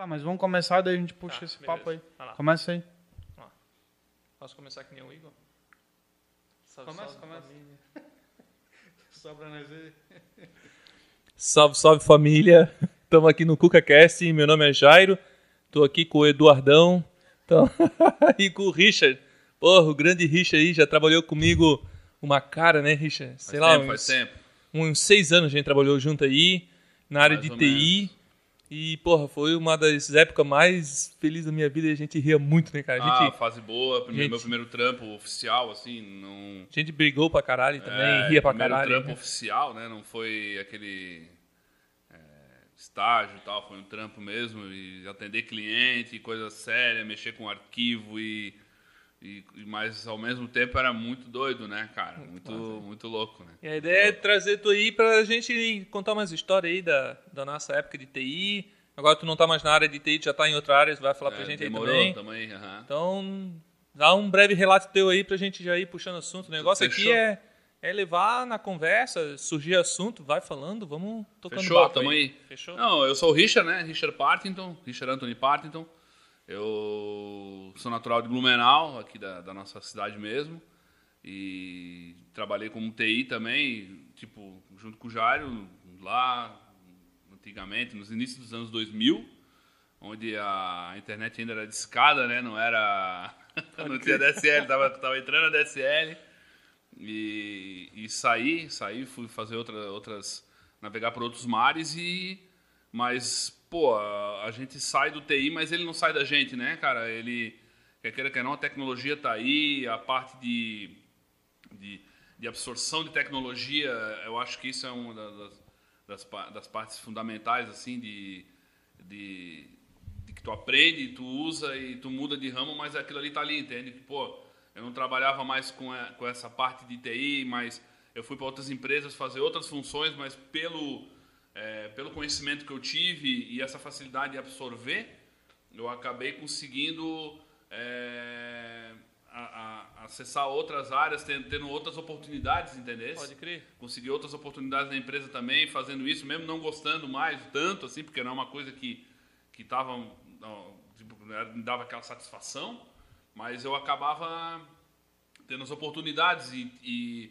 Tá, mas vamos começar, daí a gente puxa esse beleza. papo aí. Vai lá. Começa aí. Posso começar que nem o Igor? Salve, Começa, salve, começa. família. Só pra nós ver. Salve, salve família. Estamos aqui no CucaCast. Meu nome é Jairo. Estou aqui com o Eduardão. Então, e com o Richard. Porra, o grande Richard aí já trabalhou comigo uma cara, né, Richard? Sei lá, Faz tempo. uns 6 anos a gente trabalhou junto aí, na área Mais de ou TI. menos. E, porra, foi uma das épocas mais felizes da minha vida e a gente ria muito, né, cara? A Fase boa. gente- Meu primeiro trampo oficial, assim, não... gente brigou pra caralho também, ria pra primeiro caralho. trampo né? oficial, né? Não foi aquele estágio e tal, foi um trampo mesmo. E atender cliente, coisa séria, mexer com arquivo mas ao mesmo tempo era muito doido, né, cara? Muito louco, né? E a ideia é trazer tu aí pra gente contar umas histórias aí da nossa época de TI. Agora tu não tá mais na área de TI, tu já tá em outra área, tu vai falar pra gente demorou, aí também. tamo aí, aham. Então, dá um breve relato teu aí pra gente já ir puxando assunto. O negócio aqui Fechou. é levar na conversa, surgir assunto, vai falando, vamos tocando Fechou, barco tamo aí. Fechou? Não, eu sou o Richard, né? Richard Anthony Partington. Eu sou natural de Blumenau, aqui da nossa cidade mesmo. E trabalhei como TI também, tipo, junto com o Jairo, lá antigamente, nos inícios dos anos 2000, onde a internet ainda era discada, né? Não era... não tinha DSL, tava entrando a DSL. E saí, fui fazer outras... navegar por outros mares Mas, pô, a gente sai do TI, mas ele não sai da gente, né, cara? Ele, quer queira, quer não, a tecnologia tá aí, a parte de absorção de tecnologia, eu acho que isso é uma das partes fundamentais, assim, de que tu aprende, tu usa e tu muda de ramo, mas aquilo ali tá ali, entende? Que, pô, eu não trabalhava mais com essa parte de TI, mas eu fui para outras empresas fazer outras funções, mas pelo conhecimento que eu tive e essa facilidade de absorver, eu acabei conseguindo acessar outras áreas, tendo outras oportunidades, entendeu? Pode crer. Consegui outras oportunidades na empresa também, fazendo isso, mesmo não gostando mais tanto, assim, porque não é uma coisa que tava, tipo, me dava aquela satisfação, mas eu acabava tendo as oportunidades e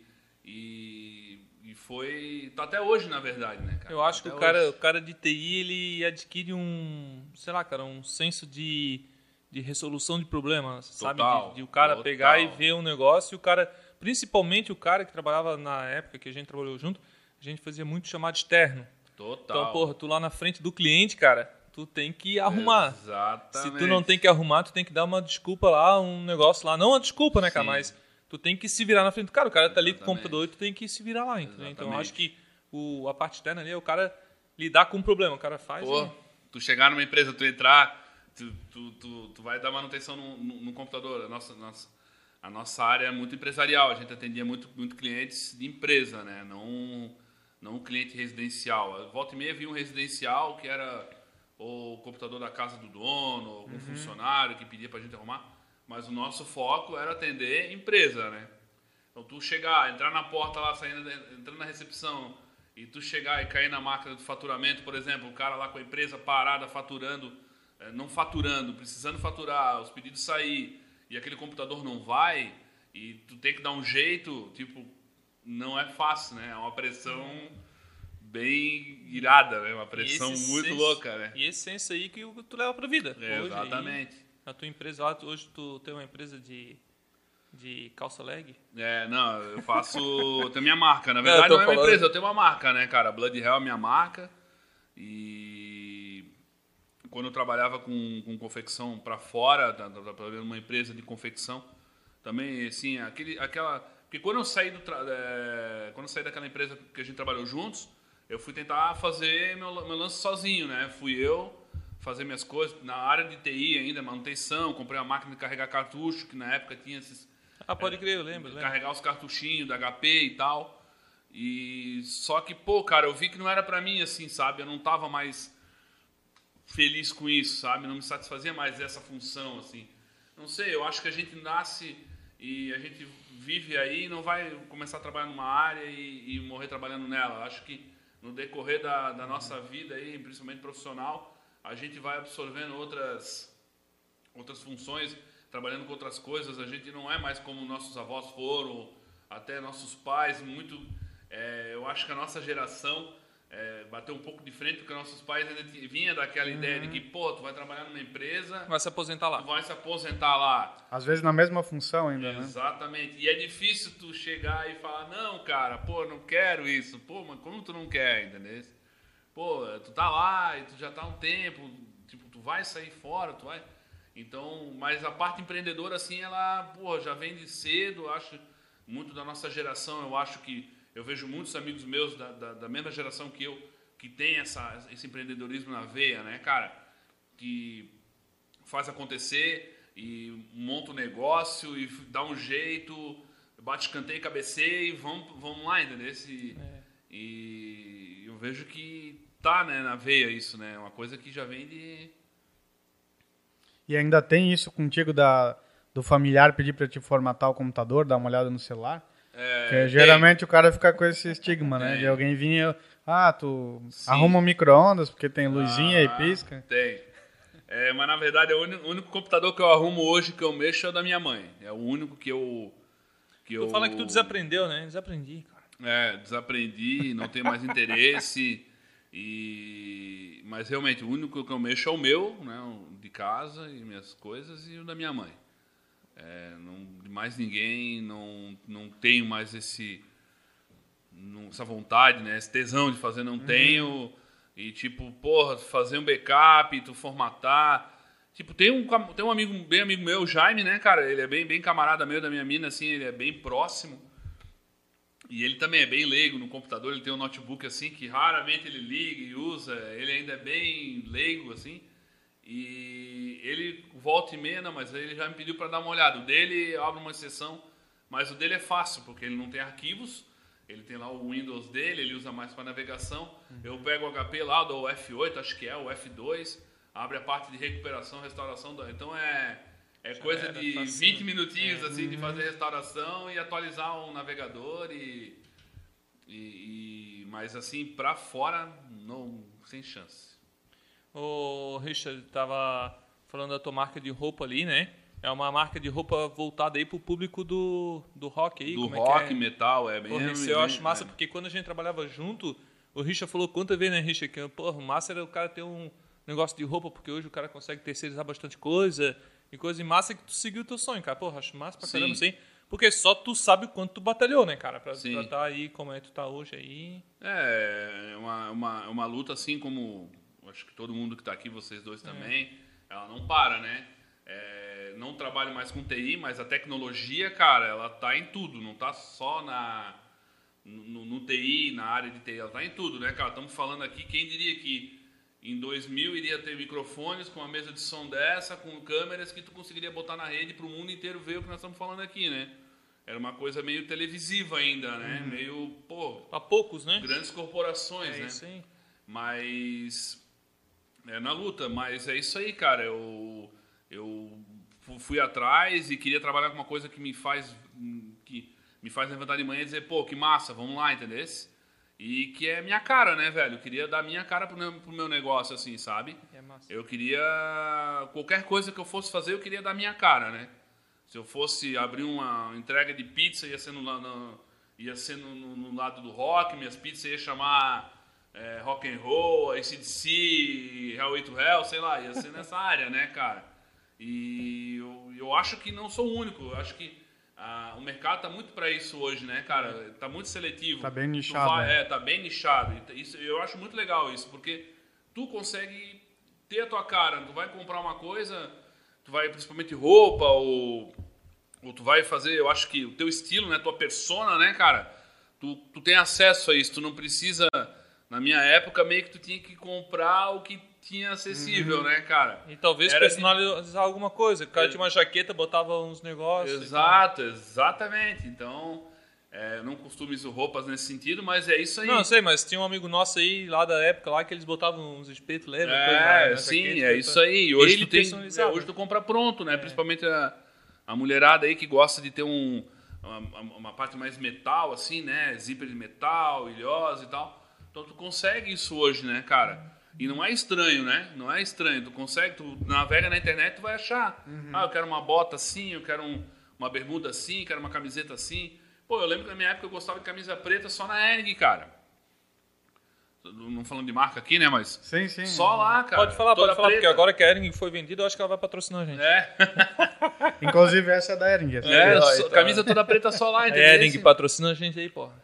foi... Tá até hoje, na verdade, né, cara? Eu acho que Até o cara de TI, ele adquire sei lá, cara, um senso de resolução de problemas, sabe? Total, De o cara total. pegar e ver um negócio e o cara, principalmente o cara que trabalhava na época que a gente trabalhou junto, a gente fazia muito chamado externo. Total. Então, porra, tu lá na frente do cliente, cara, tu tem que arrumar. Exatamente. Se tu não tem que arrumar, tu tem que dar uma desculpa lá, um negócio lá. Não uma desculpa, né, cara, Sim. mas tu tem que se virar na frente do cara. O cara tá ali com o Exatamente. computador e tu tem que se virar lá, entendeu? Então, eu Exatamente. acho que a parte externa ali é o cara lidar com o problema. O cara faz Pô, tu chegar numa empresa, tu entrar, tu vai dar manutenção no computador. A nossa área é muito empresarial. A gente atendia muito clientes de empresa, né? Não um cliente residencial. Volta e meia vinha um residencial que era o computador da casa do dono, ou algum funcionário que pedia pra gente arrumar. Mas o nosso foco era atender empresa, né? Então tu entrar na porta lá, entrando na recepção, e tu chegar e cair na máquina de faturamento, por exemplo, o cara lá com a empresa parada faturando, não faturando, precisando faturar, os pedidos sair, e aquele computador não vai, e tu tem que dar um jeito, tipo, não é fácil, né? É uma pressão bem irada, né? Uma pressão muito louca, né? E esse senso aí que tu leva pra vida. Hoje, Exatamente. aí, a tua empresa lá, hoje tu tem uma empresa de calça leg? Não, eu tenho minha marca. Na verdade, eu tô não é uma falando. empresa, eu tenho uma marca, né, cara? Blood Hell é minha marca. E quando eu trabalhava com confecção pra fora, trabalhando numa empresa de confecção, também, assim, porque quando eu saí daquela empresa que a gente trabalhou juntos, eu fui tentar fazer meu lance sozinho, né? Fui eu fazer minhas coisas na área de TI ainda, manutenção, comprei uma máquina de carregar cartucho, que na época tinha esses... Pode crer, eu lembro. Carregar os cartuchinhos da HP e tal. E só que, pô, cara, eu vi que não era pra mim, assim, sabe? Eu não tava mais feliz com isso, sabe? Não me satisfazia mais essa função, assim. Não sei, eu acho que a gente nasce e a gente vive aí e não vai começar a trabalhar numa área e morrer trabalhando nela. Eu acho que no decorrer da nossa vida aí, principalmente profissional, a gente vai absorvendo outras funções, trabalhando com outras coisas. A gente não é mais como nossos avós foram, até nossos pais. Eu acho que a nossa geração bateu um pouco de frente, porque nossos pais ainda vinha daquela ideia de que, pô, tu vai trabalhar numa empresa... Vai se aposentar lá. Tu vai se aposentar lá. Às vezes na mesma função ainda, né? Exatamente. E é difícil tu chegar e falar, não, cara, pô, não quero isso. Pô, mas como tu não quer, entendeu? Pô, tu tá lá e tu já tá há um tempo, tipo, tu vai sair fora, tu vai... Então, mas a parte empreendedora, assim, ela, pô, já vem de cedo, acho, muito da nossa geração, eu vejo muitos amigos meus da mesma geração que eu, que tem esse empreendedorismo na veia, né, cara? Que faz acontecer e monta um negócio e dá um jeito, bate escanteio, cabeceia e vamos lá, entendeu? E eu vejo que tá, né, na veia isso, né? Uma coisa que já vem de... E ainda tem isso contigo do familiar pedir pra te formatar o computador, dar uma olhada no celular? Porque geralmente o cara fica com esse estigma, né? De alguém vir tu Sim. arruma um micro-ondas porque tem luzinha e pisca. Tem. Mas na verdade o único computador que eu arrumo hoje, que eu mexo, é o da minha mãe. É o único que eu... Tu fala que tu desaprendeu, né? Desaprendi, cara. Desaprendi, não tenho mais interesse. Mas realmente o único que eu mexo é o meu, né? O de casa e minhas coisas, e o da minha mãe. De mais ninguém, não tenho mais essa vontade, né? Esse tesão de fazer, não tenho. E tipo, porra, fazer um backup, tu formatar. Tipo, tem um amigo meu, o Jaime, né, cara? Ele é bem camarada meu da minha mina, assim, ele é bem próximo. E ele também é bem leigo no computador, ele tem um notebook assim que raramente ele liga e usa, ele ainda é bem leigo assim. E ele volta e meia, não, mas ele já me pediu para dar uma olhada. O dele abre uma exceção, mas o dele é fácil, porque ele não tem arquivos, ele tem lá o Windows dele, ele usa mais para navegação. Eu pego o HP lá, dou o F8, acho que é o F2, abre a parte de recuperação, restauração. Então é coisa de facinho. 20 minutinhos assim, de fazer restauração e atualizar um navegador mas assim, para fora, não, sem chance. O Richard tava falando da tua marca de roupa ali, né? É uma marca de roupa voltada aí pro público do rock aí. Do como rock, é que é? metal, é bem... Porra, isso eu acho massa, porque quando a gente trabalhava junto, o Richard falou quantas vezes, né, Richard? Que, porra, massa era o cara ter um negócio de roupa, porque hoje o cara consegue terceirizar bastante coisa, e coisa massa que tu seguiu o teu sonho, cara. Porra, acho massa pra caramba, sim. Porque só tu sabe o quanto tu batalhou, né, cara? Pra estar aí como é que tu tá hoje aí. É uma luta assim como... Acho que todo mundo que está aqui, vocês dois também, ela não para, né? Não trabalho mais com TI, mas a tecnologia, cara, ela tá em tudo, não tá só no TI, na área de TI, ela tá em tudo, né, cara? Estamos falando aqui, quem diria que em 2000 iria ter microfones com uma mesa de som dessa, com câmeras que tu conseguiria botar na rede para o mundo inteiro ver o que nós estamos falando aqui, né? Era uma coisa meio televisiva ainda, né? Meio, pô... Pra poucos, né? Grandes corporações, né? Isso aí. Mas... na luta, mas é isso aí, cara. Eu fui atrás e queria trabalhar com uma coisa que me faz levantar de manhã e dizer, pô, que massa, vamos lá, entendeu? E que é minha cara, né, velho? Eu queria dar minha cara pro meu negócio, assim, sabe? É massa. Eu queria... Qualquer coisa que eu fosse fazer, eu queria dar minha cara, né? Se eu fosse abrir uma entrega de pizza, ia ser no lado do rock, minhas pizzas ia chamar... rock and roll, AC/DC, Hellway to Hell, sei lá, ia ser nessa área, né, cara? E eu acho que não sou o único, eu acho que o mercado tá muito para isso hoje, né, cara? Tá muito seletivo. Tá bem nichado. Tá bem nichado. Isso, eu acho muito legal isso, porque tu consegue ter a tua cara, tu vai comprar uma coisa, tu vai principalmente roupa ou tu vai fazer, eu acho que o teu estilo, né, tua persona, né, cara? Tu tem acesso a isso, tu não precisa... Na minha época, meio que tu tinha que comprar o que tinha acessível, né, cara? E talvez personalizar alguma coisa. O cara tinha uma jaqueta, botava uns negócios. Exato, exatamente. Então, eu não customizo roupas nesse sentido, mas é isso aí. Não, eu sei, mas tinha um amigo nosso aí, lá da época, lá que eles botavam uns espetos, lembra? Sim, jaqueta, isso aí. E hoje hoje tu compra pronto, né? Principalmente a mulherada aí que gosta de ter uma parte mais metal, assim, né? Zíper de metal, ilhosa e tal. Então tu consegue isso hoje, né, cara? E não é estranho, né? Não é estranho. Tu navega na internet, tu vai achar. Eu quero uma bota assim, eu quero uma bermuda assim, quero uma camiseta assim. Pô, eu lembro que na minha época eu gostava de camisa preta só na Hering, cara. Não falando de marca aqui, né? Mas Sim. só lá, cara. Pode falar, preta. porque agora que a Ering foi vendida, eu acho que ela vai patrocinar a gente. Inclusive, essa é da Ering. Camisa toda preta só lá, entendeu? Ering patrocina a gente aí, porra.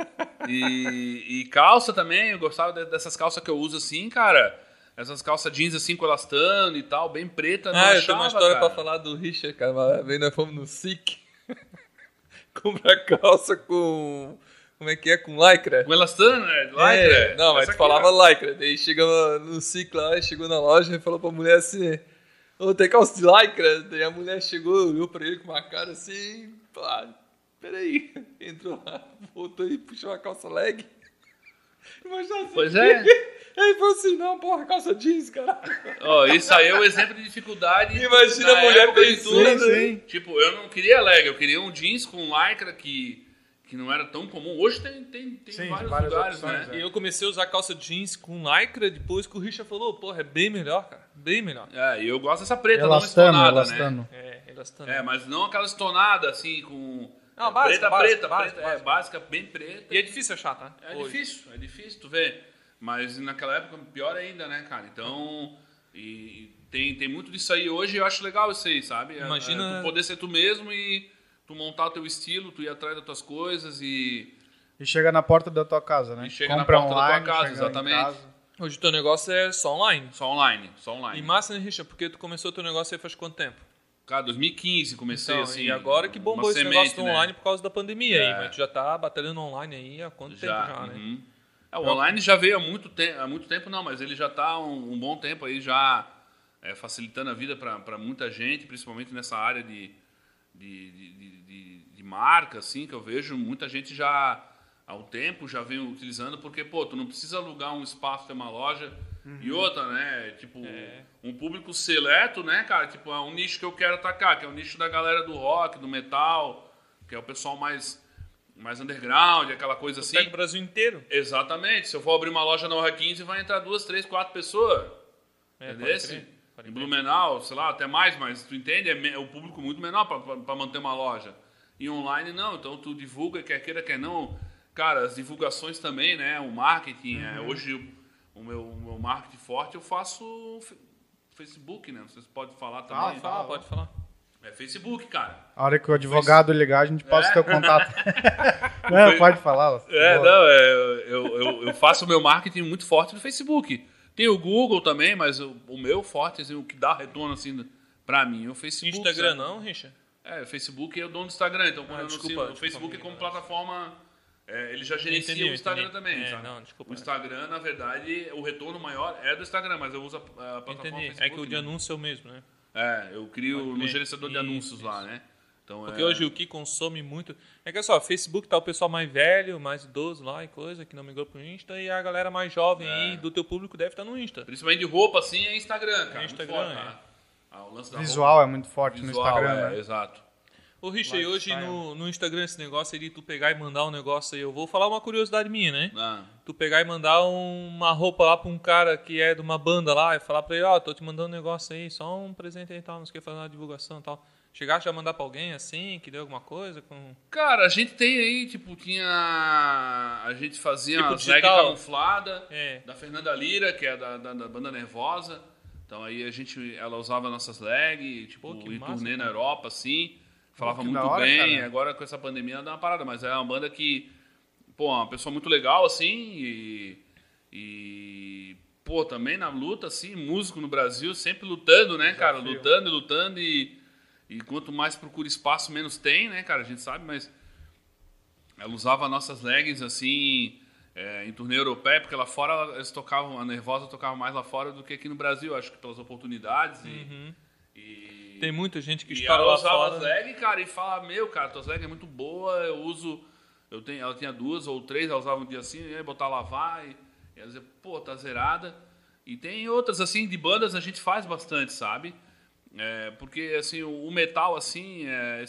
E calça também, eu gostava dessas calças que eu uso assim, cara. Essas calças jeans assim com elastano e tal, bem preta. Eu tenho uma história pra falar do Richard, cara. Uma vez nós fomos no SIC comprar calça com... Como é que é? Com lycra? Com elastano, né? Lycra. Não, mas tu falava lycra. Daí chegou no SIC lá, chegou na loja e falou pra mulher assim: ô, tem calça de lycra? Daí a mulher chegou, olhou pra ele com uma cara assim, pá, peraí. Entrou lá, voltou e puxou a calça leg. Imagina assim. Pois é. Aí falou assim: não, porra, calça jeans, cara. Isso aí é o exemplo de dificuldade. Imagina a mulher pensando. Sim. Tipo, eu não queria leg, eu queria um jeans com lycra que não era tão comum. Hoje tem vários lugares, opções, né? E eu comecei a usar calça jeans com lycra depois que o Richard falou: porra, é bem melhor, cara. Bem melhor. E eu gosto dessa preta, Elastano, não estonada, elastano. né? Elastano. Mas não aquela estonada assim com... Não, básica, básica, bem preta. E é difícil achar, tá? É difícil, tu vê. Mas naquela época, pior ainda, né, cara? Então, e tem muito disso aí. Hoje eu acho legal isso aí, sabe? Imagina... tu poder ser tu mesmo e tu montar o teu estilo, tu ir atrás das tuas coisas e chega na porta da tua casa, né? E chega na porta da tua casa, exatamente. Hoje o teu negócio é só online. Só online. E massa, né, Richard? Porque tu começou o teu negócio aí faz quanto tempo? Cara, 2015 comecei então, assim. E agora que bombou esse negócio do online por causa da pandemia aí. Mas tu já tá batalhando online aí há quanto tempo já, né? O online já veio há muito tempo não, mas ele já tá há um bom tempo aí já facilitando a vida para muita gente, principalmente nessa área de marca, assim, que eu vejo muita gente já há um tempo já vem utilizando, porque, pô, tu não precisa alugar um espaço, ter uma loja e outra, né? Tipo, um público seleto, né, cara? Tipo, é um nicho que eu quero atacar, que é o nicho da galera do rock, do metal, que é o pessoal mais underground, aquela coisa assim. Pega o Brasil inteiro. Exatamente. Se eu for abrir uma loja na Honra 15, vai entrar 2, 3, 4 pessoas. Entendeu? Em Blumenau, sei lá, até mais, mas tu entende? É um público muito menor para manter uma loja. E online não, então tu divulga, quer queira, quer não. Cara, as divulgações também, né? O marketing. Hoje o meu marketing forte eu faço Facebook, né? Vocês podem falar também. Pode falar. É Facebook, cara. A hora que o advogado ligar, a gente passa o teu contato. Não, pode falar. Eu faço o meu marketing muito forte no Facebook. Tem o Google também, mas o meu forte, assim, o que dá retorno assim, pra mim é o Facebook. Instagram não, Richard? O Facebook é o dono do Instagram. Então, quando o Facebook como plataforma, ele já gerencia o Instagram também. Sabe? Não, desculpa. O Instagram, na verdade, o retorno maior é do Instagram, mas eu uso a plataforma Facebook. É que o de anúncio é o mesmo, né? Eu crio no gerenciador de anúncios lá, né? Então, porque hoje o que consome muito... É que só, Facebook tá o pessoal mais velho, mais idoso lá e coisa, que não migrou pro Insta, e a galera mais jovem aí do teu público deve estar no Insta. Principalmente de roupa, assim, é Instagram, cara. Instagram, muito forte, tá? O lance da visual roupa. é muito forte no Instagram, né? Exato. Ô, Richard, hoje no Instagram esse negócio aí de tu pegar e mandar um negócio aí, eu vou falar uma curiosidade minha, né? Tu pegar e mandar uma roupa lá pra um cara que é de uma banda lá e falar pra ele, tô te mandando um negócio aí, só um presente aí e tal, não sei o que, fazer uma divulgação e tal. Chegaste a mandar pra alguém assim, que deu alguma coisa? Cara, a gente tem aí, tipo, a gente fazia tipo uma drag camuflada da Fernanda Lira, que é da banda Nervosa. Então aí ela usava nossas lag, tipo, em turnê na Europa, assim. Falava muito bem, cara. Agora com essa pandemia dá uma parada, mas é uma banda que, pô, uma pessoa muito legal, assim, e pô, também na luta, assim, músico no Brasil, sempre lutando, né, cara? Lutando e quanto mais procura espaço, menos tem, né, cara? A gente sabe, mas ela usava nossas leggings, assim, em turnê europeia, porque lá fora eles tocavam, a Nervosa tocava mais lá fora do que aqui no Brasil, acho que pelas oportunidades Tem muita gente que estoura lá fora. Ela usava as leggings, cara, e fala, cara, tuas leggings é muito boa, ela tinha 2 ou 3, ela usava um dia assim, ia botar lavar, e ela dizia, pô, tá zerada. E tem outras, assim, de bandas a gente faz bastante, sabe? Porque, assim, o metal, assim,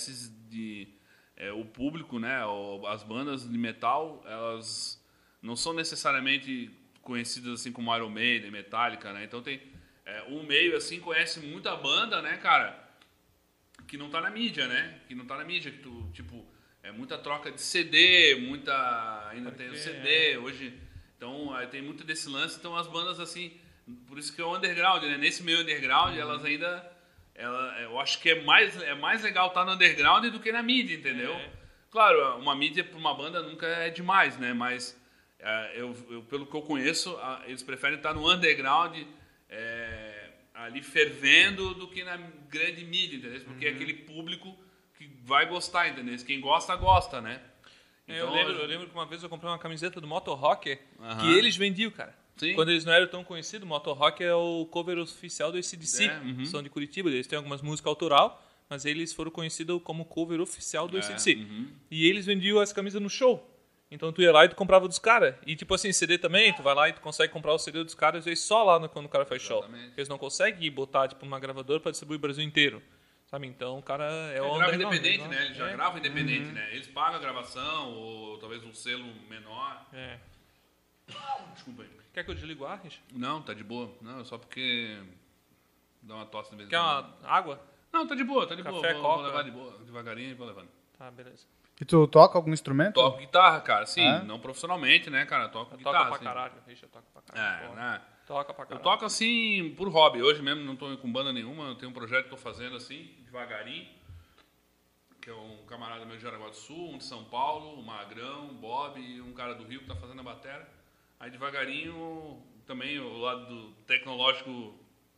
o público, né, as bandas de metal, elas não são necessariamente conhecidas assim como Iron Maiden, Metallica, né? Então tem o meio assim conhece muita banda, né, cara, que não tá na mídia, né? Que não tá na mídia, que tu, tipo, muita troca de CD, ainda tem o CD hoje. Então, tem muito desse lance, então as bandas assim, por isso que é o underground, né? Nesse meio underground, elas ainda eu acho que é mais legal estar no underground do que na mídia, entendeu? Claro, uma mídia para uma banda nunca é demais, né? Mas pelo que eu conheço, eles preferem estar no underground ali fervendo do que na grande mídia, entendeu? Porque é aquele público que vai gostar, entendeu? Quem gosta, gosta, né? Então, eu lembro que uma vez eu comprei uma camiseta do Motor Rocker que eles vendiam, cara. Sim. Quando eles não eram tão conhecidos, o Motor Rocker é o cover oficial do AC/DC. São de Curitiba, eles têm algumas músicas autoral, mas eles foram conhecidos como cover oficial do AC/DC. E eles vendiam as camisas no show. Então tu ia lá e tu comprava dos caras. E tipo assim, CD também, tu vai lá e tu consegue comprar o CD dos caras e só lá quando o cara faz show. Eles não conseguem botar tipo uma gravadora para distribuir o Brasil inteiro. Sabe? Então o cara grava independente, né? Ele já grava independente, né? Eles pagam a gravação ou talvez um selo menor. Desculpa aí. Quer que eu desligue o ar, Richard? Não, tá de boa. Não, só porque dá uma tosse de vez em quando. Quer uma água? Não, tá de boa, tá de Café, boa. Vou levar de boa, devagarinho e vou levando. Tá, beleza. E tu toca algum instrumento? Toco guitarra, cara. Sim, não profissionalmente, né, cara? Toco guitarra. Toca pra caralho, Richard, toca pra caralho. Né? Toca pra caralho. Eu toco assim por hobby. Hoje mesmo não tô com banda nenhuma. Eu tenho um projeto que tô fazendo assim, devagarinho. Que é um camarada meu de Jaraguá do Sul, um de São Paulo, o Magrão, o Bob e um cara do Rio que tá fazendo a bateria. Aí devagarinho também o lado do tecnológico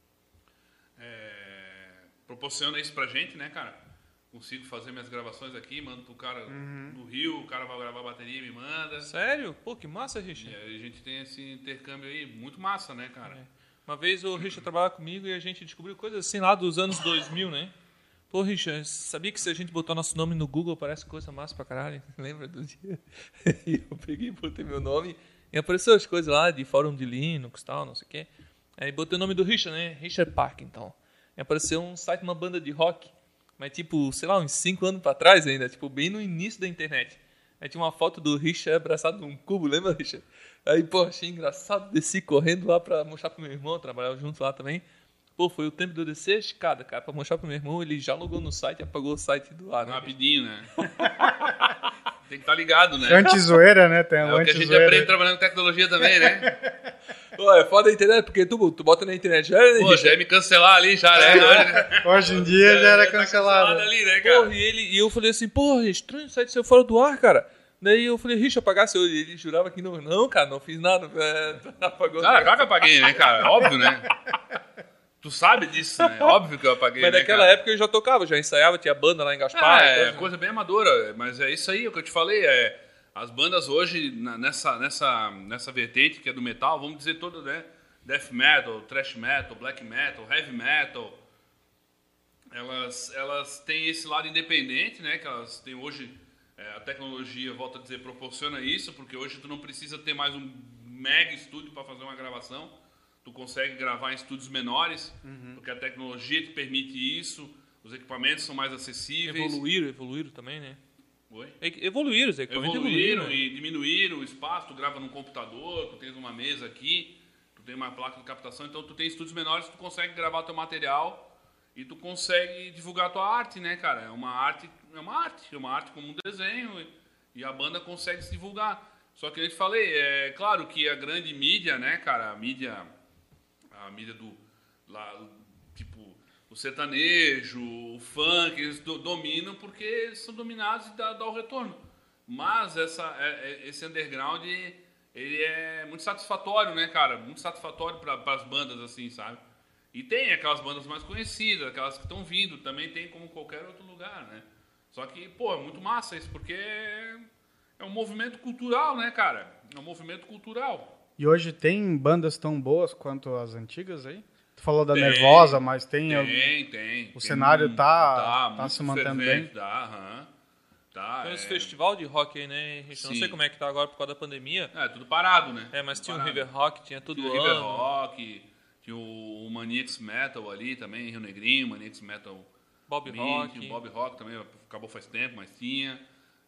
proporciona isso pra gente, né, cara? Consigo fazer minhas gravações aqui, mando pro cara do Rio, o cara vai gravar a bateria e me manda. Sério? Pô, que massa, Richard. E aí a gente tem esse intercâmbio aí, muito massa, né, cara? Uma vez o Richard trabalhava comigo e a gente descobriu coisas assim lá dos anos 2000, né? Pô, Richard, sabia que se a gente botar nosso nome no Google aparece coisa massa pra caralho? Lembra do dia? E eu peguei e botei meu nome e apareceu as coisas lá de fórum de Linux e tal, não sei o quê. Aí botei o nome do Richard, né? Richard Park, então. E apareceu um site, uma banda de rock. Mas, tipo, sei lá, uns 5 anos pra trás ainda. Tipo, bem no início da internet. Aí tinha uma foto do Richard abraçado num cubo, lembra, Richard? Aí, pô, achei engraçado. Desci correndo lá pra mostrar pro meu irmão. Trabalhava junto lá também. Pô, foi o tempo de eu descer a escada, cara, pra mostrar pro meu irmão. Ele já logou no site e apagou o site do ar, né? Rapidinho, né? Tem que estar ligado, né? Anti-zoeira, né? Tem o que a gente aprende trabalhando com tecnologia também, né? Pô, é foda a internet, porque tu bota na internet já era, né? Pô, já ia me cancelar ali, já era. Hoje em dia já era cancelado. Tá ali, né, cara? Pô, e eu falei assim, pô, estranho, o site saiu fora do ar, cara. Daí eu falei, Richard, apagasse. Ele jurava que não, cara, não fiz nada. Apagou. Cara, claro que eu apaguei, né, cara? Óbvio, né? Tu sabe disso, né? Óbvio que eu apaguei, mas né, naquela época eu já tocava, já ensaiava, tinha banda lá em Gaspar. Coisa bem amadora, mas é isso aí, o que eu te falei, as bandas hoje, nessa vertente que é do metal, vamos dizer todas, né? Death metal, thrash metal, black metal, heavy metal, elas têm esse lado independente, né? Que elas têm hoje, a tecnologia, volto a dizer, proporciona isso, porque hoje tu não precisa ter mais um mega estúdio para fazer uma gravação. Tu consegue gravar em estúdios menores, porque a tecnologia te permite isso, os equipamentos são mais acessíveis. Evoluíram também, né? Oi? Evoluíram, os equipamentos evoluíram e diminuíram o espaço, tu grava num computador, tu tens uma mesa aqui, tu tem uma placa de captação, então tu tem estúdios menores, tu consegue gravar teu material e tu consegue divulgar a tua arte, né, cara? É uma arte como um desenho e a banda consegue se divulgar. Só que eu te falei, é claro que a grande mídia, né, cara, a mídia do tipo o sertanejo, o funk, eles dominam porque eles são dominados e dá o retorno. Mas esse underground, ele é muito satisfatório, né, cara? Muito satisfatório para as bandas, assim, sabe? E tem aquelas bandas mais conhecidas, aquelas que estão vindo, também tem como qualquer outro lugar, né? Só que, pô, é muito massa isso, porque é um movimento cultural, né, cara? É um movimento cultural. E hoje tem bandas tão boas quanto as antigas aí? Tu falou da Nervosa, mas tem. Tem. O cenário tá se mantendo bem. Tá. Tem uns festival de rock aí, né? Não sei como é que tá agora por causa da pandemia. Tudo parado, né? Mas tinha o River Rock, tinha tudo ano. River Rock, tinha o Maniacs Metal ali também, Rio Negrinho, Maniacs Metal. Bob Rock. O Bob Rock também acabou faz tempo, mas tinha.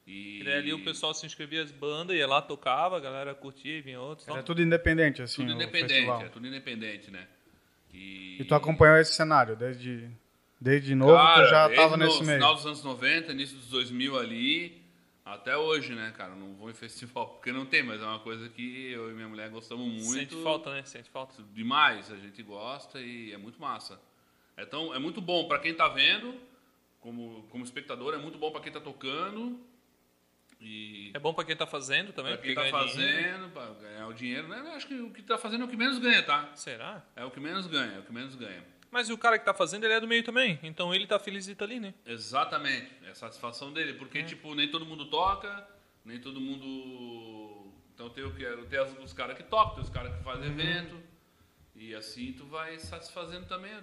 E daí ali o pessoal se inscrevia as bandas, ia lá, tocava, a galera curtia, vinha outros. Era tudo independente, assim, tudo o independente, festival. tudo independente, né? E tu acompanhou esse cenário desde novo, cara, tu já desde tava nesse no meio. final dos anos 90, início dos 2000 ali, até hoje, né, cara? Não vou em festival porque não tem, mas é uma coisa que eu e minha mulher gostamos muito. Sente falta, né? Sente falta. Demais, a gente gosta e é muito massa. Então, é muito bom pra quem tá vendo, como espectador, é muito bom pra quem tá tocando. E É bom pra quem tá fazendo também, pra quem porque tá ganha dinheiro. fazendo, pra ganhar o dinheiro, né? Eu acho que o que tá fazendo é o que menos ganha, tá? Será? É o que menos ganha, é o que menos ganha. Mas o cara que tá fazendo, ele é do meio também. Então ele tá feliz de tá ali, né? Exatamente, é a satisfação dele, porque tipo, nem todo mundo toca, nem todo mundo. Então tem os caras que tocam, tem os caras que fazem evento, e assim tu vai satisfazendo também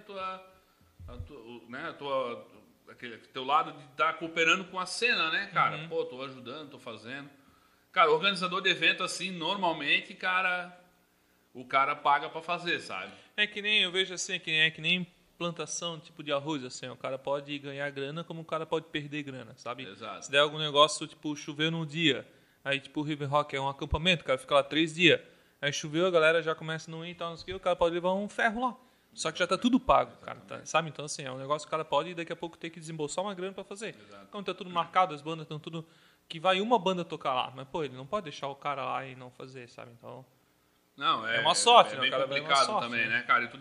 aquele teu lado de estar cooperando com a cena, né, cara? Pô, tô ajudando, tô fazendo. Cara, organizador de evento assim, normalmente, cara, o cara paga pra fazer, sabe? É que nem, eu vejo assim, que nem plantação tipo de arroz, assim. O cara pode ganhar grana como o cara pode perder grana, sabe? Exato. Se der algum negócio, tipo, choveu num dia, aí tipo o River Rock é um acampamento, o cara fica lá 3 dias. Aí choveu, a galera já começa a não ir e tal, não sei o que, o cara pode levar um ferro lá. Só que já tá tudo pago, cara, tá, sabe? Então, assim, é um negócio que o cara pode daqui a pouco ter que desembolsar uma grana pra fazer. Exato. Então tá tudo marcado, as bandas estão tudo... Que vai uma banda tocar lá, mas, pô, ele não pode deixar o cara lá e não fazer, sabe? Então... Não, É uma sorte, é né? bem O cara vai uma complicado sorte, também, né, cara? E tu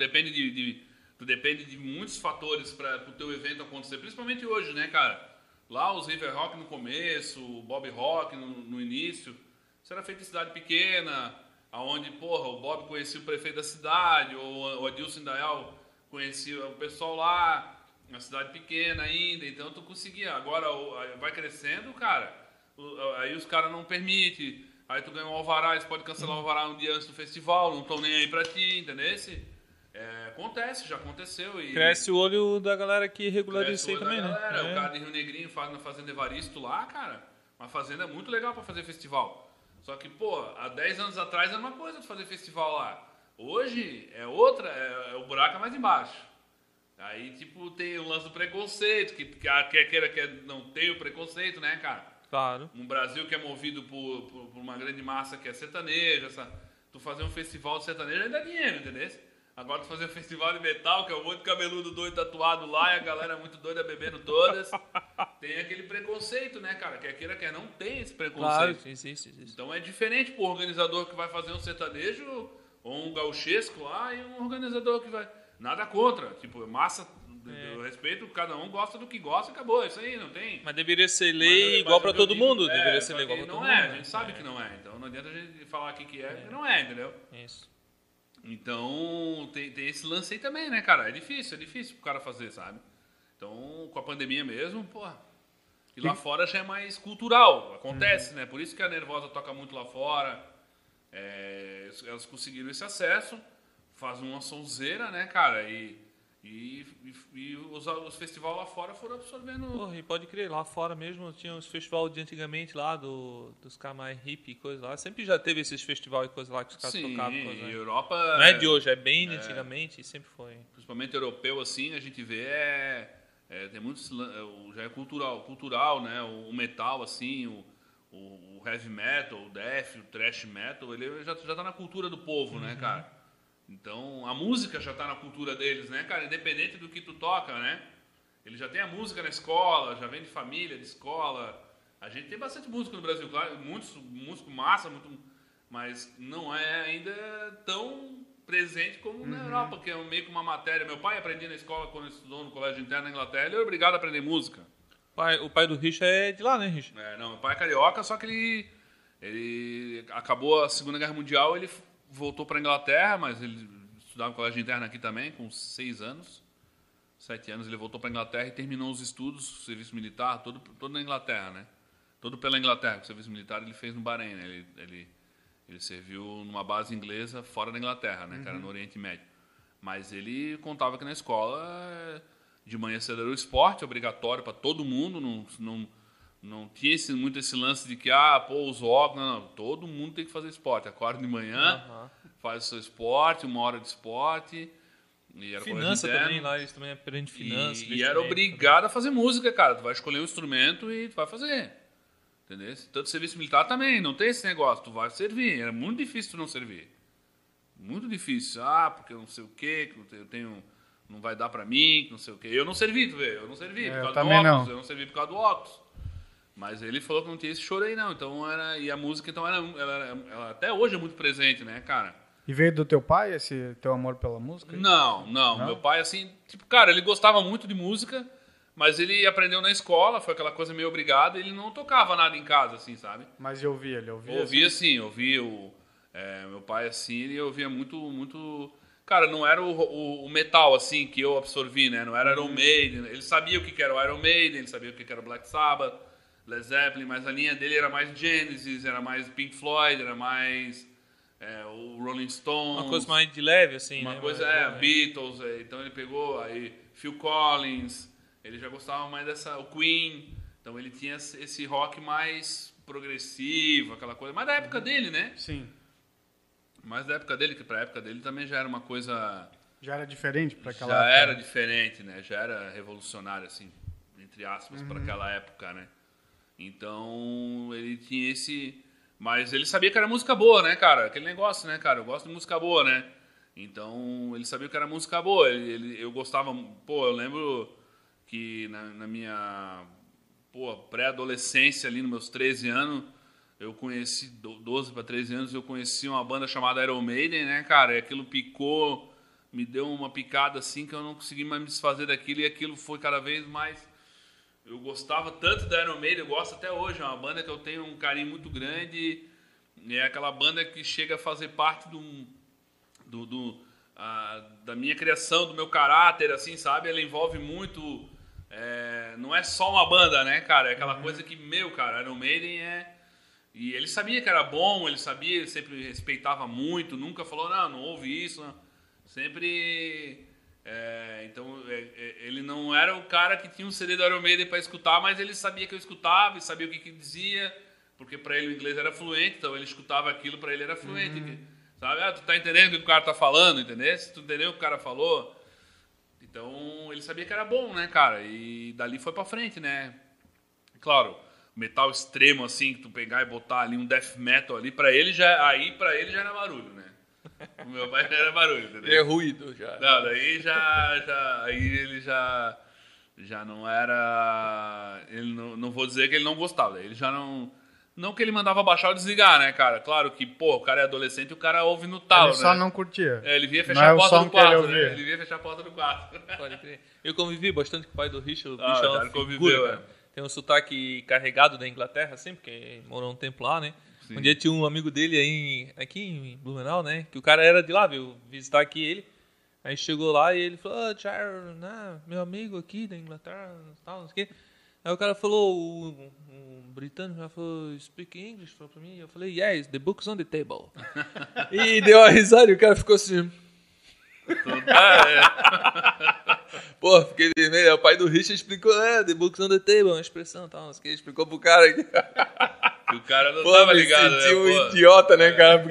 depende de muitos fatores para o teu evento acontecer, principalmente hoje, né, cara? Lá os River Rock no começo, o Bob Rock no início, isso era feito em cidade pequena, aonde, porra, o Bob conhecia o prefeito da cidade, ou o Adilson Dayal conhecia o pessoal lá, uma cidade pequena ainda, então tu conseguia. Agora vai crescendo, cara, aí os caras não permitem. Aí tu ganha um alvará, eles podem cancelar o alvará um dia antes do festival, não estão nem aí pra ti, entendeu? Acontece, já aconteceu. E cresce o olho da galera que regulariza isso aí também, né? O cara de Rio Negrinho faz na Fazenda Evaristo lá, cara, uma fazenda muito legal pra fazer festival. Só que, pô, há 10 anos atrás era uma coisa de fazer festival lá. Hoje é outra, o buraco é mais embaixo. Aí, tipo, tem o lance do preconceito, que quer não tem o preconceito, né, cara? Claro. Um Brasil que é movido por uma grande massa que é sertaneja, tu fazer um festival de sertanejo aí dá dinheiro, entendeu? Agora tu fazer um festival de metal, que é um monte de cabeludo doido tatuado lá e a galera muito doida bebendo todas, tem aquele preconceito, né, cara? Quer não tem esse preconceito. Claro, existe. Então é diferente pro organizador que vai fazer um sertanejo ou um gauchesco lá e um organizador que vai... Nada contra, tipo, massa... Eu respeito, cada um gosta do que gosta e acabou, isso aí, não tem... Mas deveria ser lei igual pra todo mundo, deveria ser só lei que igual pra todo não mundo. a gente sabe que não é, então não adianta a gente falar aqui que porque não é, entendeu? Isso. Então, tem esse lance aí também, né, cara? É difícil pro cara fazer, sabe? Então, com a pandemia mesmo, porra... E lá fora já é mais cultural, acontece, né? Por isso que a Nervosa toca muito lá fora. Elas conseguiram esse acesso, fazem uma sonzeira, né, cara? E os festivais lá fora foram absorvendo... Porra, e pode crer, lá fora mesmo tinha os festivais de antigamente lá, dos caras mais hippie e coisa lá. Sempre já teve esses festivais e coisa lá que os caras tocavam. Sim, e Europa... Não é de hoje, é bem de antigamente e sempre foi. Principalmente europeu, assim, a gente vê... tem muito... Já é cultural, né? O metal, assim, o heavy metal, o death, o thrash metal, ele já tá na cultura do povo, né, cara? Então, a música já tá na cultura deles, né, cara? Independente do que tu toca, né? Ele já tem a música na escola, já vem de família, de escola. A gente tem bastante música no Brasil, claro, músico massa, mas não é ainda tão presente como na Europa, que é meio que uma matéria. Meu pai aprendia na escola, quando ele estudou no colégio interno na Inglaterra, ele era obrigado a aprender música. O pai do Richard é de lá, né, Richard? Não, meu pai é carioca, só que ele acabou a Segunda Guerra Mundial, ele voltou para a Inglaterra, mas ele estudava no colégio interno aqui também, com 6 anos, 7 anos, ele voltou para a Inglaterra e terminou os estudos, serviço militar, todo na Inglaterra, né? Todo pela Inglaterra, o serviço militar ele fez no Bahrein, né? Ele serviu numa base inglesa fora da Inglaterra, né? Que era no Oriente Médio. Mas ele contava que na escola, de manhã cedo era o esporte, obrigatório para todo mundo, não tinha muito esse lance de que, os óculos, não, todo mundo tem que fazer esporte. Acorda de manhã, faz o seu esporte, 1 hora de esporte. E era finança também, lá eles também aprendem finanças. E era obrigado a fazer música, cara. Tu vai escolher um instrumento e tu vai fazer. Entendeu? Tanto serviço militar também, não tem esse negócio. Tu vai servir. Era muito difícil tu não servir. Muito difícil. Porque eu não sei o quê, que eu tenho... Não vai dar pra mim, que não sei o quê. Eu não servi, tu vê. Eu não servi por causa do óculos. Eu não servi por causa do óculos. Mas ele falou que não tinha esse choro aí, não. Então era... E a música, então, ela até hoje é muito presente, né, cara? E veio do teu pai esse teu amor pela música? Não. Meu pai, assim... Tipo, cara, ele gostava muito de música... Mas ele aprendeu na escola, foi aquela coisa meio obrigada, ele não tocava nada em casa, assim, sabe? Mas eu ouvia, ele ouvia? Ouvia, sim, ouvia meu pai, assim, ele ouvia muito... Cara, não era o metal, assim, que eu absorvi, né? Não era Iron Maiden, ele sabia o que era o Iron Maiden, ele sabia o que era o Black Sabbath, Led Zeppelin, mas a linha dele era mais Genesis, era mais Pink Floyd, era mais o Rolling Stones. Uma coisa mais de leve, assim, uma né? coisa, Beatles, então ele pegou aí Phil Collins... Ele já gostava mais o Queen, então ele tinha esse rock mais progressivo, aquela coisa, mais da época dele, né? Sim. Mais da época dele, que pra época dele também já era uma coisa... Já era diferente para aquela época. Já era diferente, né? Já era revolucionário, assim, entre aspas, para aquela época, né? Então, ele tinha esse... Mas ele sabia que era música boa, né, cara? Aquele negócio, né, cara? Eu gosto de música boa, né? Então, ele sabia que era música boa. Eu gostava... Pô, eu lembro... que na minha pré-adolescência, ali nos meus 13 anos, eu conheci, 12 para 13 anos, eu conheci uma banda chamada Iron Maiden, né, cara? E aquilo picou, me deu uma picada assim que eu não consegui mais me desfazer daquilo, e aquilo foi cada vez mais... Eu gostava tanto da Iron Maiden, eu gosto até hoje, é uma banda que eu tenho um carinho muito grande, e é aquela banda que chega a fazer parte da minha criação, do meu caráter, assim, sabe? Ela envolve muito... não é só uma banda, né, cara? É aquela coisa que, cara, Iron Maiden E ele sabia que era bom, ele sempre respeitava muito, nunca falou, não ouve isso. Não. Sempre... então, ele não era o cara que tinha um CD do Iron Maiden pra escutar, mas ele sabia que eu escutava e sabia o que dizia, porque pra ele o inglês era fluente, então ele escutava aquilo, pra ele era fluente. Sabe? Tu tá entendendo o que o cara tá falando, entendeu? Se tu entendeu o que o cara falou... Então, ele sabia que era bom, né, cara? E dali foi pra frente, né? Claro, metal extremo, assim, que tu pegar e botar ali um death metal ali, pra ele já era barulho, né? O meu pai já era barulho, entendeu? É ruído já. Não, daí aí ele já não era... Ele não vou dizer que ele não gostava, ele já não... Não que ele mandava baixar ou desligar, né, cara? Claro que, o cara é adolescente e o cara ouve no talo, né? Ele só não curtia. Ele via fechar a porta do quarto, né? Ele via fechar a porta do quarto. Pode crer. Eu convivi bastante com o pai do Richard. O bicho é uma figura, cara. Tem um sotaque carregado da Inglaterra, assim, porque morou um tempo lá, né? Sim. Um dia tinha um amigo dele aqui em Blumenau, né? Que o cara era de lá, veio visitar aqui ele. Aí chegou lá e ele falou, Jair, meu amigo aqui da Inglaterra, tal, não sei o quê. Aí o cara falou, o britânico já falou, speak English, falou pra mim. Eu falei, yes, the book's on the table. E deu uma risada e o cara ficou assim... Pô, fiquei vermelho. O pai do Richard explicou, the book's on the table, uma expressão, tal, não sei o que, explicou pro cara que... O cara não tava ligado, né? Um idiota, né, cara?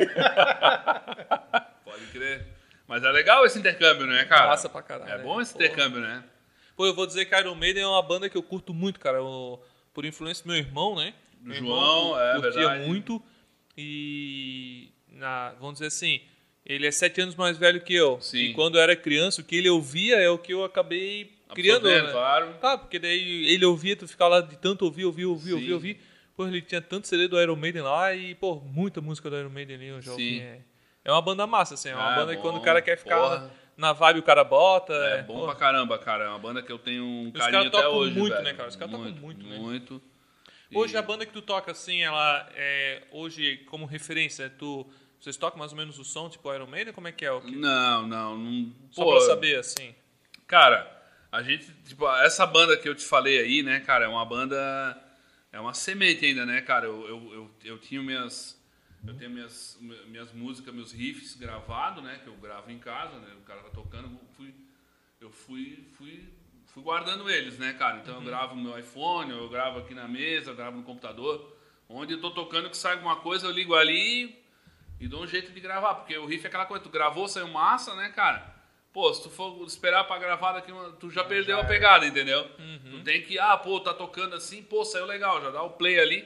Pode crer. Mas é legal esse intercâmbio, né, cara? Passa pra caralho. É bom esse intercâmbio, né? Pô, eu vou dizer que Iron Maiden é uma banda que eu curto muito, cara. Por influência do meu irmão, né? Meu João, curtia verdade. muito. E, vamos dizer assim, ele é 7 anos mais velho que eu. Sim. E quando eu era criança, o que ele ouvia é o que eu acabei criando, né? Claro. Tá, porque daí ele ouvia, tu ficava lá de tanto ouvir. Pô, ele tinha tanto CD do Iron Maiden lá e, pô, muita música do Iron Maiden ali eu já ouvi. É uma banda massa, assim. É uma banda que quando o cara quer ficar na vibe o cara bota. É bom pra caramba, cara. É uma banda que eu tenho um carinho até hoje, muito, velho. Né, cara? Os caras tocam muito, né? Muito. Hoje a banda que tu toca, assim, ela é... Hoje, como referência, vocês tocam mais ou menos o som, tipo Iron Maiden? Como é que é? Não. Só pra saber, assim. Cara, a gente... Tipo, essa banda que eu te falei aí, né, cara? É uma banda... É uma semente ainda, né, cara? Eu tinha Eu tenho minhas músicas, meus riffs gravados, né? Que eu gravo em casa, né? O cara tá tocando, eu fui guardando eles, né, cara? Então eu gravo no meu iPhone, eu gravo aqui na mesa, eu gravo no computador. Onde eu tô tocando que sai alguma coisa, eu ligo ali e dou um jeito de gravar. Porque o riff é aquela coisa, tu gravou, saiu massa, né, cara? Pô, se tu for esperar pra gravar daqui, tu já perdeu a pegada, entendeu? Tu tem que, tá tocando assim, pô, saiu legal, já dá o play ali.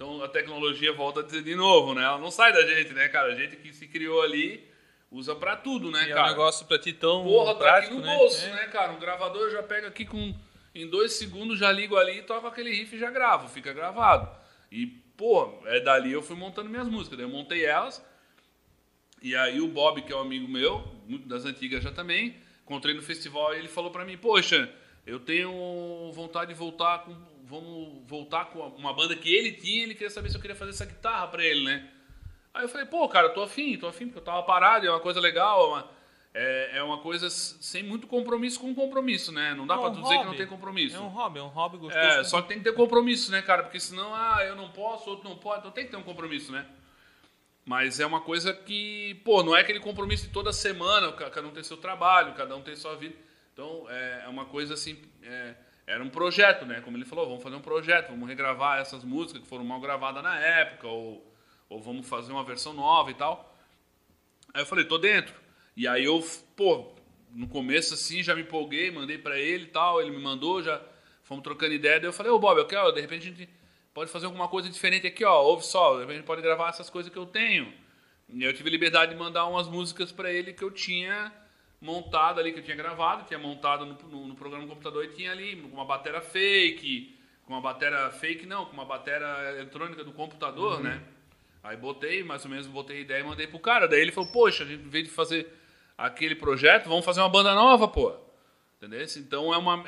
Então a tecnologia volta a dizer de novo, né? Ela não sai da gente, né, cara? A gente que se criou ali usa pra tudo, né, cara? É um negócio pra ti tão Porra, prático, tá aqui no né? bolso, né, cara? Um gravador eu já pego aqui em 2 segundos, já ligo ali, toco aquele riff e já gravo, fica gravado. E, pô, dali eu fui montando minhas músicas. Daí eu montei elas. E aí o Bob, que é um amigo meu, muito das antigas já também, encontrei no festival e ele falou pra mim, poxa, eu tenho vontade de vamos voltar com uma banda que ele tinha, ele queria saber se eu queria fazer essa guitarra pra ele, né? Aí eu falei, pô, cara, tô afim, porque eu tava parado, é uma coisa legal, é uma coisa sem muito compromisso com compromisso, né? Não dá pra tu dizer que não tem compromisso. É um hobby gostoso. Só que tem que ter compromisso, né, cara? Porque senão, eu não posso, outro não pode, então tem que ter um compromisso, né? Mas é uma coisa que, pô, não é aquele compromisso de toda semana, cada um tem seu trabalho, cada um tem sua vida. Então, é uma coisa assim, era um projeto, né? Como ele falou, vamos fazer um projeto, vamos regravar essas músicas que foram mal gravadas na época, ou vamos fazer uma versão nova e tal. Aí eu falei, tô dentro. E aí eu, pô, no começo assim, já me empolguei, mandei pra ele e tal, ele me mandou, já fomos trocando ideia. Daí eu falei, ô Bob, eu quero, de repente a gente pode fazer alguma coisa diferente aqui, ó, ouve só, de repente a gente pode gravar essas coisas que eu tenho. E eu tive liberdade de mandar umas músicas pra ele que eu tinha montado ali, que eu tinha gravado, tinha montado no programa do computador e tinha ali com uma bateria fake, com uma bateria eletrônica do computador, né? Aí mais ou menos botei a ideia e mandei pro cara. Daí ele falou, poxa, a gente, em vez de fazer aquele projeto, vamos fazer uma banda nova, pô. Entendeu? Então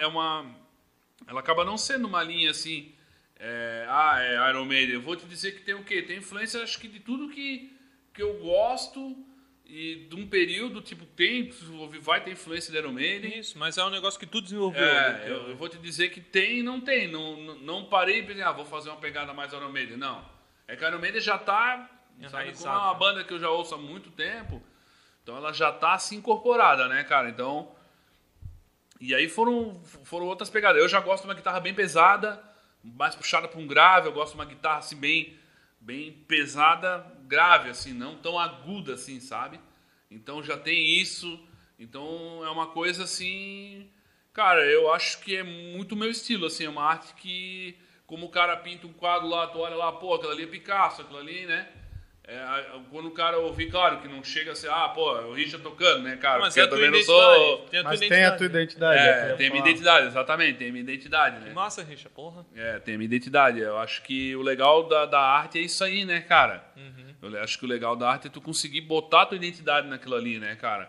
ela acaba não sendo uma linha assim, Iron Maiden. Eu vou te dizer que tem o quê? Tem influência, acho que de tudo que eu gosto e de um período, tipo, vai ter influência de Iron Maiden. Isso, mas é um negócio que tu desenvolveu. Eu vou te dizer que tem e não tem. Não parei e pensei, vou fazer uma pegada mais Iron Maiden. Não. É que a Iron Maiden já tá, sabe, como é uma banda que eu já ouço há muito tempo, então ela já tá assim incorporada, né, cara? Então, e aí foram outras pegadas. Eu já gosto de uma guitarra bem pesada, mais puxada para um grave, eu gosto de uma guitarra assim bem pesada, grave, assim, não tão aguda assim, sabe? Então já tem isso, então é uma coisa assim, cara, eu acho que é muito meu estilo, assim, é uma arte que, como o cara pinta um quadro lá, tu olha lá, pô, aquilo ali é Picasso, aquilo ali, né? Quando o cara ouvir, claro, que não chega a ser, o Richard tocando, né, cara? Mas porque eu também não sou... Mas tem a tua identidade. Tem a minha identidade, exatamente, tem a minha identidade, né? Que massa, Richard, porra. Tem a minha identidade. Eu acho que o legal da arte é isso aí, né, cara? Eu acho que o legal da arte é tu conseguir botar a tua identidade naquilo ali, né, cara?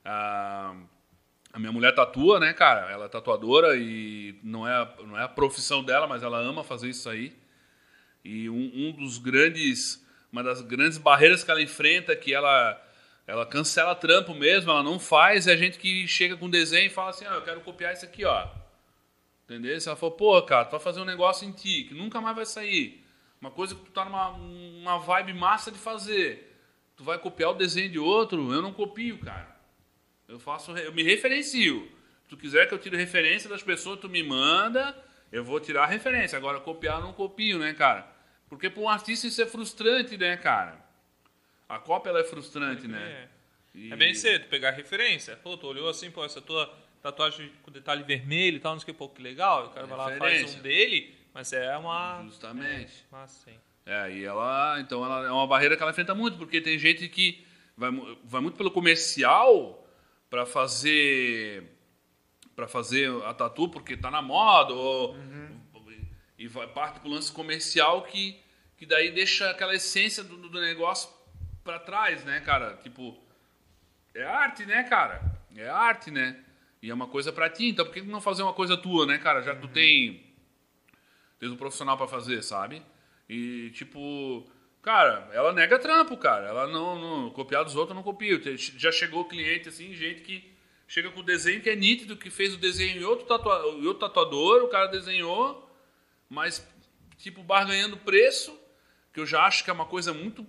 A minha mulher tatua, né, cara? Ela é tatuadora e não é a profissão dela, mas ela ama fazer isso aí. E uma das grandes barreiras que ela enfrenta, que ela cancela trampo mesmo, ela não faz, é a gente que chega com desenho e fala assim, eu quero copiar isso aqui, ó. Entendeu? Ela falou, pô, cara, tu vai fazer um negócio em ti, que nunca mais vai sair. Uma coisa que tu tá numa vibe massa de fazer. Tu vai copiar o desenho de outro, eu não copio, cara. Eu me referencio. Se tu quiser que eu tire referência das pessoas, tu me manda, eu vou tirar a referência. Agora, copiar, eu não copio, né, cara? Porque para um artista isso é frustrante, né, cara? A cópia, ela é frustrante, né? É bem cedo, pegar referência. Pô, tu olhou assim, pô, essa tua tatuagem com detalhe vermelho e tal, não sei o que, pô, que legal. O cara vai lá e faz um dele, mas é uma... Justamente. Mas sim. E ela é uma barreira que ela enfrenta muito, porque tem gente que vai muito pelo comercial para fazer a tatu porque tá na moda, e parte pro lance comercial que daí deixa aquela essência do negócio para trás, né, cara? Tipo, é arte, né, cara? É arte, né? E é uma coisa pra ti, então por que não fazer uma coisa tua, né, cara? Já que tu tens um profissional pra fazer, sabe? E, tipo, cara, ela nega trampo, cara. Ela não copiar dos outros, eu não copio. Já chegou cliente, assim, gente que chega com o desenho que é nítido, que fez o desenho em outro tatuador, o cara desenhou, mas, tipo, barganhando preço, que eu já acho que é uma coisa muito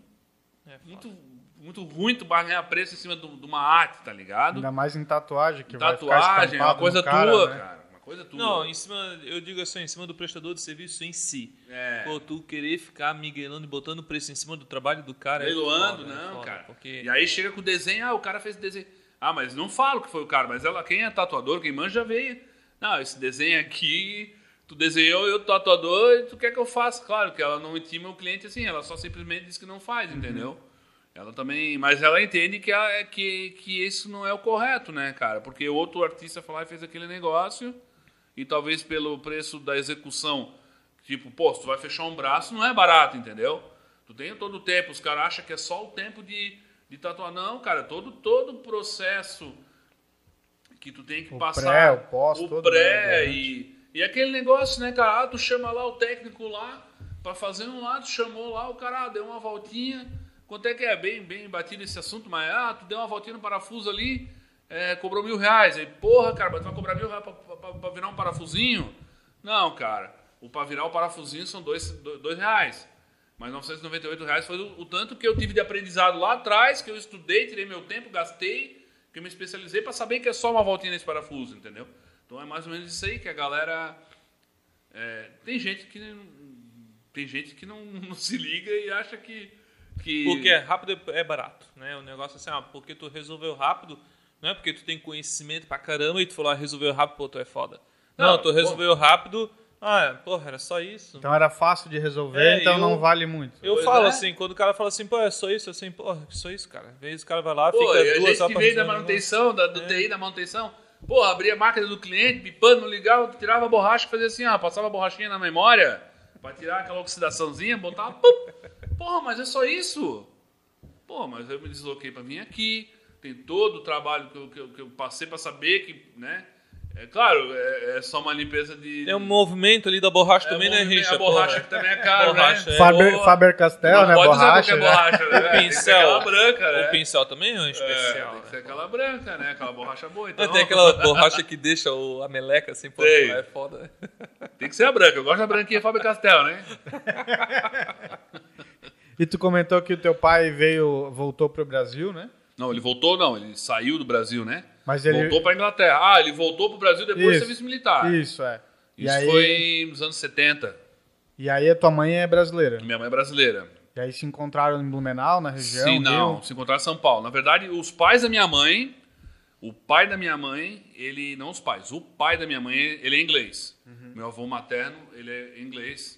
ruim tu barganhar preço em cima de uma arte, tá ligado? Ainda mais em tatuagem, que tatuagem, vai é uma coisa cara, tua, né? cara. Uma coisa tua. Não, eu digo assim, em cima do prestador de serviço em si. Pô, tu querer ficar miguelando e botando preço em cima do trabalho do cara leiloando, é foda, cara. Porque... E aí chega com o desenho, o cara fez o desenho. Mas não falo que foi o cara, mas quem é tatuador, quem manja, já veio. Não, esse desenho aqui Tu desenhou, eu tatuador, e tu quer que eu faça. Claro que ela não intima o cliente assim, ela só simplesmente diz que não faz, entendeu? Ela também, mas ela entende que isso não é o correto, né, cara? Porque outro artista foi lá e fez aquele negócio e talvez pelo preço da execução, tipo, pô, se tu vai fechar um braço, não é barato, entendeu? Tu tem todo o tempo, os caras acham que é só o tempo de tatuar. Não, cara, todo o processo que tu tem que passar. O pós, o todo, pré né? e aquele negócio, né, cara? Ah, tu chama lá o técnico lá pra fazer um lá, tu chamou lá, o cara deu uma voltinha. Quanto é que é? Bem batido esse assunto, mas tu deu uma voltinha no parafuso ali, cobrou R$1.000. Aí, porra, cara, mas tu vai cobrar R$1.000 pra virar um parafusinho? Não, cara, pra virar o parafusinho são R$2. Mas R$998 foi o tanto que eu tive de aprendizado lá atrás, que eu estudei, tirei meu tempo, gastei, que eu me especializei pra saber que é só uma voltinha nesse parafuso, entendeu? Então é mais ou menos isso aí que a galera... Tem gente que não se liga e acha que... Porque rápido é barato, né? O negócio assim, porque tu resolveu rápido, não é porque tu tem conhecimento pra caramba e tu falou, resolveu rápido, pô, tu é foda. Não, tu resolveu rápido, porra, era só isso. Então era fácil de resolver, então não vale muito. Eu falo assim, quando o cara fala assim, pô, é só isso, assim, pô, só isso, cara. Às vezes o cara vai lá, fica 2 horas... Pô, a gente que veio da manutenção, do TI da manutenção, pô, abria a máquina do cliente, pipando, não ligava, tirava a borracha, fazia assim, passava a borrachinha na memória, pra tirar aquela oxidaçãozinha, botava, pum. Porra, mas é só isso? Pô, mas eu me desloquei pra vir aqui, tem todo o trabalho que eu passei pra saber que, né? É claro, é só uma limpeza de... É um movimento ali da borracha também, né, Richard? A borracha que também é caro, borracha, né? Faber-Castell, né? Pode Borracha. usar qualquer borracha, né? O Tem que ser aquela branca, né? O pincel também é um especial. Tem que ser aquela branca, né? Aquela borracha boa. Então... Tem aquela borracha que deixa a meleca assim, pô, é foda. Tem que ser a branca. Eu gosto da branquinha Faber-Castell, né? E tu comentou que o teu pai voltou pro Brasil, né? Não, ele saiu do Brasil, né? Mas ele... Voltou pra Inglaterra. Ele voltou pro Brasil depois do serviço militar. Isso, Isso aí... foi nos anos 70. E aí a tua mãe é brasileira? Minha mãe é brasileira. E aí se encontraram em Blumenau, na região? Sim, não. Se encontraram em São Paulo. Na verdade, os pais da minha mãe... O pai da minha mãe, ele... Não os pais. O pai da minha mãe, ele é inglês. Meu avô materno, ele é inglês.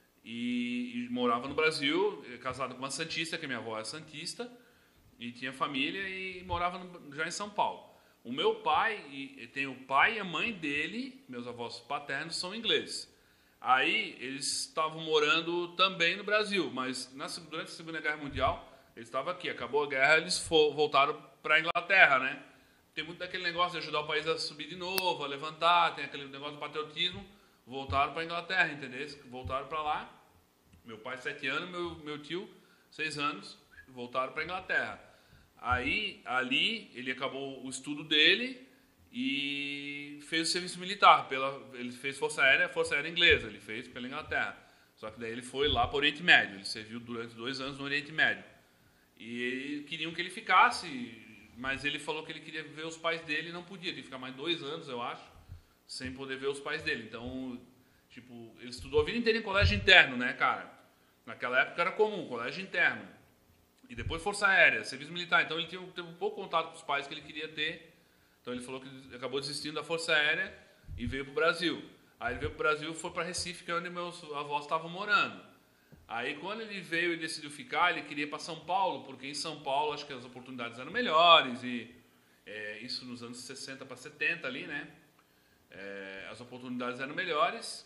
E morava no Brasil, casado com uma santista, que minha avó é santista. E tinha família e morava já em São Paulo. O meu pai, tem o pai e a mãe dele, meus avós paternos, são ingleses. Aí eles estavam morando também no Brasil, mas durante a Segunda Guerra Mundial, eles estavam aqui. Acabou a guerra, eles voltaram para a Inglaterra, né? Tem muito daquele negócio de ajudar o país a subir de novo, a levantar, tem aquele negócio do patriotismo. Voltaram para a Inglaterra, entendeu? Voltaram para lá. Meu pai, 7 anos, meu tio, 6 anos, voltaram para a Inglaterra. Aí, ali, ele acabou o estudo dele e fez o serviço militar. Ele fez Força Aérea Inglesa, ele fez pela Inglaterra. Só que daí ele foi lá para o Oriente Médio, ele serviu durante 2 anos no Oriente Médio. E queriam que ele ficasse, mas ele falou que ele queria ver os pais dele e não podia, tinha que ficar mais 2 anos, eu acho, sem poder ver os pais dele. Então, tipo, ele estudou a vida inteira em colégio interno, né, cara? Naquela época era comum, colégio interno. E depois Força Aérea, serviço militar. Então ele teve um pouco contato com os pais que ele queria ter. Então ele falou que acabou desistindo da Força Aérea e veio para o Brasil. Aí ele veio para o Brasil e foi para Recife, que é onde meus avós estavam morando. Aí quando ele veio e decidiu ficar, ele queria ir para São Paulo, porque em São Paulo acho que as oportunidades eram melhores. E isso nos anos 60 para 70 ali, né? As oportunidades eram melhores.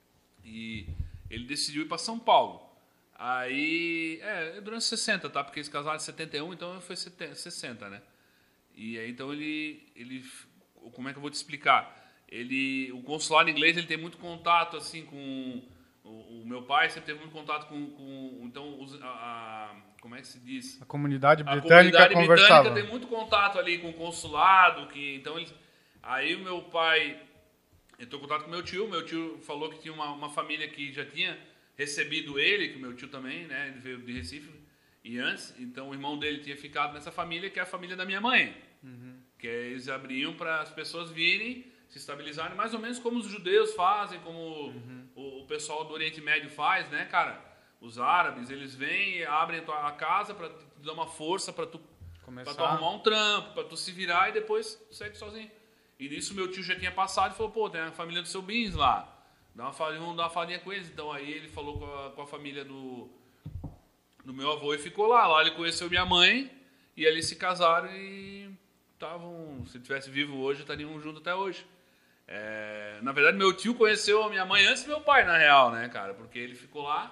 E ele decidiu ir para São Paulo. Aí, durante 60, tá? Porque eles casaram em 71, então foi 60, né? E aí, então, ele como é que eu vou te explicar? O consulado inglês, ele tem muito contato, assim, com... O meu pai sempre teve muito contato com então, como é que se diz? A comunidade britânica conversava. A comunidade britânica tem muito contato ali com o consulado, então, aí o meu pai entrou em contato com meu tio falou que tinha uma família que já tinha recebido ele, que meu tio também, né? Ele veio de Recife e antes, então o irmão dele tinha ficado nessa família, que é a família da minha mãe. Que eles abriam para as pessoas virem, se estabilizarem, mais ou menos como os judeus fazem, como o pessoal do Oriente Médio faz, né, cara? Os árabes, eles vêm e abrem a casa para te dar uma força, para tu arrumar um trampo, para tu se virar e depois segue sozinho. E nisso meu tio já tinha passado e falou, pô, tem a família do seu Bins lá. vamos dar uma falinha com eles. Então aí ele falou com a família do meu avô e ficou lá. Lá ele conheceu minha mãe e eles se casaram e estavam, se tivesse vivo hoje, estariam juntos até hoje. Na verdade, meu tio conheceu a minha mãe antes do meu pai, na real, né, cara? Porque ele ficou lá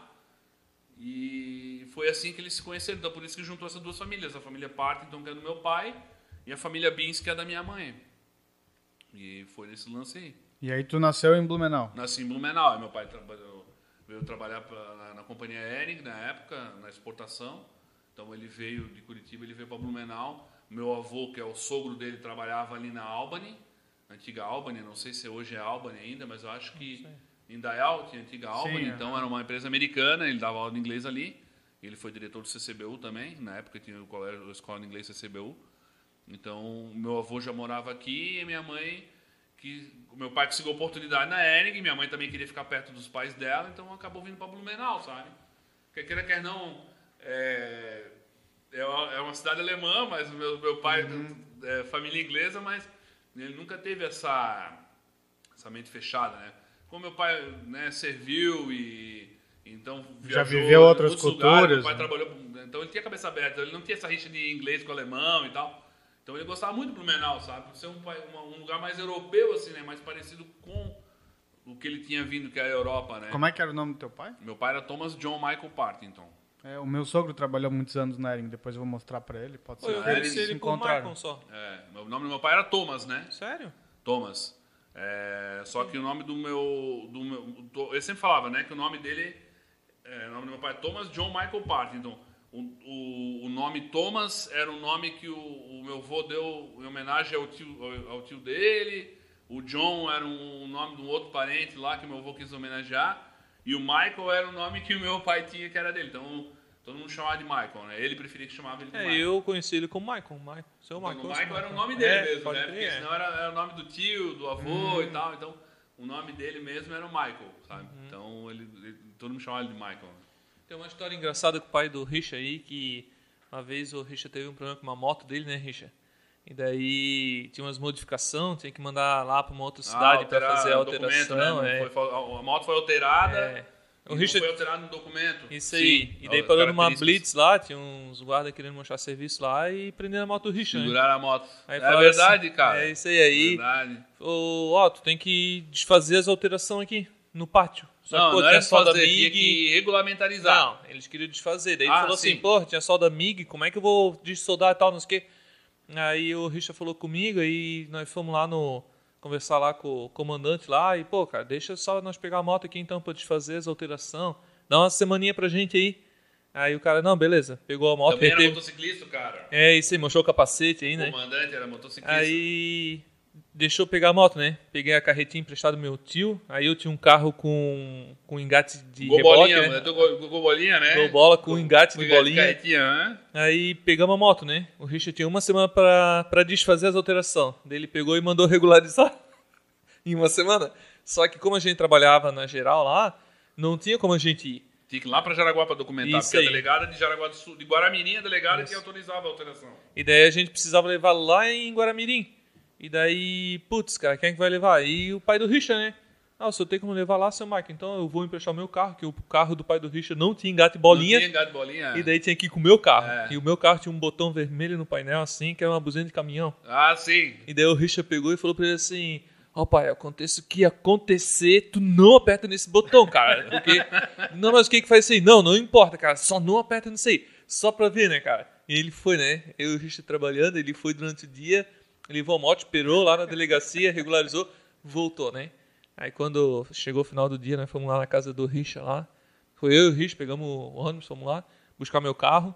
e foi assim que eles se conheceram. Então, por isso que juntou essas duas famílias. A família Partington, que é do meu pai, e a família Bins, que é da minha mãe. E foi nesse lance aí. E aí tu nasceu em Blumenau? Nasci em Blumenau. Aí meu pai veio trabalhar na companhia Hering, na época, na exportação. Então, ele veio de Curitiba, ele veio para Blumenau. Meu avô, que é o sogro dele, trabalhava ali na Albany. Antiga Albany, não sei se hoje é Albany ainda, mas eu acho que em Dayal tinha antiga Albany, então era uma empresa americana, ele dava aula de inglês ali, ele foi diretor do CCBU também, na época tinha o colégio, a escola de inglês CCBU, então meu avô já morava aqui e minha mãe, meu pai conseguiu oportunidade na Hering, minha mãe também queria ficar perto dos pais dela, então acabou vindo para Blumenau, sabe? Quer queira, quer não, é uma cidade alemã, mas meu pai é família inglesa, mas ele nunca teve essa mente fechada, né? Como meu pai, né, serviu e então viajou, já viveu outras culturas. Lugares, meu pai trabalhou, então ele tinha a cabeça aberta, ele não tinha essa rixa de inglês com alemão e tal. Então ele gostava muito do Blumenau, sabe? Por ser um lugar mais europeu, assim, né? Mais parecido com o que ele tinha vindo, que é a Europa, né? Como é que era o nome do teu pai? Meu pai era Thomas John Michael Partington. O meu sogro trabalhou muitos anos na Hering, depois eu vou mostrar pra ele, pode ser. Eu conheci ele por Michael só. O nome do meu pai era Thomas, né? Sério? Thomas. Só que o nome do meu... Ele sempre falava, né? Que o nome dele... o nome do meu pai é Thomas John Michael Partington. O nome Thomas era o nome que o meu avô deu em homenagem ao tio dele. O John era um nome de um outro parente lá que meu avô quis homenagear. E o Michael era o nome que o meu pai tinha, que era dele. Então, todo mundo chamava de Michael, né? Ele preferia que chamava ele de Michael. Eu conheci ele como Michael. Seu então, Michael. O Michael era o nome dele mesmo, né? Porque senão era o nome do tio, do avô e tal. Então, o nome dele mesmo era o Michael, sabe? Então, todo mundo chamava ele de Michael. Tem uma história engraçada com o pai do Richa aí, que uma vez o Richa teve um problema com uma moto dele, né, Richa? E daí tinha umas modificações, tinha que mandar lá para uma outra cidade para fazer a alteração. Né? A moto foi alterada. O Richard foi alterado no documento. Isso aí. Sim. E daí parou numa blitz lá, tinha uns guardas querendo mostrar serviço lá e prenderam a moto do Richard. Seguraram a moto. Aí verdade, assim, cara. É isso aí. Verdade. Tu tem que desfazer as alterações aqui no pátio. Só que, não era só da MIG, tinha que regulamentarizar. Não, eles queriam desfazer. Daí ele falou assim, tinha solda MIG, como é que eu vou dessoldar e tal, não sei o quê. Aí o Richard falou comigo, aí nós fomos lá conversar lá com o comandante lá, e cara, deixa só nós pegar a moto aqui então pra desfazer as alterações, dá uma semaninha pra gente aí. Aí o cara, não, beleza, pegou a moto. Também era motociclista, cara. Isso aí, mostrou o capacete aí, né? O comandante era motociclista. Aí deixou eu pegar a moto, né? Peguei a carretinha emprestada do meu tio, aí eu tinha um carro com engate de reboque, né? Gobolinha, né? Gobola com engate de bolinha. Carretinha, né? Aí pegamos a moto, né? O Richard tinha uma semana pra desfazer as alterações. Daí ele pegou e mandou regularizar em uma semana. Só que como a gente trabalhava na geral lá, não tinha como a gente ir. Tinha que ir lá pra Jaraguá pra documentar, isso porque aí. A delegada de Jaraguá do Sul, de Guaramirim, a delegada que autorizava a alteração. E daí a gente precisava levar lá em Guaramirim. E daí, cara, quem é que vai levar? E o pai do Richard, né? O senhor tem como levar lá, seu Mike, então eu vou emprestar o meu carro, que o carro do pai do Richard não tinha engate bolinha. Não tinha engate bolinha. E daí tinha que ir com o meu carro. E o meu carro tinha um botão vermelho no painel, assim, que era uma buzina de caminhão. Sim. E daí o Richard pegou e falou pra ele assim, pai, aconteça o que acontecer, tu não aperta nesse botão, cara. Porque, não, mas o que faz isso aí? Não importa, cara, só não aperta nisso aí. Só pra ver, né, cara? E ele foi, né? Eu e o Richard trabalhando, ele foi durante o dia, ele levou a moto, esperou lá na delegacia, regularizou, voltou, né? Aí quando chegou o final do dia, nós fomos lá na casa do Richard lá. Foi eu e o Richard, pegamos o ônibus, fomos lá buscar meu carro.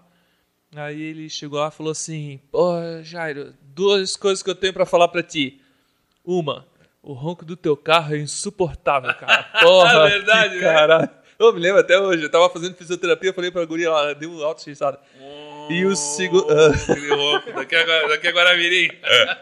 Aí ele chegou lá e falou assim, Jairo, 2 coisas que eu tenho pra falar pra ti. Uma, o ronco do teu carro é insuportável, cara. Porra, é verdade, que caralho. Eu me lembro até hoje, eu tava fazendo fisioterapia, falei pra guria lá, deu um auto-xixada. E o segundo... Aquele ronco, daqui a Guaramirim.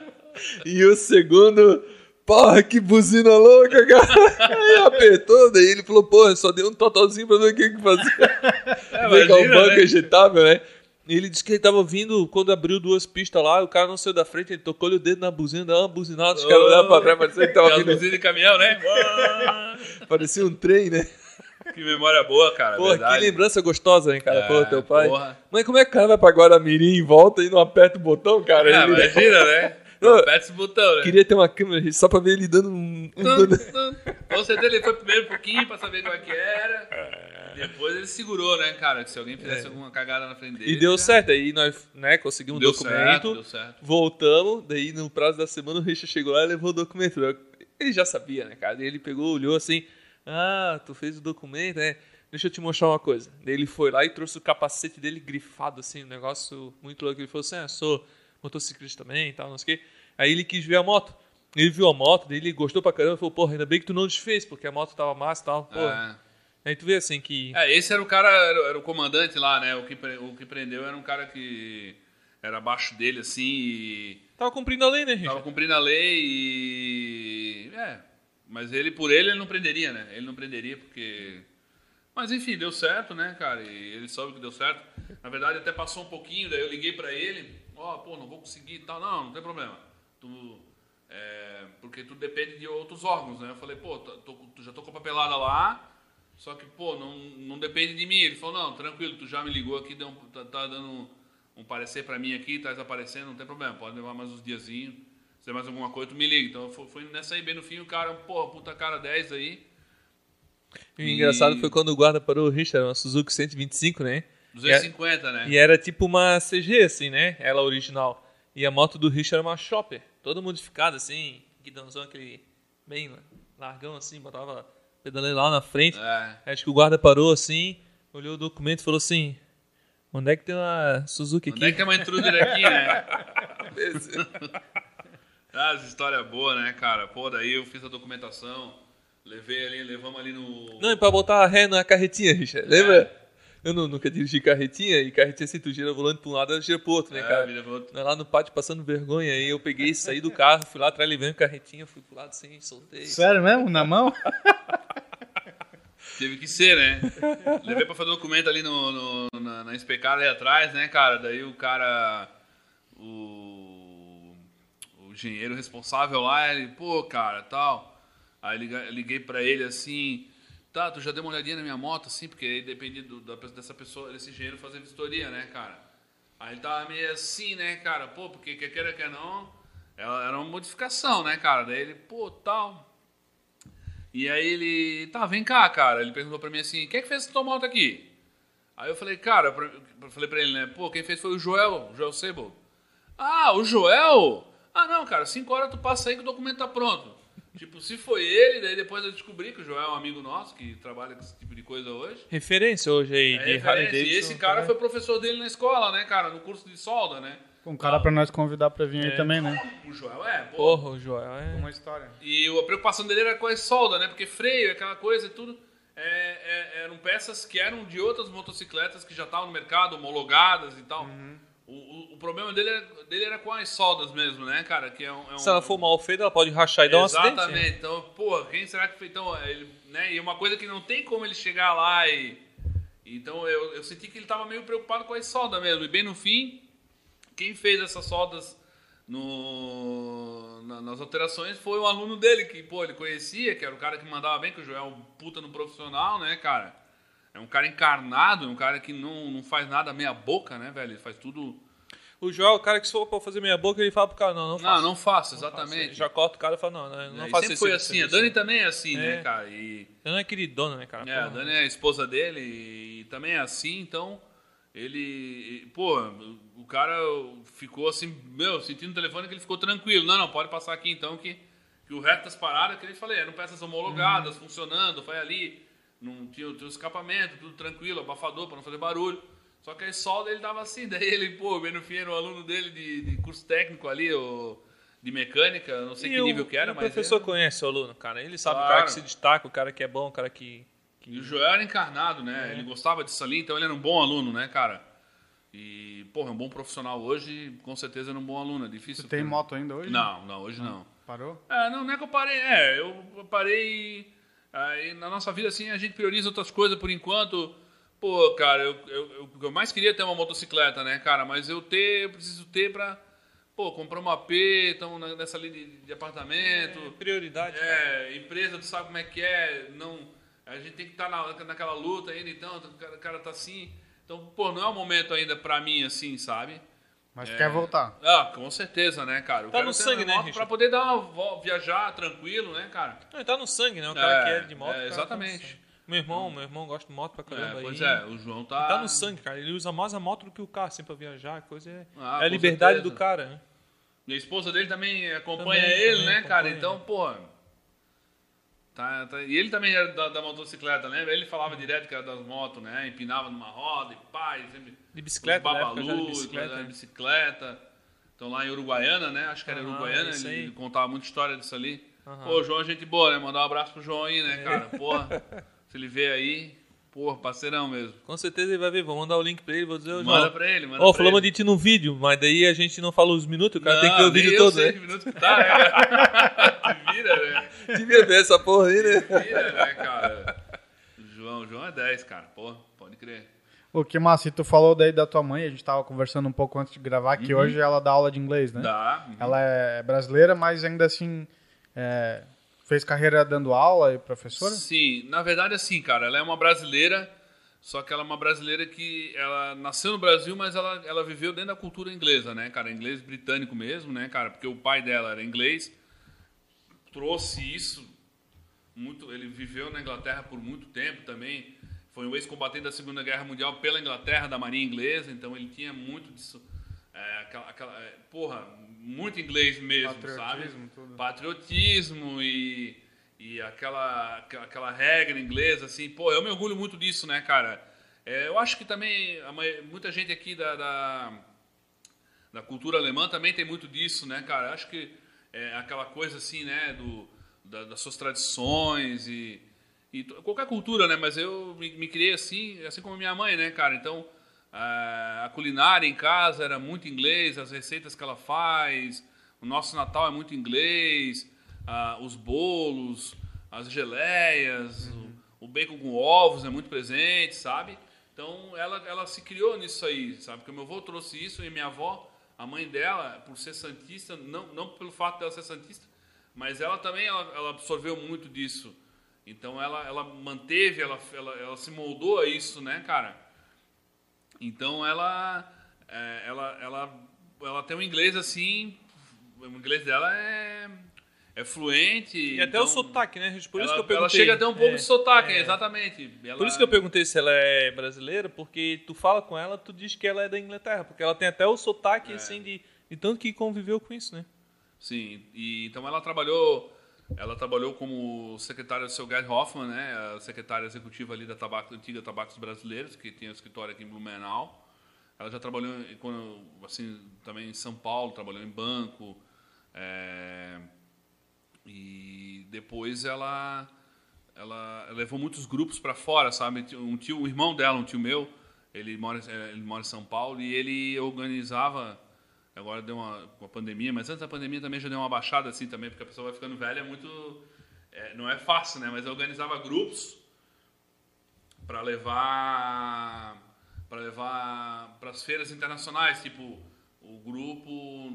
E o segundo... Porra, que buzina louca, cara. Aí apertou, daí ele falou, só deu um totalzinho pra ver o que fazer. Imagina, o banco agitável, né? Ele disse que ele tava vindo quando abriu 2 pistas lá, o cara não saiu da frente, ele tocou o dedo na buzina, deu uma buzinada, os caras olharam pra trás, parecia que tava vindo. Buzina de caminhão, né? Parecia um trem, né? Que memória boa, cara. Pô, verdade. que lembrança gostosa, hein, cara? Pô, teu pai. Porra. Mas como é que o cara vai pra Guaramirim e volta e não aperta o botão, cara? Ah, imagina, né? Não, aperta esse botão, né? Queria ter uma câmera só pra ver ele dando um... Com certeza ele foi primeiro um pouquinho pra saber como é que era. Depois ele segurou, né, cara? Que se alguém fizesse alguma cagada na frente dele... E deu certo, aí nós, né, conseguimos o documento, deu certo. voltamos, daí no prazo da semana o Richard chegou lá e levou o documento. Ele já sabia, né, cara? Daí ele pegou, olhou assim, tu fez o documento, né? Deixa eu te mostrar uma coisa. Daí ele foi lá e trouxe o capacete dele grifado, assim, um negócio muito louco. Ele falou assim, sou motociclista também e tal, não sei o quê. Aí ele quis ver a moto. Ele viu a moto, daí ele gostou pra caramba, falou, porra, ainda bem que tu não desfez, porque a moto tava massa e tal, porra. Aí tu vê assim que... esse era o cara, era o comandante lá, né? O que prendeu era um cara que era abaixo dele, assim, e... Tava cumprindo a lei, né, Richard? Tava cumprindo a lei e... mas por ele não prenderia, né? Ele não prenderia porque... Mas enfim, deu certo, né, cara? E ele soube que deu certo. Na verdade, até passou um pouquinho, daí eu liguei pra ele, não vou conseguir e tal. Não tem problema. Porque tu depende de outros órgãos, né? Eu falei, já tô com a papelada lá, só que, não depende de mim. Ele falou, não, tranquilo, tu já me ligou aqui, tá dando um parecer pra mim aqui, tá desaparecendo, não tem problema, pode levar mais uns diazinhos. Se tem mais alguma coisa, tu me liga. Então foi nessa aí, bem no fim, o cara, puta cara 10 aí. E o engraçado foi quando o guarda parou o Richard, uma Suzuki 125, né? 250, né? E era tipo uma CG, assim, né? Ela original. E a moto do Richard era uma Chopper, toda modificada, assim, guidãozão aquele bem largão, assim, botava pedaleiro lá na frente. Acho que o guarda parou, assim, olhou o documento e falou assim, onde é que tem uma Suzuki aqui? Onde é que tem uma intruder aqui, né? As histórias boas, né, cara? Daí eu fiz a documentação... Levamos ali no... Não, e pra botar a ré na carretinha, Richard. Lembra? Eu nunca dirigi carretinha, e carretinha assim, tu gira o volante pra um lado, ela gira pro outro, né, cara? Vira pro outro. Lá no pátio, passando vergonha, aí eu peguei, saí do carro, fui lá atrás, levei a carretinha, fui pro lado assim, soltei. Sério mesmo? Na mão? Teve que ser, né? Levei pra fazer documento ali na especada ali atrás, né, cara? Daí o cara... O engenheiro responsável lá, ele... cara, tal... Aí liguei pra ele assim, tu já deu uma olhadinha na minha moto, assim, porque aí dependia dessa pessoa, desse engenheiro fazer vistoria, né, cara? Aí ele tava meio assim, né, cara, porque quer queira, quer não, era uma modificação, né, cara? Daí ele, tal. E aí ele, vem cá, cara, ele perguntou pra mim assim, quem é que fez essa tua moto aqui? Aí eu falei, cara, falei pra ele, né, quem fez foi o Joel Sebo. O Joel? Não, cara, 5 horas tu passa aí que o documento tá pronto. Tipo, se foi ele, daí depois eu descobri que o Joel é um amigo nosso, que trabalha com esse tipo de coisa hoje. Referência hoje aí de Harley Davidson. E esse cara foi professor dele na escola, né, cara, no curso de solda, né? Um cara pra nós convidar pra vir aí também, né? O Joel Porra, o Joel é... Uma história. E a preocupação dele era com a solda, né? Porque freio, aquela coisa e tudo, eram peças que eram de outras motocicletas que já estavam no mercado, homologadas e tal. Uhum. O problema dele era com as soldas mesmo, né, cara? Que se ela for mal feita, ela pode rachar e dar um acidente. Exatamente. Então, quem será que fez? Então, né? E uma coisa que não tem como ele chegar lá e... Então, eu senti que ele estava meio preocupado com as soldas mesmo. E bem no fim, quem fez essas soldas nas alterações foi um aluno dele, que, ele conhecia, que era o cara que mandava bem, que o Joel é um puta no profissional, né, cara? É um cara encarnado, um cara que não faz nada meia boca, né, velho? Ele faz tudo... O Joel, o cara que se for pra fazer meia boca, ele fala pro cara, não faça. Não faço, exatamente. Já corta o cara e fala, não faça isso. Sempre foi assim, a Dani também é assim, né, cara? A Dani é queridona, né, cara? A Dani é a esposa dele e também é assim, então... Ele... o cara ficou assim, sentindo o telefone que ele ficou tranquilo. Não, pode passar aqui então, que o resto das paradas, que eu falei, eram peças homologadas, funcionando, foi ali... Não tinha o escapamento, tudo tranquilo, abafador para não fazer barulho. Só que a solda ele tava assim, daí ele, bem no fim era um aluno dele de curso técnico ali, de mecânica, não sei que nível que era, mas... O professor conhece o aluno, cara, ele sabe o cara que se destaca, o cara que é bom, o cara que... E o Joel era encarnado, né? Ele gostava disso ali, então ele era um bom aluno, né, cara? E, é um bom profissional hoje, com certeza era um bom aluno, é difícil... Você tem moto ainda hoje? Não, hoje não. Parou? Não é que eu parei, eu parei... Aí, na nossa vida, assim, a gente prioriza outras coisas por enquanto, Pô, cara, eu mais queria ter uma motocicleta, né, cara? Mas eu preciso ter pra, pô, comprar um AP, então nessa linha de apartamento. Prioridade, cara. Empresa, tu sabe como é que é, não... A gente tem que estar naquela luta ainda, então, o cara tá assim... Então, pô, não é o momento ainda pra mim, assim, sabe? Mas quer voltar? Ah, com certeza, né, cara? Eu tá quero no ter sangue, uma moto né, pra poder dar viajar tranquilo, né, cara? Não, tá no sangue, né? O cara que é de moto. Exatamente. Meu irmão gosta de moto pra caramba. Pois aí. o João tá... Tá no sangue, cara. Ele usa mais a moto do que o carro, assim, pra viajar. A coisa é a com liberdade certeza. do cara, né? E a esposa dele também acompanha ele, né, cara? Então, pô... E ele também era da motocicleta, lembra? Ele falava direto que era das motos, né? Empinava numa roda e pá, e sempre... De bicicleta, babalu, bicicleta. Então lá em Uruguaiana, né? Acho que era Uruguaiana, ele contava muita história disso ali. Pô, o João é gente boa, né? Mandar um abraço pro João aí, né, cara? Porra, se ele vê aí, porra, parceirão mesmo. Com certeza ele vai ver, vou mandar o link pra ele, vou dizer, João. Manda pra ele, falamos de ti no vídeo, mas daí a gente não fala os minutos, o cara tem que ver o vídeo todo, né? Minutos que tá, né? Te vira, né? Devia ver essa porra aí, né? Te vira, né, cara? O João é 10, cara, porra, pode crer. O que massa, e tu falou daí da tua mãe, a gente tava conversando um pouco antes de gravar, que hoje ela dá aula de inglês, né? Dá. Ela é brasileira, mas ainda assim fez carreira dando aula e professora? Sim, na verdade assim, cara, ela é uma brasileira, só que ela é uma brasileira que ela nasceu no Brasil, mas ela viveu dentro da cultura inglesa, né, cara? Inglês britânico mesmo, né, cara? Porque o pai dela era inglês, trouxe isso muito, ele viveu na Inglaterra por muito tempo também. Foi um ex-combatente da Segunda Guerra Mundial pela Inglaterra, da Marinha Inglesa, então ele tinha muito disso, muito inglês mesmo, patriotismo, sabe? Tudo. Patriotismo e aquela regra inglesa, assim, pô, eu me orgulho muito disso, né, cara? Eu acho que também muita gente aqui da cultura alemã também tem muito disso, né, cara? Eu acho que aquela coisa assim, né, das suas tradições e qualquer cultura, né? Mas eu me criei assim como minha mãe, né, cara? Então, a culinária em casa era muito inglês, as receitas que ela faz, o nosso Natal é muito inglês, os bolos, as geleias, o bacon com ovos é muito presente, sabe? Então, ela se criou nisso aí, sabe? Porque meu avô trouxe isso e minha avó, a mãe dela, por ser santista, não pelo fato dela ser santista, mas ela também ela absorveu muito disso. Então ela manteve, ela se moldou a isso, né, cara? Então ela tem um inglês assim, o inglês dela é fluente. E até então, o sotaque, né? Por isso que eu perguntei. Ela chega a ter um pouco de sotaque, exatamente. Por isso que eu perguntei se ela é brasileira, porque tu fala com ela, tu diz que ela é da Inglaterra, porque ela tem até o sotaque, assim, de tanto que conviveu com isso, né? Sim, e então ela trabalhou como secretária do seu Gerd Hoffmann, né, a secretária executiva ali da antiga Tabacos Brasileiros, que tem um escritório aqui em Blumenau. Ela já trabalhou assim, também em São Paulo, trabalhou em banco. E depois ela levou muitos grupos para fora, sabe? O irmão dela, um tio meu, ele mora em São Paulo e ele organizava. Agora deu uma pandemia, mas antes da pandemia também já deu uma baixada assim também, porque a pessoa vai ficando velha, não é fácil, né? Mas eu organizava grupos para levar para as feiras internacionais, tipo o grupo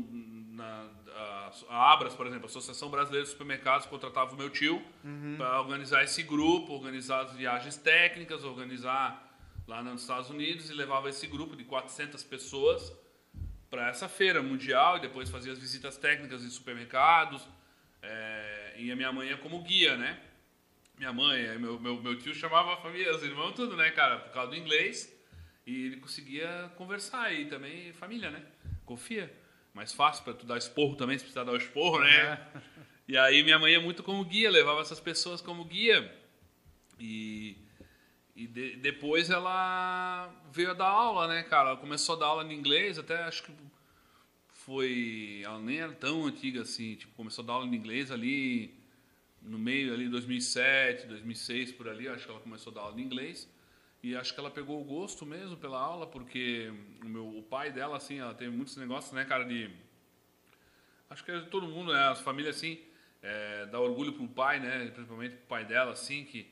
a Abras, por exemplo, a Associação Brasileira de Supermercados contratava o meu tio para organizar esse grupo, organizar as viagens técnicas, organizar lá nos Estados Unidos e levava esse grupo de 400 pessoas para essa feira mundial e depois fazia as visitas técnicas em supermercados. E a minha mãe ia como guia, né? Minha mãe, meu tio chamava a família, os irmãos, tudo, né, cara? Por causa do inglês. E ele conseguia conversar aí também, família, né? Confia. Mais fácil para tu dar esporro também, se precisar dar o esporro, né? E aí minha mãe ia muito como guia, levava essas pessoas como guia. E depois ela veio a dar aula, né, cara? Ela começou a dar aula em inglês, até acho que ela nem era tão antiga assim, tipo, começou a dar aula em inglês ali no meio ali 2007, 2006 por ali, acho que ela começou a dar aula em inglês. E acho que ela pegou o gosto mesmo pela aula, porque o pai dela, assim, ela teve muitos negócios, né, cara, acho que é todo mundo, né, as famílias, assim, dá orgulho pro pai, né, principalmente pro pai dela, assim, que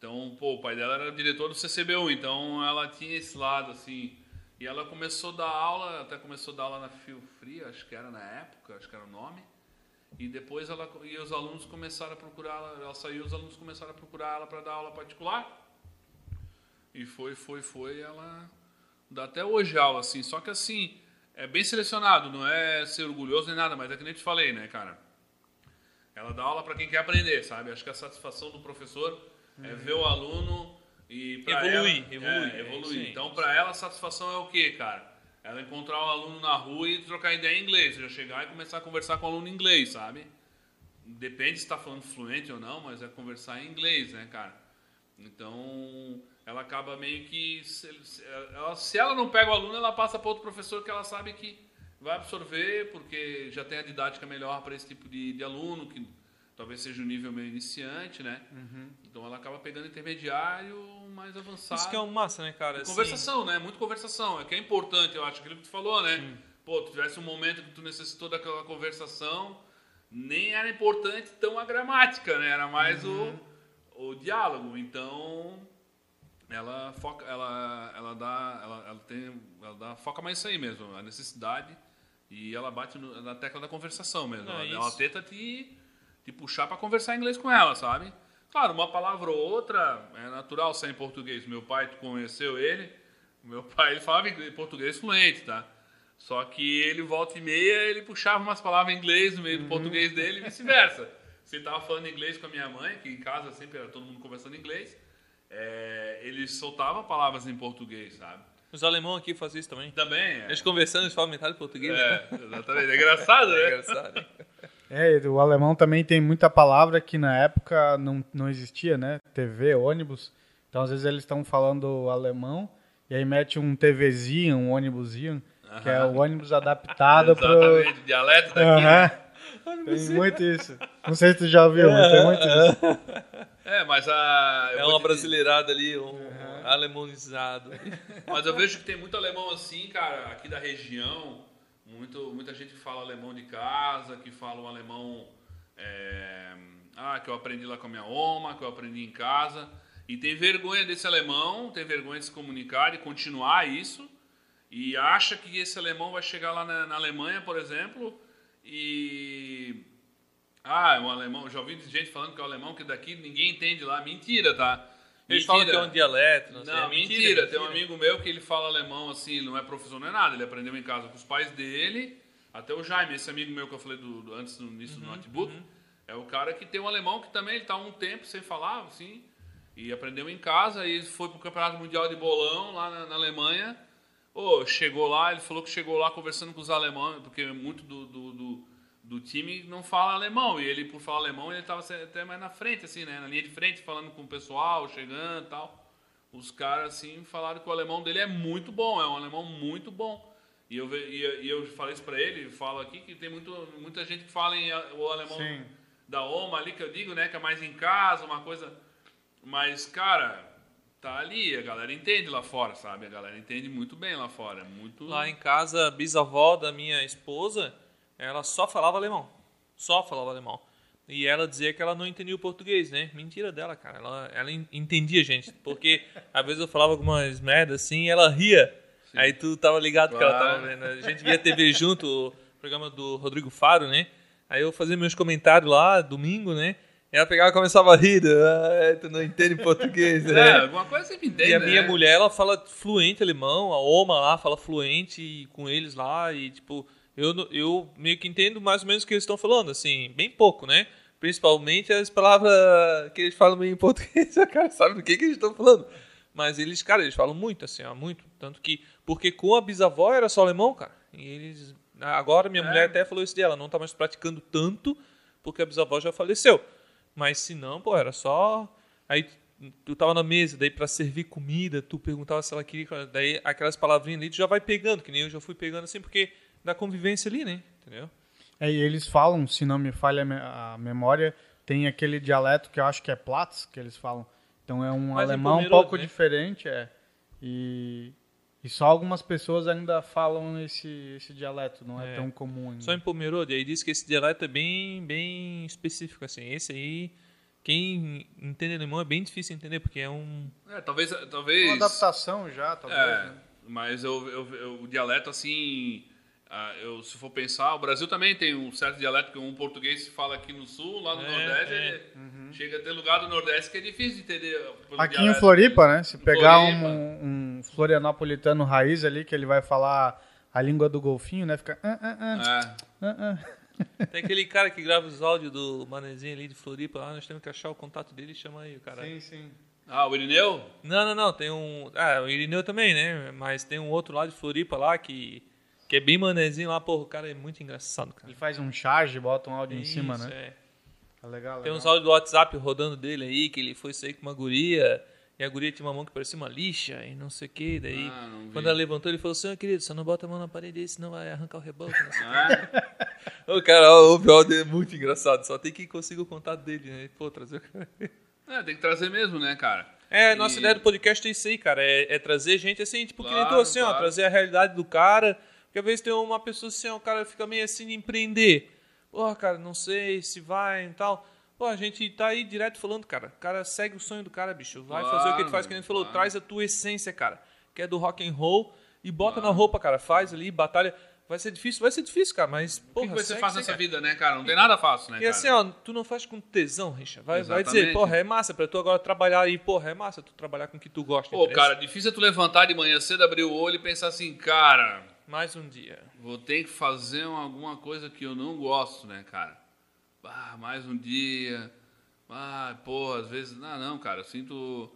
Então, pô, o pai dela era diretor do CCBU, então ela tinha esse lado, assim. E ela começou a dar aula, até começou a dar aula na Fio Free, acho que era na época, acho que era o nome. E depois os alunos começaram a procurar ela saiu e os alunos começaram a procurar ela para dar aula particular. E foi, ela dá até hoje aula, assim. Só que, assim, é bem selecionado, não é ser orgulhoso nem nada, mas é que nem eu te falei, né, cara? Ela dá aula para quem quer aprender, sabe? Acho que a satisfação do professor é ver o aluno e para evoluir. Então, para ela, a satisfação é o quê, cara? Ela encontrar o aluno na rua e trocar ideia em inglês. Já chegar e começar a conversar com o aluno em inglês, sabe? Depende se está falando fluente ou não, mas é conversar em inglês, né, cara? Então, ela acaba meio que... Se ela não pega o aluno, ela passa para outro professor que ela sabe que vai absorver, porque já tem a didática melhor para esse tipo de aluno, que talvez seja um nível meio iniciante, né? Então ela acaba pegando intermediário mais avançado. Isso que é um massa, né, cara? Conversação, assim... né? Muito conversação. É que é importante, eu acho, aquilo que tu falou, né? Sim. Pô, tu tivesse um momento que tu necessitou daquela conversação, nem era importante tão a gramática, né? Era mais o diálogo. Então, ela foca, foca mais isso aí mesmo, a necessidade, e ela bate na tecla da conversação mesmo. Ela tenta te puxar para conversar em inglês com ela, sabe? Claro, uma palavra ou outra é natural ser em português. Meu pai, tu conheceu ele, meu pai, ele falava português fluente, tá? Só que ele, volta e meia, ele puxava umas palavras em inglês no meio do português dele e vice-versa. Se ele tava falando inglês com a minha mãe, que em casa sempre era todo mundo conversando inglês, ele soltava palavras em português, sabe? Os alemães aqui fazem isso também. Também, Eles conversando, eles falam metade português. Exatamente. É engraçado, né? É engraçado, hein? O alemão também tem muita palavra que na época não existia, né? TV, ônibus. Então, às vezes, eles estão falando alemão e aí mete um TVzinho, um ônibusinho, que é o ônibus adaptado para... Exatamente, o dialeto daqui. Né? Tem muito isso. Não sei se tu já ouviu, mas tem muito isso. Mas é uma brasileirada ali, alemonizado. Mas eu vejo que tem muito alemão assim, cara, aqui da região. Muita gente que fala alemão de casa, que fala um alemão que eu aprendi lá com a minha oma, que eu aprendi em casa. E tem vergonha desse alemão, tem vergonha de se comunicar, de continuar isso. E acha que esse alemão vai chegar lá na Alemanha, por exemplo, e... um alemão, já ouvi gente falando que é o alemão que daqui ninguém entende lá. Mentira, tá? Eles falam que é um dialeto, não sei. Não, mentira. Tem um amigo meu que ele fala alemão assim, ele não é professor, não é nada. Ele aprendeu em casa com os pais dele. Até o Jaime, esse amigo meu que eu falei antes no início do notebook, é o cara que tem um alemão que também ele tá há um tempo sem falar, assim, e aprendeu em casa, e foi pro Campeonato Mundial de Bolão lá na Alemanha. Chegou lá, ele falou que chegou lá conversando com os alemães, porque muito do time não fala alemão, e ele, por falar alemão, ele estava até mais na frente, assim, né, na linha de frente, falando com o pessoal, chegando e tal. Os caras, assim, falaram que o alemão dele é muito bom, é um alemão muito bom. E eu falei isso pra ele, falo aqui que tem muita gente que fala o alemão da OMA ali, que eu digo, né, que é mais em casa, uma coisa... Mas, cara, tá ali, a galera entende lá fora, sabe? A galera entende muito bem lá fora, é muito... Lá em casa, a bisavó da minha esposa... Ela só falava alemão. E ela dizia que ela não entendia o português, né? Mentira dela, cara. Ela entendia, gente. Porque às vezes eu falava algumas merdas assim e ela ria. Sim. Aí tu tava ligado que ela tava vendo. A gente via TV junto, o programa do Rodrigo Faro, né? Aí eu fazia meus comentários lá, domingo, né? E ela pegava e começava a rir. Tu não entende português, né? Alguma coisa você entende, E a minha mulher, ela fala fluente alemão. A Oma lá fala fluente com eles lá e tipo... Eu meio que entendo mais ou menos o que eles estão falando, assim, bem pouco, né? Principalmente as palavras que eles falam meio em português, o cara sabe do que eles estão falando. Mas eles, cara, eles falam muito, assim, muito. Tanto que, porque com a bisavó era só alemão, cara. E eles, agora minha mulher até falou isso dela, não tá mais praticando tanto, porque a bisavó já faleceu. Mas se não, era só... Aí tu tava na mesa, daí pra servir comida, tu perguntava se ela queria, daí aquelas palavrinhas ali tu já vai pegando, que nem eu já fui pegando assim, porque... da convivência ali, né? Entendeu? E eles falam, se não me falha a memória, tem aquele dialeto que eu acho que é Platz, que eles falam. Então é um alemão um pouco diferente, e só algumas pessoas ainda falam esse dialeto, não é tão comum ainda. Só em Pomerode, aí diz que esse dialeto é bem, bem específico, assim. Esse aí quem entende alemão é bem difícil entender, porque é um... Talvez... Uma adaptação já, talvez. Né? Mas o dialeto, assim... se for pensar, o Brasil também tem um certo dialeto que um português fala aqui no sul, lá no Nordeste, chega a ter lugar do Nordeste que é difícil de entender. Aqui em Floripa, né? Se pegar um florianopolitano raiz ali, que ele vai falar a língua do golfinho, né? Fica... Tem aquele cara que grava os áudios do Manezinho ali de Floripa, lá nós temos que achar o contato dele e chamar aí o cara. Sim. O Irineu? Não, tem um... o Irineu também, né? Mas tem um outro lá de Floripa lá que é bem manezinho lá, o cara é muito engraçado, cara. Ele faz um charge, bota um áudio em cima, né? É legal. Tem uns áudios do WhatsApp rodando dele aí, que ele foi sair com uma guria, e a guria tinha uma mão que parecia uma lixa, e não sei o que, daí quando ela levantou, ele falou assim, querido, só não bota a mão na parede aí, senão vai arrancar o reboco, não sei o cara, o áudio é muito engraçado, só tem que conseguir o contato dele, né? Trazer o cara. Tem que trazer mesmo, né, cara? Nossa ideia do podcast é isso aí, cara, é trazer gente assim, tipo, que nem tu, assim, trazer a realidade do cara. Porque às vezes tem uma pessoa assim, o cara fica meio assim de empreender. Cara, não sei se vai e tal. A gente tá aí direto falando, cara. O cara segue o sonho do cara, bicho. Vai fazer o que tu faz, que a gente falou. Traz a tua essência, cara. Que é do rock and roll. E bota na roupa, cara. Faz ali, batalha. Vai ser difícil, cara. Mas, o que vai ser fácil nessa vida, né, cara? Não tem nada fácil, né, cara? E assim, tu não faz com tesão, Richard. Vai dizer, é massa pra tu agora trabalhar aí. É massa tu trabalhar com o que tu gosta. Cara, difícil é tu levantar de manhã cedo, abrir o olho e pensar assim, cara... Mais um dia. Vou ter que fazer alguma coisa que eu não gosto, né, cara? Mais um dia. Às vezes... Não, cara, assim, tu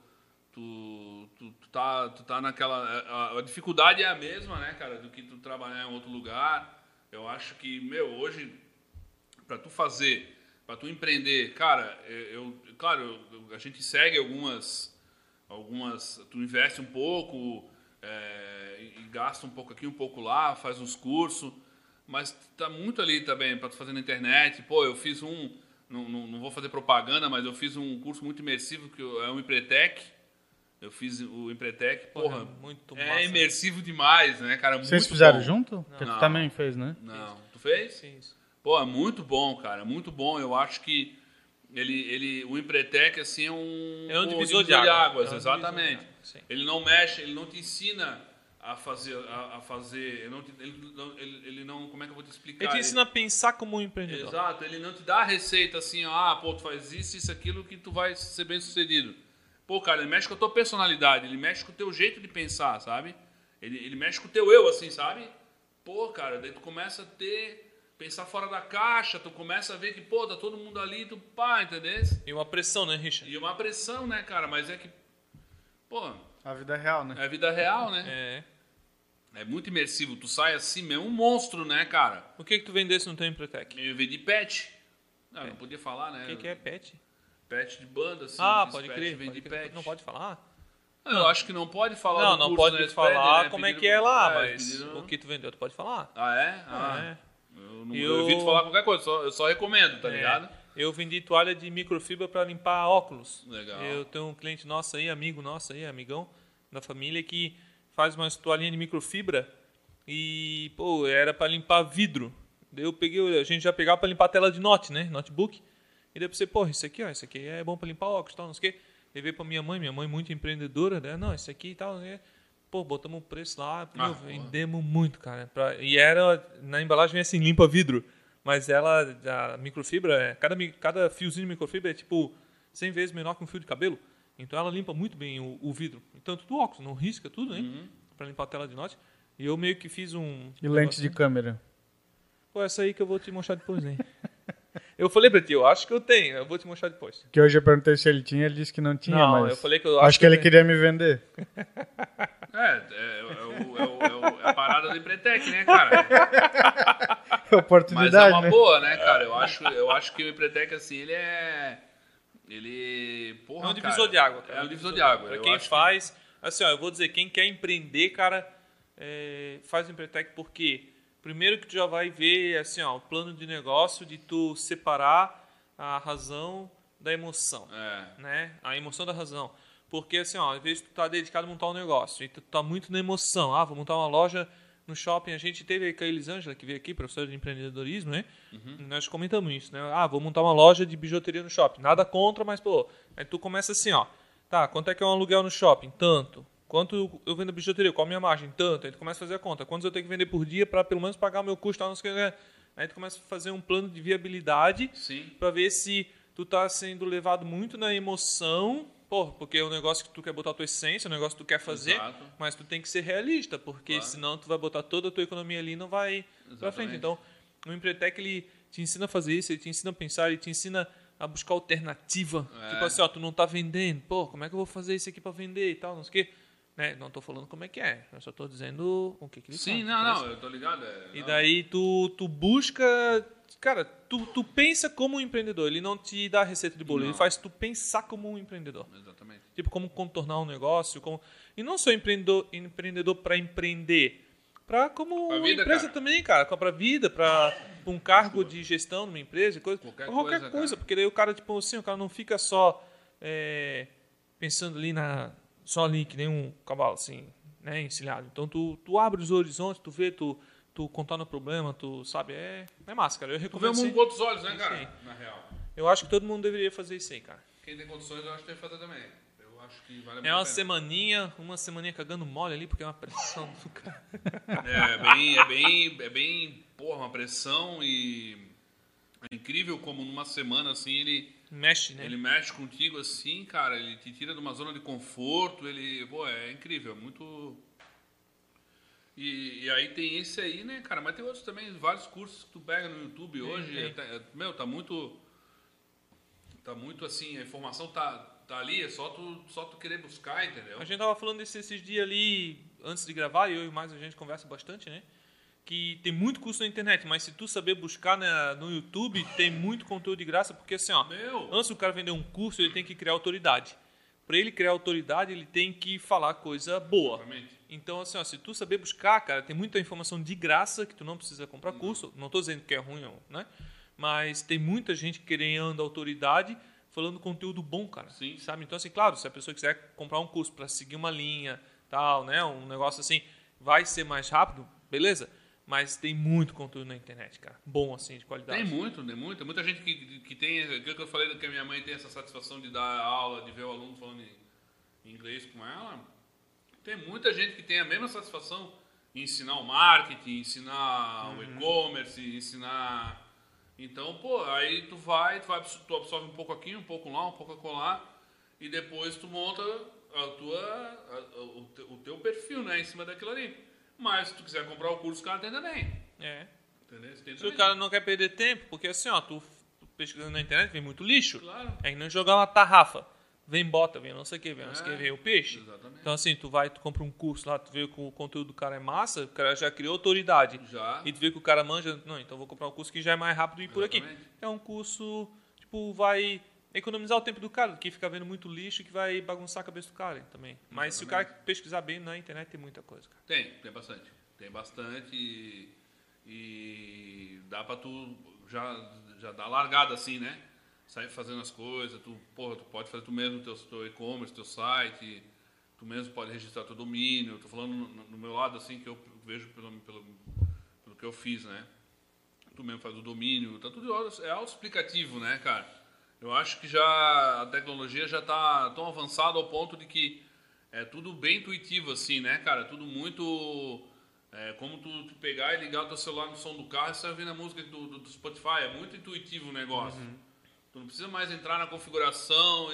tá naquela... A dificuldade é a mesma, né, cara, do que tu trabalhar em outro lugar. Eu acho que, hoje, pra tu fazer, pra tu empreender, cara, a gente segue algumas... Tu investe um pouco... e gasta um pouco aqui, um pouco lá, faz uns cursos, mas tá muito ali também para tu fazer na internet. Eu fiz não vou fazer propaganda, mas eu fiz um curso muito imersivo que é o Empretec. Eu fiz o Empretec, muito massa. Imersivo demais, né, cara? Vocês fizeram bom. junto? Porque tu também fez, né? Não. Tu fez? Sim. É muito bom, cara, muito bom. Eu acho que o Empretec, assim, é um divisor de águas. Exatamente. Ele não mexe, ele não te ensina a fazer, ele não, como é que eu vou te explicar? Ele te ensina a pensar como um empreendedor. Exato, ele não te dá a receita assim, tu faz isso, aquilo que tu vai ser bem sucedido. Cara, ele mexe com a tua personalidade, ele mexe com o teu jeito de pensar, sabe? Ele mexe com o teu eu, assim, sabe? Cara, daí tu começa a pensar fora da caixa, tu começa a ver que, tá todo mundo ali, entendeu? E uma pressão, né, Richard? E uma pressão, né, cara, mas é que, a vida real, né? É a vida real, né? É muito imersivo. Tu sai assim mesmo, um monstro, né, cara? O que tu vendesse no teu Empretec? Eu vendi pet. Não podia falar, né? O que é pet? Pet de banda, assim. Pode crer. Vendi pet. Não pode falar? Eu acho que não pode falar. Não pode falar né? como é que é lá, mas o que tu vendeu, tu pode falar. É? Eu evito falar qualquer coisa, eu só recomendo, tá ligado? Eu vendi toalha de microfibra para limpar óculos. Legal. Eu tenho um cliente nosso aí, amigo nosso aí, amigão da família, que faz umas toalhinhas de microfibra e, era para limpar vidro. Daí a gente já pegava para limpar a tela de notebook. E daí eu pensei, isso aqui é bom para limpar óculos, tal, não sei o quê. Levei para minha mãe muito empreendedora, né? Não, isso aqui e tal, né? Botamos o preço lá, vendemos muito, cara. E na embalagem vem assim, limpa vidro. Mas a microfibra, cada fiozinho de microfibra é tipo 100 vezes menor que um fio de cabelo. Então ela limpa muito bem o vidro. Então tudo óculos, não risca tudo, né? Pra limpar a tela de note. E eu meio que fiz um... E lente de câmera? Essa aí que eu vou te mostrar depois, hein? Eu falei pra ti, eu acho que eu tenho, eu vou te mostrar depois. Que hoje eu perguntei se ele tinha, ele disse que não tinha, mas... eu falei que eu acho que ele queria me vender. É a parada do Empretec, né, cara? Oportunidade, mas é uma né? boa, né, cara? Eu acho que o Empretec, assim, ele é um divisor de água, cara. É um divisor de água. Pra quem faz... Assim, eu vou dizer, quem quer empreender, cara, faz o Empretec porque... Primeiro que tu já vai ver, assim, o plano de negócio de tu separar a razão da emoção, né? A emoção da razão. Porque, assim, às vezes tu tá dedicado a montar um negócio e tu tá muito na emoção. Vou montar uma loja no shopping, a gente teve com a Elisângela, que veio aqui, professora de empreendedorismo, né? E nós comentamos isso, né? Vou montar uma loja de bijuteria no shopping. Nada contra, mas, pô, aí tu começa assim, ó. Tá, quanto é que é um aluguel no shopping? Tanto. Quanto eu vendo bijuteria? Qual a minha margem? Tanto. Aí tu começa a fazer a conta. Quantos eu tenho que vender por dia para pelo menos pagar o meu custo? Não sei o que. Aí tu começa a fazer um plano de viabilidade para ver se tu tá sendo levado muito na emoção, porque é um negócio que tu quer botar a tua essência, é um negócio que tu quer fazer, mas tu tem que ser realista, porque senão tu vai botar toda a tua economia ali e não vai para frente. Então, o Empretec, ele te ensina a fazer isso, ele te ensina a pensar, ele te ensina a buscar alternativa. Tipo assim, ó, tu não tá vendendo, como é que eu vou fazer isso aqui para vender e tal, não sei o quê. Né? Não tô falando como é que é, eu só tô dizendo o que ele faz. Sim, não, eu tô ligado. E daí tu busca... Cara, tu pensa como um empreendedor, ele não te dá receita de bolo, ele faz tu pensar como um empreendedor. Exatamente. Tipo, como contornar um negócio, e não só empreendedor para empreender, para como pra vida, empresa cara. Também, cara, para vida, para um cargo de gestão numa empresa, qualquer coisa, porque daí o cara, tipo assim, o cara não fica só pensando ali só ali que nem um cavalo, assim, né, encilhado. Então, tu abre os horizontes, tu vê, tu contorna o problema, tu sabe, é massa, cara. Eu recomendo. Tu vê o mundo com outros olhos, né, cara? Na real. Eu acho que todo mundo deveria fazer isso aí, cara. Quem tem condições, eu acho que deve fazer também. Eu acho que vale uma semaninha cagando mole ali, porque é uma pressão do cara. É bem, porra, uma pressão e é incrível como numa semana, assim, ele mexe, né? Ele mexe contigo, assim, cara, ele te tira de uma zona de conforto, é incrível, é muito... E aí tem esse aí, né, cara, mas tem outros também, vários cursos que tu pega no YouTube hoje, tá muito assim, a informação tá ali, é só tu querer buscar, entendeu? A gente tava falando esses dias ali, antes de gravar, e eu e mais a gente conversa bastante, né? Que tem muito curso na internet, mas se tu saber buscar no YouTube, tem muito conteúdo de graça, porque assim, ó, antes do cara vender um curso, ele tem que criar autoridade. Para ele criar autoridade, ele tem que falar coisa boa. Exatamente. Então, assim, ó, se tu saber buscar, cara, tem muita informação de graça que tu não precisa comprar curso. Não tô dizendo que é ruim, né? Mas tem muita gente querendo autoridade, falando conteúdo bom, cara. Sim. Sabe? Então, assim, claro, se a pessoa quiser comprar um curso para seguir uma linha, tal, né? Um negócio assim, vai ser mais rápido, beleza? Mas tem muito conteúdo na internet, cara. Bom, assim, de qualidade. Tem muito. Muita gente que tem... Aquilo que eu falei, que a minha mãe tem essa satisfação de dar aula, de ver o aluno falando em inglês com ela. Tem muita gente que tem a mesma satisfação em ensinar o marketing, ensinar o e-commerce, ensinar... Então, aí tu absorve um pouco aqui, um pouco lá, um pouco acolá, e depois tu monta o teu perfil, né, em cima daquilo ali. Mas se tu quiser comprar o curso, o cara tem também. Entendeu? Se o cara não quer perder tempo, porque assim, ó, tu pesquisando na internet, vem muito lixo. Claro. É que não jogar uma tarrafa. Vem bota, vem não sei o que, vem o peixe. Exatamente. Então assim, tu compra um curso lá, tu vê que o conteúdo do cara é massa, o cara já criou autoridade. Já. E tu vê que o cara manja, não, então vou comprar um curso que já é mais rápido e ir por aqui. É um curso, tipo, vai economizar o tempo do cara, que fica vendo muito lixo que vai bagunçar a cabeça do cara também. Mas se o cara pesquisar bem na internet, tem muita coisa, cara. Tem bastante. Tem bastante e dá pra tu já dar largada assim, né? Sair fazendo as coisas, tu pode fazer tu mesmo teu e-commerce, teu site, tu mesmo pode registrar teu domínio. Eu tô falando no meu lado assim, que eu vejo pelo que eu fiz, né? Tu mesmo faz o domínio, tá tudo autoexplicativo, né, cara? Eu acho que já a tecnologia já tá tão avançada ao ponto de que é tudo bem intuitivo assim, né, cara? Tudo muito... como tu pegar e ligar o teu celular no som do carro e sair ouvindo a música do Spotify. É muito intuitivo o negócio. Tu não precisa mais entrar na configuração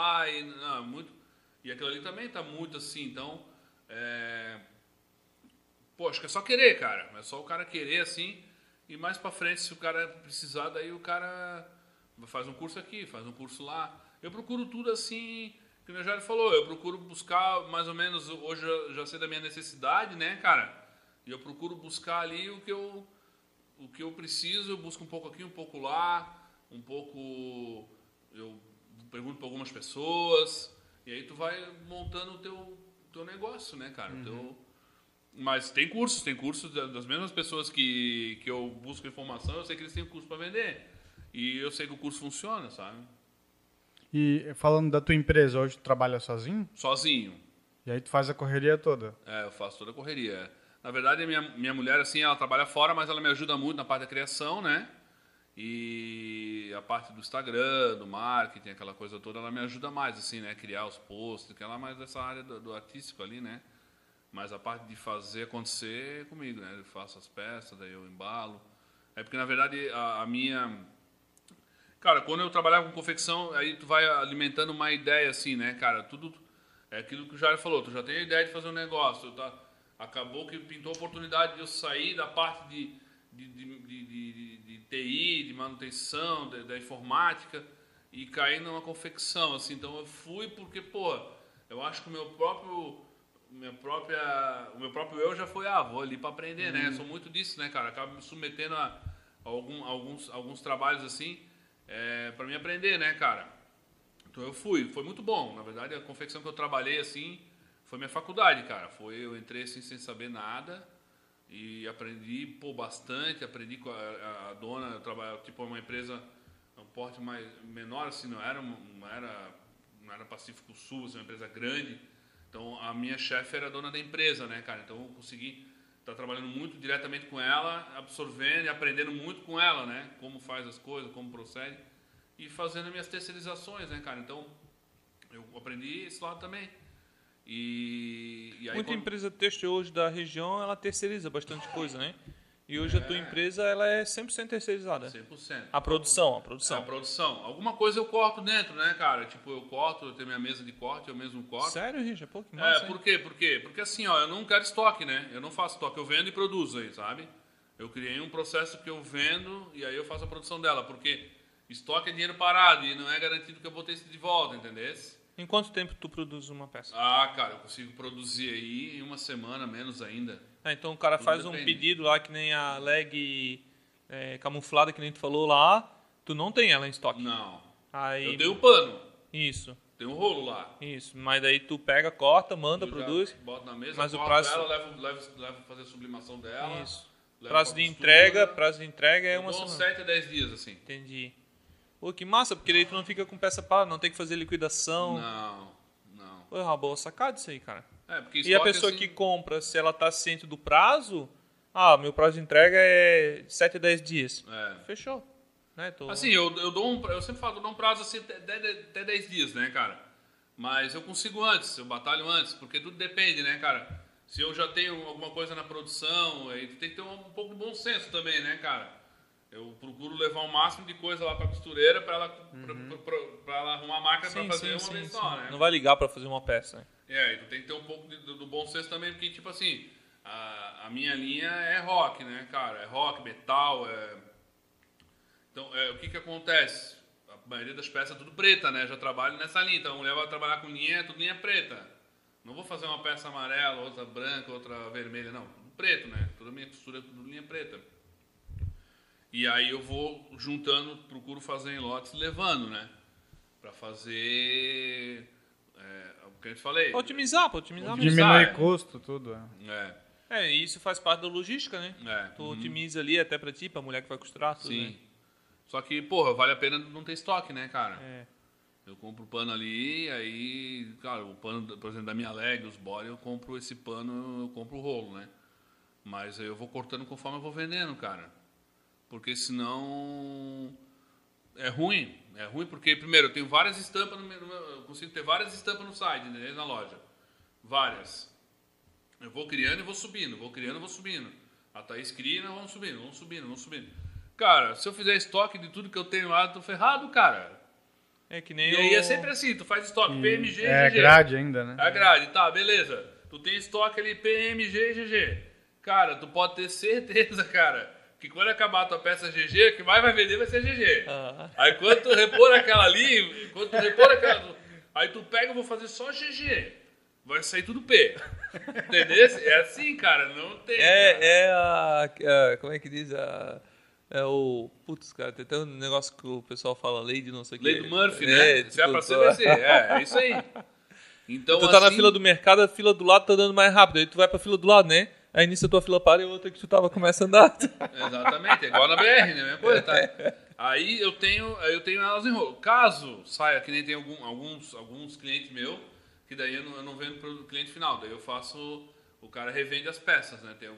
e aquilo ali também tá muito assim. Então, acho que é só querer, cara. É só o cara querer assim. E mais pra frente, se o cara precisar, daí o cara faz um curso aqui, faz um curso lá. Eu procuro tudo assim, que o Jair falou. Eu procuro buscar mais ou menos, hoje eu já sei da minha necessidade, né, cara? E eu procuro buscar ali o que eu preciso. Eu busco um pouco aqui, um pouco lá. Um pouco, eu pergunto para algumas pessoas, e aí tu vai montando o teu negócio, né, cara? Mas tem cursos das mesmas pessoas que eu busco informação, eu sei que eles têm curso para vender. E eu sei que o curso funciona, sabe? E falando da tua empresa, hoje tu trabalha sozinho? Sozinho. E aí tu faz a correria toda? Eu faço toda a correria. Na verdade, a minha mulher, assim, ela trabalha fora, mas ela me ajuda muito na parte da criação, né? E a parte do Instagram, do marketing, aquela coisa toda, ela me ajuda mais, assim, né? Criar os posts, que ela é mais dessa área do artístico ali, né? Mas a parte de fazer acontecer é comigo, né? Eu faço as peças, daí eu embalo. É porque, na verdade, a minha... Cara, quando eu trabalhava com confecção, aí tu vai alimentando uma ideia, assim, né, cara? Tudo é aquilo que o Jair falou. Tu já tem a ideia de fazer um negócio. Acabou que pintou a oportunidade de eu sair da parte de TI, de manutenção, da informática e cair numa confecção, assim. Então eu fui porque, pô, eu acho que o meu próprio eu já foi, vou ali para aprender, né? Eu sou muito disso, né, cara? Acabo me submetendo a alguns trabalhos assim, para me aprender, né, cara? Então eu fui, foi muito bom. Na verdade, a confecção que eu trabalhei assim foi minha faculdade, cara. Eu entrei assim sem saber nada e aprendi, bastante. Aprendi com a dona, eu trabalhava tipo uma empresa um porte menor, assim, não era Pacífico Sul, assim, uma empresa grande. Então a minha chefe era dona da empresa, né, cara? Então eu consegui estar trabalhando muito diretamente com ela, absorvendo e aprendendo muito com ela, né? Como faz as coisas, como procede e fazendo minhas terceirizações, né, cara? Então eu aprendi esse lado também. E aí, muita empresa têxtil hoje da região, ela terceiriza bastante coisa, né? E hoje a tua empresa, ela é 100% terceirizada. 100%. A produção. A produção. Alguma coisa eu corto dentro, né, cara? Tipo, eu tenho minha mesa de corte, eu mesmo corto. Sério, Richard? Pô, que massa, por quê? Porque assim, ó, eu não quero estoque, né? Eu não faço estoque, eu vendo e produzo aí, sabe? Eu criei um processo que eu vendo e aí eu faço a produção dela, porque estoque é dinheiro parado e não é garantido que eu vou ter isso de volta, entendeu? Em quanto tempo tu produz uma peça? Cara, eu consigo produzir aí em uma semana, menos ainda. Então o cara faz um pedido lá, que nem a leg camuflada, que nem tu falou lá, tu não tem ela em estoque? Não. Aí... Eu tenho o pano. Isso. Tem um rolo lá. Isso, mas daí tu pega, corta, manda, produz. Bota na mesa, mas corto o prazo... ela, levo fazer a sublimação dela. Isso. Prazo de entrega é uma semana. 7 a 10 dias, assim. Entendi. Pô, que massa, porque daí tu não fica com peça parada, não tem que fazer liquidação. Não. Pô, é uma boa sacada isso aí, cara. Porque e a pessoa assim... que compra, se ela tá ciente do prazo, meu prazo de entrega é 7 a 10 dias. Fechou. Né? Assim, eu sempre falo, eu dou um prazo assim, até 10 dias, né, cara? Mas eu consigo antes, eu batalho antes, porque tudo depende, né, cara? Se eu já tenho alguma coisa na produção, aí tu tem que ter um pouco de bom senso também, né, cara? Eu procuro levar o máximo de coisa lá pra costureira pra ela arrumar a máquina pra fazer uma vez só, né? Não vai ligar pra fazer uma peça, né? E tu tem que ter um pouco do bom senso também, porque, tipo assim, a minha linha é rock, né, cara? É rock, metal, Então, o que acontece? A maioria das peças é tudo preta, né? Eu já trabalho nessa linha, então a mulher vai trabalhar com tudo linha preta. Não vou fazer uma peça amarela, outra branca, outra vermelha, não. Tudo preto, né? Toda a minha costura é tudo linha preta. E aí eu vou juntando, procuro fazer em lotes, levando, né? Pra fazer... o que eu te falei. Pra otimizar mesmo. Diminuir custo, tudo. E isso faz parte da logística, né? Tu otimiza ali até pra ti, pra mulher que vai costurar, tudo, sim. Né? Só que, vale a pena não ter estoque, né, cara? Eu compro o pano ali, aí, cara, o pano, por exemplo, da minha leg, os body, eu compro esse pano, eu compro o rolo, né? Mas aí eu vou cortando conforme eu vou vendendo, cara. Porque senão é ruim. É ruim porque, primeiro, eu tenho várias estampas eu consigo ter várias estampas no site, né, na loja. Várias. Eu vou criando e vou subindo, A Thaís cria e nós vamos subindo. Cara, se eu fizer estoque de tudo que eu tenho lá, eu tô ferrado, cara. É que nem E aí é sempre assim, tu faz estoque PMG e GG. É grade ainda, né? É grade, tá, beleza. Tu tem estoque ali PMG e GG. Cara, tu pode ter certeza, cara, que quando acabar a tua peça GG, o que mais vai vender vai ser GG. Aí quando tu repor aquela ali, aí tu pega e vou fazer só GG. Vai sair tudo P. Entendeu? É assim, cara, não tem. Como é que diz? Putz, cara, tem até um negócio que o pessoal fala, lei de não sei o que. Lei do Murphy, né? Se é pra ser, vai ser. É isso aí. Então, tu tá na fila do mercado, a fila do lado tá dando mais rápido. Aí tu vai pra fila do lado, né? Aí nisso a tua fila para e a outra que tu tava começa a andar. Exatamente, é igual na BR, né? Mesma coisa, tá? Aí eu tenho elas em rolo. Caso saia, que nem tem alguns clientes meus, que daí eu não vendo pro cliente final. Daí eu faço o cara revende as peças, né? Tem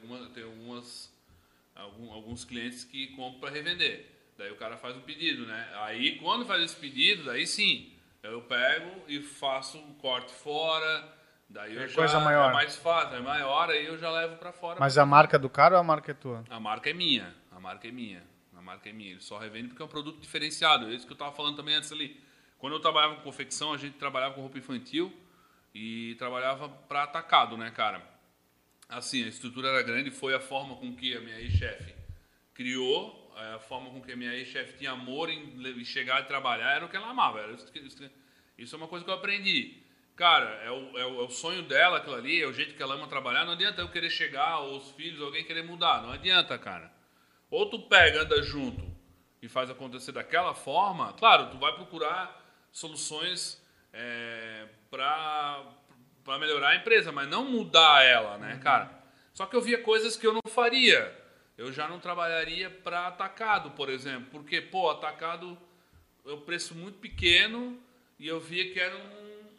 alguns clientes que compram para revender. Daí o cara faz o pedido, né? Aí quando faz esse pedido, daí sim, eu pego e faço um corte fora. Daí eu já coisa maior. É mais fácil, é maior, aí eu já levo para fora. Mas a marca do cara ou a marca é tua? A marca é minha. A marca é minha. Ele só revende porque é um produto diferenciado. É isso que eu tava falando também antes ali. Quando eu trabalhava com confecção, a gente trabalhava com roupa infantil e trabalhava para atacado, né, cara? Assim, a estrutura era grande, foi a forma com que a minha ex-chefe criou, a forma com que a minha ex-chefe tinha amor em chegar e trabalhar, era o que ela amava. Isso é uma coisa que eu aprendi. Cara, é o sonho dela, aquilo ali, é o jeito que ela ama trabalhar. Não adianta eu querer chegar, ou os filhos, alguém querer mudar. Não adianta, cara. Ou tu pega, anda junto e faz acontecer daquela forma. Claro, tu vai procurar soluções para melhorar a empresa, mas não mudar ela, né, cara? Só que eu via coisas que eu não faria. Eu já não trabalharia para atacado, por exemplo. Porque, pô, atacado é um preço muito pequeno e eu via que era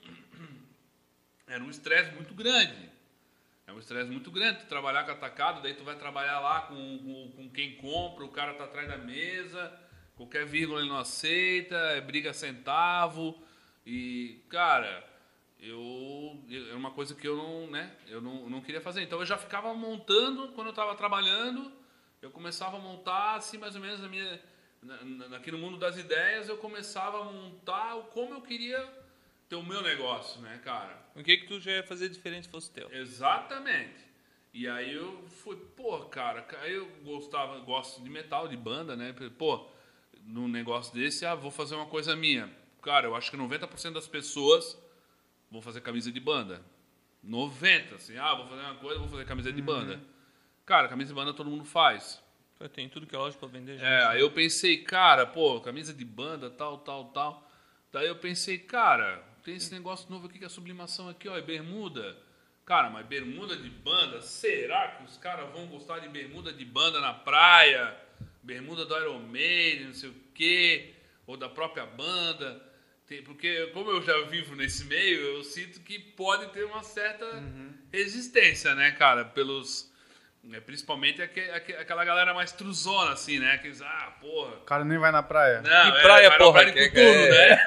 um estresse muito grande. É um estresse muito grande. Tu trabalhar com atacado, daí tu vai trabalhar lá com quem compra, o cara tá atrás da mesa, qualquer vírgula ele não aceita, é briga centavo. E, cara, é uma coisa que eu não queria fazer. Então eu já ficava montando, quando eu estava trabalhando, eu começava a montar assim mais ou menos aqui no mundo das ideias, eu começava a montar como eu queria ter o meu negócio, né, cara? O que tu já ia fazer diferente se fosse teu? Exatamente. E aí eu fui, pô, cara, eu gosto de metal, de banda, né? Pô, num negócio desse, vou fazer uma coisa minha. Cara, eu acho que 90% das pessoas vão fazer camisa de banda. 90%, assim, vou fazer uma coisa, vou fazer camisa de banda. Cara, camisa de banda todo mundo faz. Tem tudo que é lógico pra vender. Aí eu pensei, cara, pô, camisa de banda, tal. Daí eu pensei, cara, tem esse negócio novo aqui que é a sublimação aqui, ó, é bermuda. Cara, mas bermuda de banda, será que os caras vão gostar de bermuda de banda na praia? Bermuda do Iron Maiden, não sei o quê, ou da própria banda? Porque como eu já vivo nesse meio, eu sinto que pode ter uma certa resistência, né, cara, principalmente aquela galera mais truzona, assim, né? Aqueles, porra. O cara nem vai na praia. Não, que praia, vai porra? Na praia de coturno, né?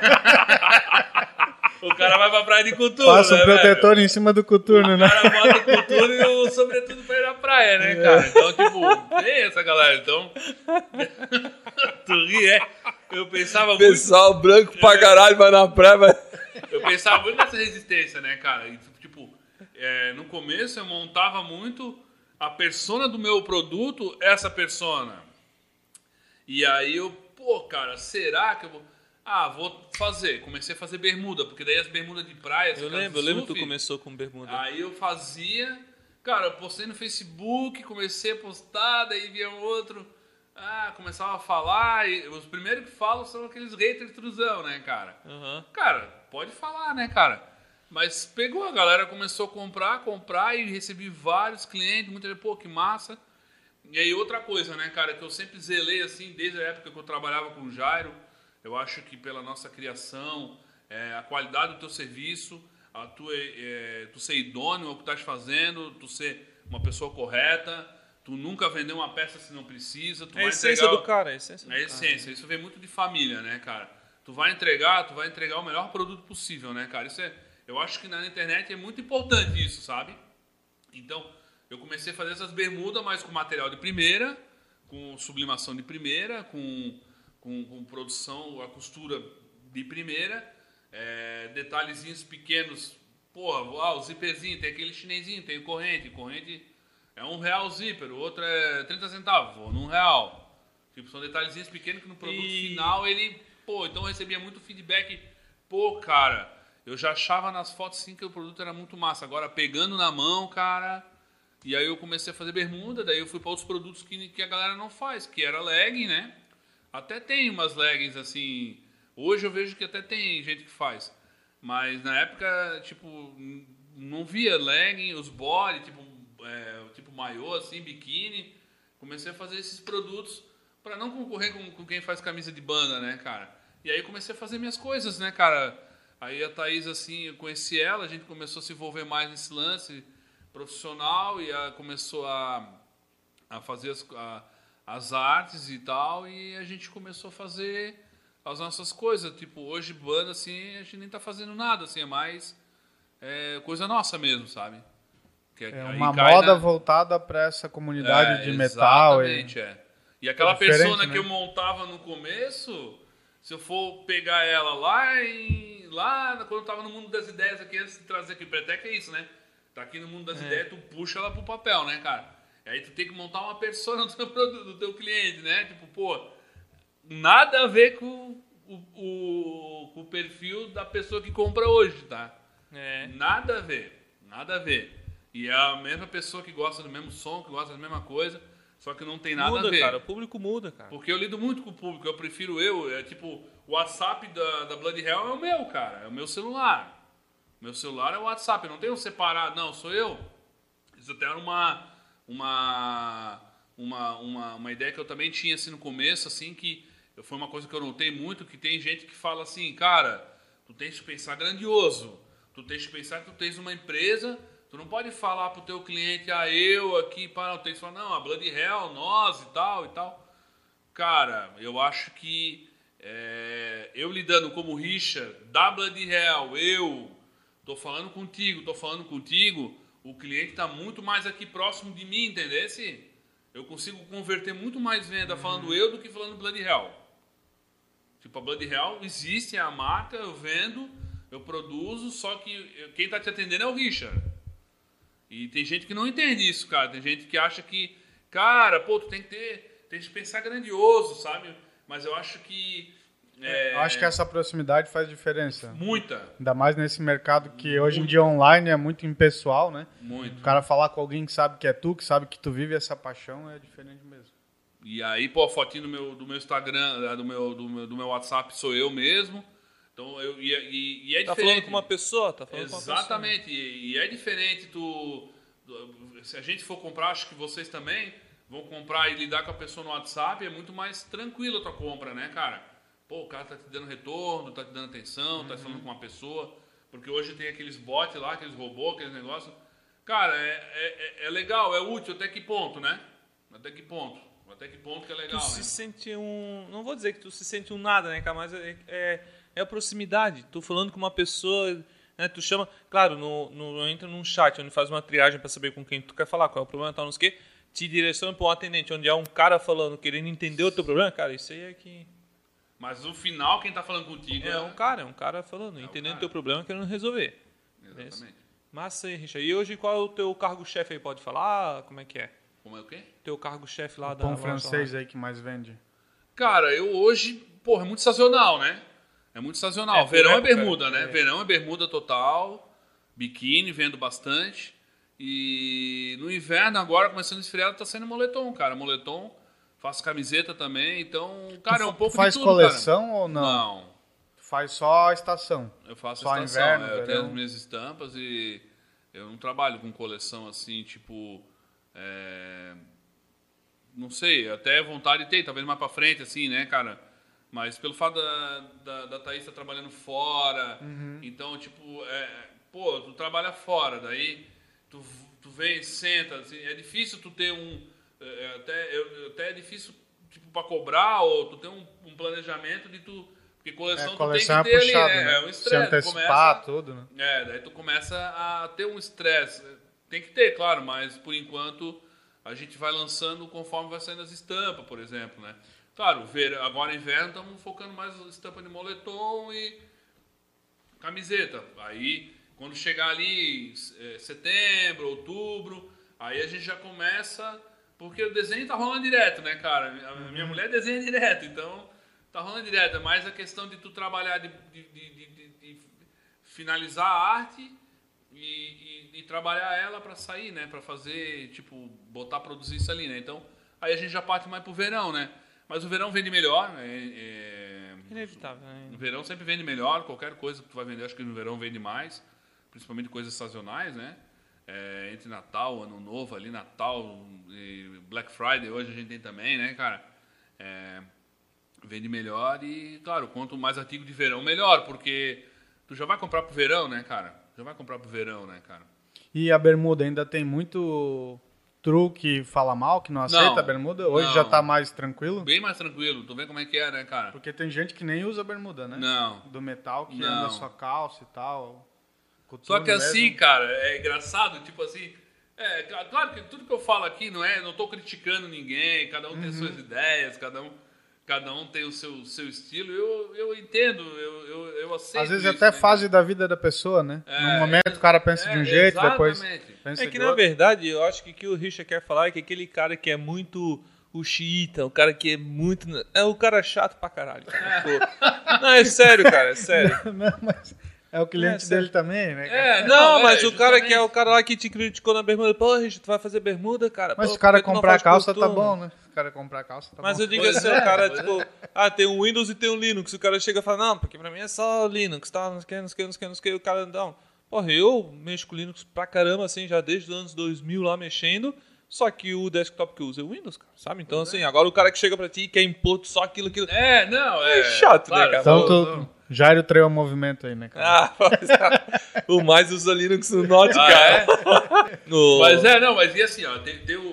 O cara vai pra praia de coturno, Passa né, um protetor velho? em cima do coturno, né? O cara bota o coturno e o sobretudo pra ir na praia, né, cara? Então, tipo, tem essa galera. Então, tu ri, Eu pensava muito... Pessoal branco pra caralho vai na praia, vai... Eu pensava muito nessa resistência, né, cara? E, tipo, no começo eu montava muito a persona do meu produto, essa persona. E aí eu, cara, será que eu vou... vou fazer. Comecei a fazer bermuda, porque daí as bermudas de praia... Eu lembro que tu começou com bermuda. Aí eu fazia... Cara, eu postei no Facebook, comecei a postar, daí vinha um outro... começava a falar, e os primeiros que falam são aqueles haters truzão, né, cara? Cara, pode falar, né, cara? Mas pegou, a galera começou a comprar e recebi vários clientes, muita gente, pô, que massa. E aí outra coisa, né, cara, que eu sempre zelei, assim, desde a época que eu trabalhava com o Jairo, eu acho que pela nossa criação, a qualidade do teu serviço, tu ser idôneo ao que estás fazendo, tu ser uma pessoa correta, tu nunca vender uma peça se não precisa. Tu a essência do cara, a essência. A essência, isso vem muito de família, né, cara? Tu vai entregar o melhor produto possível, né, cara? Eu acho que na internet é muito importante isso, sabe? Então, eu comecei a fazer essas bermudas, mas com material de primeira, com sublimação de primeira, com produção, a costura de primeira, detalhezinhos pequenos. Porra, o zíperzinho, tem aquele chinesinho, tem corrente é R$1 o zíper, o outro é 30 centavos, vou R$1. Tipo, são detalhezinhos pequenos que no produto final ele... então eu recebia muito feedback. Cara, eu já achava nas fotos assim que o produto era muito massa. Agora, pegando na mão, cara... E aí eu comecei a fazer bermuda, daí eu fui para outros produtos que a galera não faz, que era legging, né? Até tem umas leggings assim... Hoje eu vejo que até tem gente que faz. Mas na época, tipo, não via legging, os body, tipo maiô, assim, biquíni. Comecei a fazer esses produtos para não concorrer com quem faz camisa de banda, né, cara? E aí comecei a fazer minhas coisas, né, cara? Aí a Thaís, assim, eu conheci ela, a gente começou a se envolver mais nesse lance. profissional e começou a fazer as artes e tal, e a gente começou a fazer as nossas coisas. Tipo, hoje, banda, assim, a gente nem tá fazendo nada, assim, é mais coisa nossa mesmo, sabe? É uma moda voltada para essa comunidade de metal. Exatamente, E aquela persona, né, que eu montava no começo, se eu for pegar ela lá quando eu tava no Mundo das Ideias aqui, antes de trazer aqui o Pretec, é isso, né? Tá aqui no Mundo das Ideias, tu puxa ela pro papel, né, cara? Aí tu tem que montar uma persona do teu cliente, né? Tipo, pô, nada a ver com o perfil da pessoa que compra hoje, tá? Nada a ver. E é a mesma pessoa que gosta do mesmo som, que gosta da mesma coisa, só que não tem nada a ver. Cara, o público muda, cara. Porque eu lido muito com o público, eu prefiro tipo, o WhatsApp da Bloody Hell é o meu, cara, é o meu celular. Meu celular é o WhatsApp, eu não tenho separado, não, sou eu. Isso até era uma ideia que eu também tinha assim no começo, assim, que foi uma coisa que eu notei muito, que tem gente que fala assim, cara, tu tens que pensar grandioso, tu tens que pensar que tu tens uma empresa, tu não pode falar pro teu cliente, eu aqui, não, tem que falar, não, a Bloody Hell, nós e tal. Cara, eu acho que eu lidando como Richard, da Bloody Hell, eu tô falando contigo, o cliente está muito mais aqui próximo de mim, entendeu? Eu consigo converter muito mais venda falando eu do que falando Bloody Hell. Tipo, a Bloody Hell existe, é a marca, eu vendo, eu produzo, só que quem está te atendendo é o Richard. E tem gente que não entende isso, cara. Tem gente que acha que, cara, pô, tu tem que pensar grandioso, sabe? Mas eu acho que... Eu acho que essa proximidade faz diferença. Muita. Ainda mais nesse mercado que hoje em dia online é muito impessoal, né? Muito. O cara falar com alguém que sabe que é tu, que sabe que tu vive essa paixão, é diferente mesmo. E aí, pô, a fotinha do meu Instagram, do meu WhatsApp sou eu mesmo. Então, e é diferente. Tá falando com uma pessoa, tá falando Exatamente. Com uma pessoa. E é diferente se a gente for comprar, acho que vocês também vão comprar e lidar com a pessoa no WhatsApp, é muito mais tranquilo a tua compra, né, cara? Pô, o cara tá te dando retorno, tá te dando atenção, tá falando com uma pessoa. Porque hoje tem aqueles bots lá, aqueles robôs, aqueles negócios. Cara, é legal, é útil até que ponto, né? Até que ponto que é legal, tu né? se sente não vou dizer que tu se sente nada, né, cara? Mas é a proximidade. Tu falando com uma pessoa, né? Tu chama... Claro, entra num chat, onde faz uma triagem pra saber com quem tu quer falar, qual é o problema, tal, não sei o quê. Te direciona pra um atendente, onde há um cara falando, querendo entender o teu problema. Cara, isso aí é que... Mas no final, quem tá falando contigo é um cara falando, entendendo o teu problema, querendo resolver. Exatamente. Massa aí, Richard. E hoje qual é o teu cargo-chefe aí? Pode falar? Como é que é? Como é o quê? Teu cargo-chefe lá da pão francês lá. Aí que mais vende. Cara, eu hoje, porra, é muito sazonal, né? É muito sazonal. Verão é bermuda, né? Verão é bermuda total. Biquíni, vendo bastante. E no inverno, agora, começando a esfriar, tá saindo moletom, cara. Moletom. Faço camiseta também, então, cara, é um pouco de tudo, faz coleção, cara. Ou não? Não. Tu faz só a estação? Eu faço só a estação, inverno, eu tenho as minhas estampas e eu não trabalho com coleção assim, tipo... Não sei, até vontade tem, talvez mais pra frente, assim, né, cara? Mas pelo fato da Thaís estar trabalhando fora, então, tipo, pô, tu trabalha fora, daí tu vem, senta, assim, é difícil tu ter até é difícil tipo para cobrar ou tu ter um planejamento de tu, porque coleção tu tem que ter puxado, ali, né? um estresse, se antecipar tudo, né? Daí tu começa a ter um estresse, tem que ter, claro, mas por enquanto a gente vai lançando conforme vai saindo as estampas, por exemplo, né? Claro, agora inverno estamos focando mais na estampa de moletom e camiseta. Aí quando chegar ali setembro, outubro, aí a gente já começa. Porque o desenho tá rolando direto, né, cara? A minha mulher desenha direto, então tá rolando direto. É mais a questão de tu trabalhar, de finalizar a arte e trabalhar ela pra sair, né? Pra fazer, tipo, botar, produzir isso ali, né? Então, aí a gente já parte mais pro verão, né? Mas o verão vende melhor, né? Inevitável, né? No verão sempre vende melhor, qualquer coisa que tu vai vender, acho que no verão vende mais. Principalmente coisas sazonais, né? Entre Natal, Ano Novo ali, Natal e Black Friday, hoje a gente tem também, né, cara? Vende melhor e, claro, quanto mais artigo de verão, melhor, porque tu já vai comprar pro verão, né, cara? E a bermuda ainda tem muito truque que fala mal, que não aceita a bermuda? Hoje já tá mais tranquilo? Bem mais tranquilo. Tu vê como é que é, né, cara? Porque tem gente que nem usa bermuda, né? Não. Do metal, que anda só calça e tal. Só que assim, cara, é engraçado, tipo assim... claro que tudo que eu falo aqui não tô criticando ninguém, cada um tem suas ideias, cada um tem o seu estilo. Eu entendo, eu aceito. Às vezes isso, até né, fase da vida da pessoa, né? Num momento o cara pensa de um jeito, depois pensa que de na outro. verdade, eu acho que o que o Richard quer falar é que aquele cara que é muito o xiita, o cara que é muito... É o cara chato pra caralho. Cara. Pô. Não, é sério, cara, é sério. Não, mas é o cliente dele também, né? Mas o cara que é o cara lá que te criticou na bermuda, pô, Richard, tu vai fazer bermuda, cara? Mas pô, se o cara por que tu não comprar faz calça, costume? tá bom, né? Se o cara comprar calça, tá bom. Mas eu digo assim, o cara, tipo, tem um Windows e tem um Linux. O cara chega e fala, não, porque pra mim é só Linux, tá? Não sei o que. O cara, não. Porra, eu mexo com Linux pra caramba, assim, já desde os anos 2000 lá mexendo. Só que o desktop que eu uso é o Windows, cara, sabe? Então, assim, agora o cara que chega pra ti e quer impor só aquilo. É chato, claro, né, cara? Então, Jairo traiu o movimento aí, né, cara? O mais usa Linux no Note, cara. Mas e assim, ó,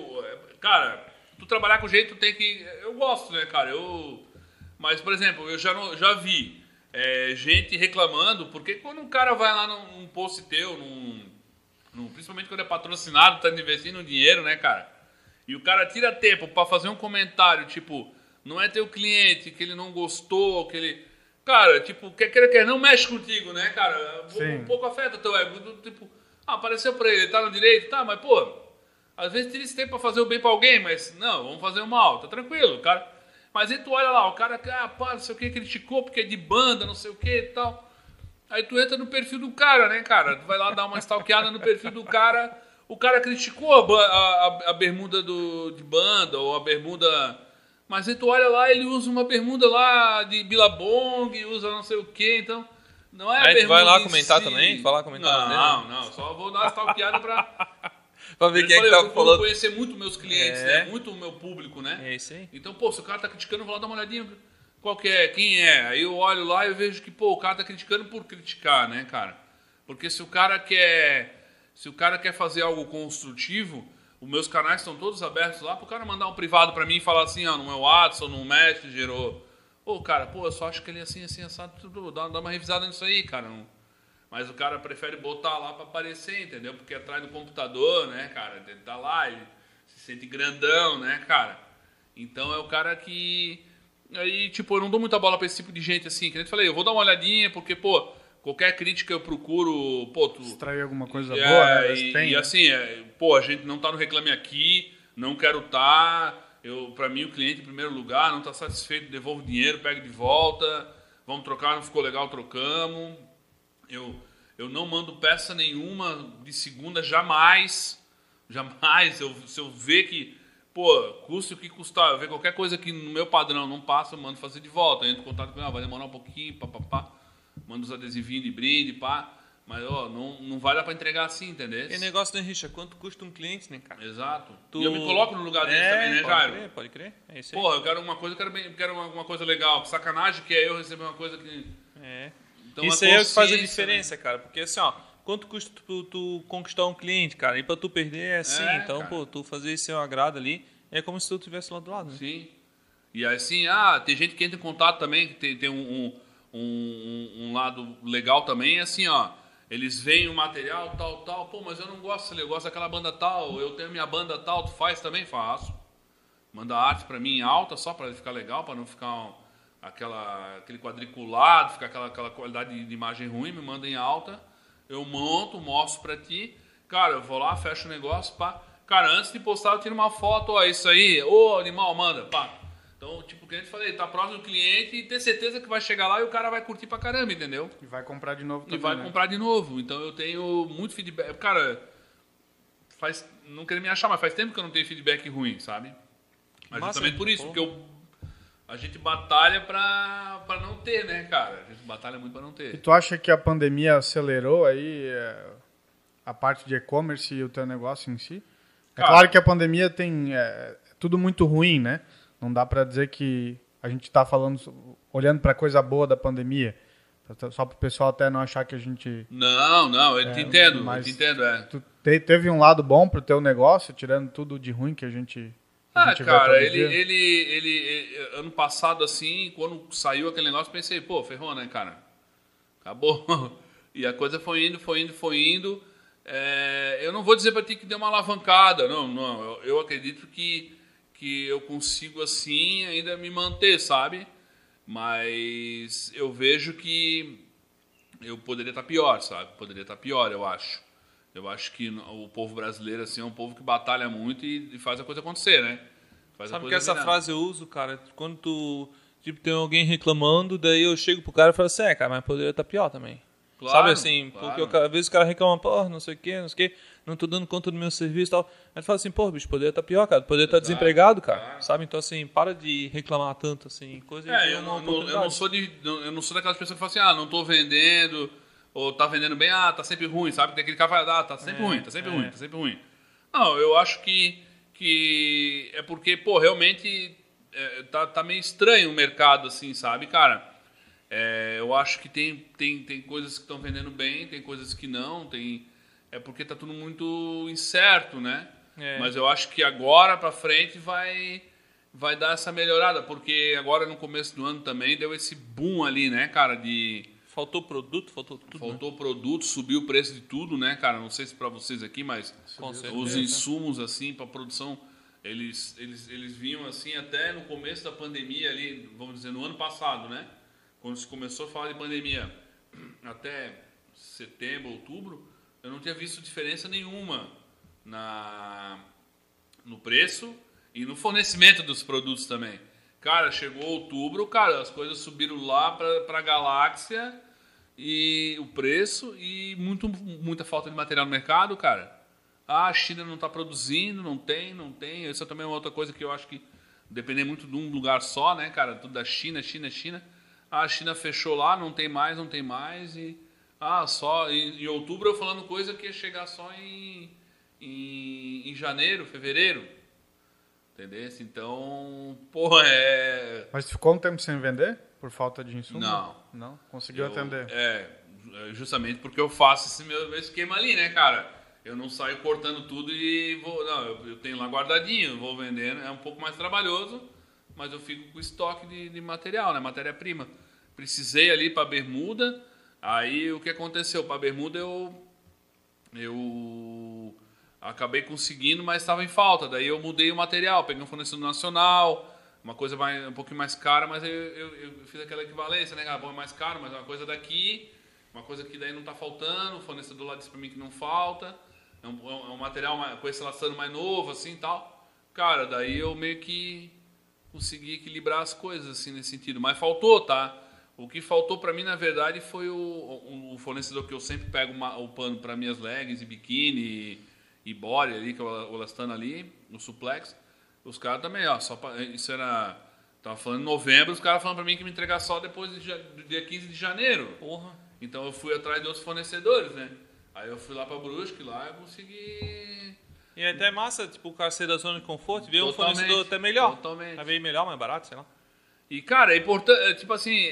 cara, tu trabalhar com jeito tem que... Eu gosto, né, cara? Mas, por exemplo, eu já vi gente reclamando, porque quando um cara vai lá num post teu, principalmente quando é patrocinado, tá investindo dinheiro, né, cara? E o cara tira tempo pra fazer um comentário, tipo, não é teu cliente, que ele não gostou, que ele... Cara, tipo, quer não mexe contigo, né, cara? Um pouco afeta teu ego. Tipo, apareceu pra ele tá no direito, tá, mas, pô, às vezes tira esse tempo pra fazer o bem pra alguém, mas não, vamos fazer o mal, tá tranquilo, cara. Mas aí tu olha lá, o cara, não sei o que, criticou porque é de banda, não sei o que e tal. Aí tu entra no perfil do cara, né, cara? Tu vai lá dar uma stalkeada no perfil do cara, o cara criticou a bermuda de banda ou a bermuda... Mas aí tu olha lá, ele usa uma bermuda lá de Billabong, usa não sei o que, então... Não é a bermuda. Aí tu vai lá comentar também? Vai lá comentar? Não, só vou dar uma stalkeada pra... Pra ver quem é que tá falando. Eu conhecer muito meus clientes, né? Muito o meu público, né? É isso aí. Então, pô, se o cara tá criticando, eu vou lá dar uma olhadinha. Qual que é? Quem é? Aí eu olho lá e vejo que, pô, o cara tá criticando por criticar, né, cara? Porque se o cara quer fazer algo construtivo, os meus canais estão todos abertos lá pro cara mandar um privado pra mim e falar assim, ó, no meu WhatsApp, no Messenger, ou cara, pô, eu só acho que ele é assim, assado, tudo, dá uma revisada nisso aí, cara. Mas o cara prefere botar lá pra aparecer, entendeu? Porque atrás do computador, né, cara, ele tá lá, ele se sente grandão, né, cara? Então é o cara que... Aí, tipo, eu não dou muita bola pra esse tipo de gente assim, que nem eu falei, eu vou dar uma olhadinha, porque, pô, qualquer crítica eu procuro, pô, tu... extrair alguma coisa boa, né? E assim, pô, a gente não tá no Reclame Aqui, não quero tá, pra mim o cliente em primeiro lugar, não tá satisfeito, devolvo o dinheiro, pego de volta, vamos trocar, não ficou legal, trocamos. Eu não mando peça nenhuma de segunda, jamais, se eu ver que... Pô, custe o que custar. Eu ver qualquer coisa que no meu padrão não passa, eu mando fazer de volta. Eu entro em contato com ele, vai demorar um pouquinho, pá. Mando os adesivinhos de brinde, pá. Mas, ó, não vai dar pra entregar assim, entendeu? Que negócio, né, Richard? Quanto custa um cliente, né, cara? Exato. E eu me coloco no lugar deles também, né, Jairo? Pode crer. É isso aí. Pô, eu quero uma coisa, quero uma coisa legal. Sacanagem que é eu receber uma coisa que... Então, isso aí é o que faz a diferença, né, cara? Porque, assim, ó, quanto custa tu conquistar um cliente, cara? E pra tu perder é assim. Então, cara, pô, tu fazer esse seu agrado ali é como se tu estivesse lá do lado, né? Sim. E assim, tem gente que entra em contato também, que tem um lado legal também, assim, ó. Eles veem o material, tal. Pô, mas eu não gosto, eu gosto daquela banda tal, eu tenho minha banda tal, tu faz também? Faço. Manda arte pra mim em alta, só pra ficar legal, pra não ficar aquele quadriculado, ficar aquela qualidade de imagem ruim, me manda em alta. Eu monto, mostro pra ti. Cara, eu vou lá, fecho o negócio, pá. Cara, antes de postar eu tiro uma foto, ó, isso aí, ô animal, manda, pá. Então, tipo, o cliente falei, tá próximo do cliente e ter certeza que vai chegar lá e o cara vai curtir pra caramba, entendeu? E vai comprar de novo também, comprar de novo. Então eu tenho muito feedback. Cara, não queria me achar, mas faz tempo que eu não tenho feedback ruim, sabe? Mas justamente por isso, porque a gente batalha pra não ter, né, cara? A gente batalha muito pra não ter. E tu acha que a pandemia acelerou aí a parte de e-commerce e o teu negócio em si? É claro que a pandemia tem tudo muito ruim, né? Não dá pra dizer que a gente tá olhando pra coisa boa da pandemia. Só pro pessoal até não achar que a gente... Não, eu te entendo, Teve um lado bom pro teu negócio, tirando tudo de ruim que a gente... cara, ele ano passado, assim, quando saiu aquele negócio, pensei, pô, ferrou, né, cara? Acabou. E a coisa foi indo. Eu não vou dizer pra ti que deu uma alavancada, não. Eu acredito que eu consigo, assim, ainda me manter, sabe? Mas eu vejo que eu poderia estar pior, sabe? Poderia estar pior, eu acho. Eu acho que o povo brasileiro, assim, é um povo que batalha muito e faz a coisa acontecer, né? Sabe que essa frase eu uso, cara, quando tem alguém reclamando, daí eu chego pro cara e falo assim, cara, mas poderia estar pior também. Claro, sabe assim, claro. Porque às vezes o cara reclama, pô, não sei o quê, não tô dando conta do meu serviço e tal. Aí fala assim, pô, bicho, poderia estar pior, cara, poderia estar desempregado, cara, claro. sabe? Então, assim, para de reclamar tanto, assim, coisa de eu não sou daquelas pessoas que falam assim, não tô vendendo, ou tá vendendo bem, tá sempre ruim, sabe? Tem aquele cara que vai, tá sempre ruim, tá sempre ruim. Não, eu acho que é porque, pô, realmente tá meio estranho o mercado, assim, sabe, cara? Eu acho que tem coisas que estão vendendo bem, tem coisas que não, é porque tá tudo muito incerto, né? Mas eu acho que agora pra frente vai dar essa melhorada, porque agora no começo do ano também deu esse boom ali, né, cara, Faltou produto, faltou tudo. Faltou produto, subiu o preço de tudo, né, cara? Não sei se pra vocês aqui, mas os insumos, assim, pra produção, eles vinham, assim, até no começo da pandemia ali, vamos dizer, no ano passado, né? Quando se começou a falar de pandemia, até setembro, outubro, eu não tinha visto diferença nenhuma no preço e no fornecimento dos produtos também. Cara, chegou outubro, cara, as coisas subiram lá pra galáxia e o preço e muita falta de material no mercado, cara. A China não tá produzindo, não tem. Essa também é uma outra coisa que eu acho que depender muito de um lugar só, né, cara? Tudo da China. A China fechou lá, não tem mais e só em outubro eu falando coisa que ia chegar só em janeiro, fevereiro. Entendeu? Então, porra, Mas ficou um tempo sem vender por falta de insumo? Não. Conseguiu atender? Justamente porque eu faço esse meu esquema ali, né, cara? Eu não saio cortando tudo e vou... Não, eu tenho lá guardadinho, vou vendendo. É um pouco mais trabalhoso, mas eu fico com estoque de material, né? Matéria-prima. Precisei ali para bermuda. Aí o que aconteceu? Para bermuda eu acabei conseguindo, mas estava em falta. Daí eu mudei o material, peguei um fornecedor nacional, uma coisa um pouquinho mais cara, mas eu fiz aquela equivalência, né? Bom, é mais caro, mas é uma coisa daqui, uma coisa que daí não está faltando. O fornecedor lá disse para mim que não falta. É um material com esse elastano mais novo, assim e tal. Cara, daí eu meio que consegui equilibrar as coisas, assim, nesse sentido. Mas faltou, tá? O que faltou para mim, na verdade, foi o fornecedor que eu sempre pego o pano para minhas leggings e biquíni e body ali, que é o elastano ali, o suplex. Os caras também, isso era... Tava falando em novembro, os caras falando para mim que me entregar só depois do dia 15 de janeiro. Porra. Então eu fui atrás de outros fornecedores, né? Aí eu fui lá pra Brusque, lá eu consegui... E até massa, tipo, o cara sair da zona de conforto, ver um fornecedor até melhor. Totalmente. Vai ver melhor, mais barato, sei lá. E, cara, é importante, tipo assim,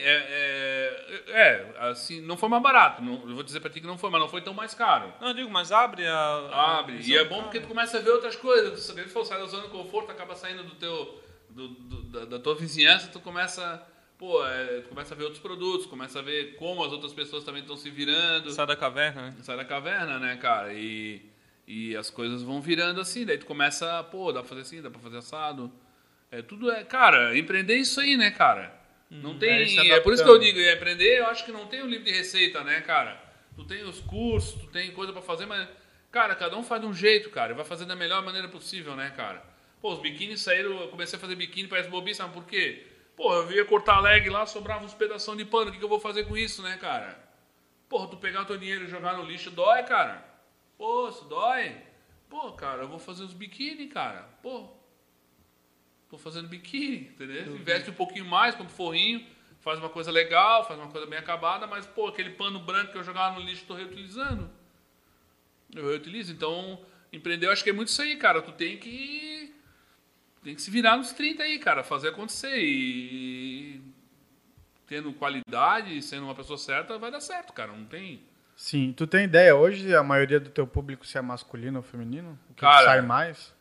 assim, não foi mais barato. Não, eu vou dizer pra ti que não foi, mas não foi tão mais caro. Não, eu digo, mas abre Abre. E é bom porque tu começa a ver outras coisas. Se você sai da zona de conforto, acaba saindo da tua vizinhança, tu começa... tu começa a ver outros produtos, começa a ver como as outras pessoas também estão se virando. Sai da caverna, né? Sai da caverna, né, cara? E as coisas vão virando assim. Daí tu começa, dá pra fazer assim, dá pra fazer assado. Cara, empreender é isso aí, né, cara? Não tem... É por isso que eu digo, empreender, eu acho que não tem um livro de receita, né, cara? Tu tem os cursos, tu tem coisa pra fazer, mas... Cara, cada um faz de um jeito, cara. E vai fazer da melhor maneira possível, né, cara? Os biquínis saíram... Eu comecei a fazer biquíni, parece bobinho, sabe por quê? Eu ia cortar a leg lá, sobrava uns pedação de pano. O que eu vou fazer com isso, né, cara? Tu pegar o teu dinheiro e jogar no lixo, dói, cara. Isso dói. Cara, eu vou fazer os biquíni, cara. Tô fazendo biquíni, entendeu? Investe um pouquinho mais, compra um forrinho, faz uma coisa legal, faz uma coisa bem acabada, mas, aquele pano branco que eu jogava no lixo, tô reutilizando. Eu reutilizo. Então, empreender, eu acho que é muito isso aí, cara. Tu tem que se virar nos 30 aí, cara, fazer acontecer. E tendo qualidade e sendo uma pessoa certa, vai dar certo, cara. Não tem... Sim. Tu tem ideia hoje a maioria do teu público se é masculino ou feminino? O que Cara, sai mais?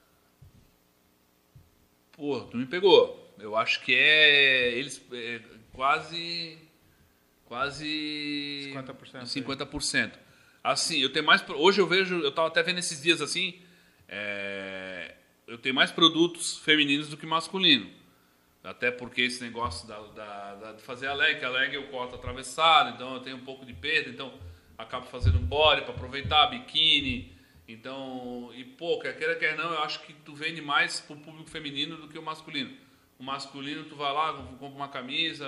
Pô, tu me pegou. Eu acho que eles quase 50%. 50%. Assim, eu tenho mais... Hoje eu vejo... Eu tava até vendo esses dias assim... eu tenho mais produtos femininos do que masculino. Até porque esse negócio de fazer a leg eu corto atravessado, então eu tenho um pouco de perda, então acabo fazendo body para aproveitar, biquíni. Então, e pô, quer queira, quer não, eu acho que tu vende mais pro público feminino do que o masculino. O masculino, tu vai lá, compra uma camisa,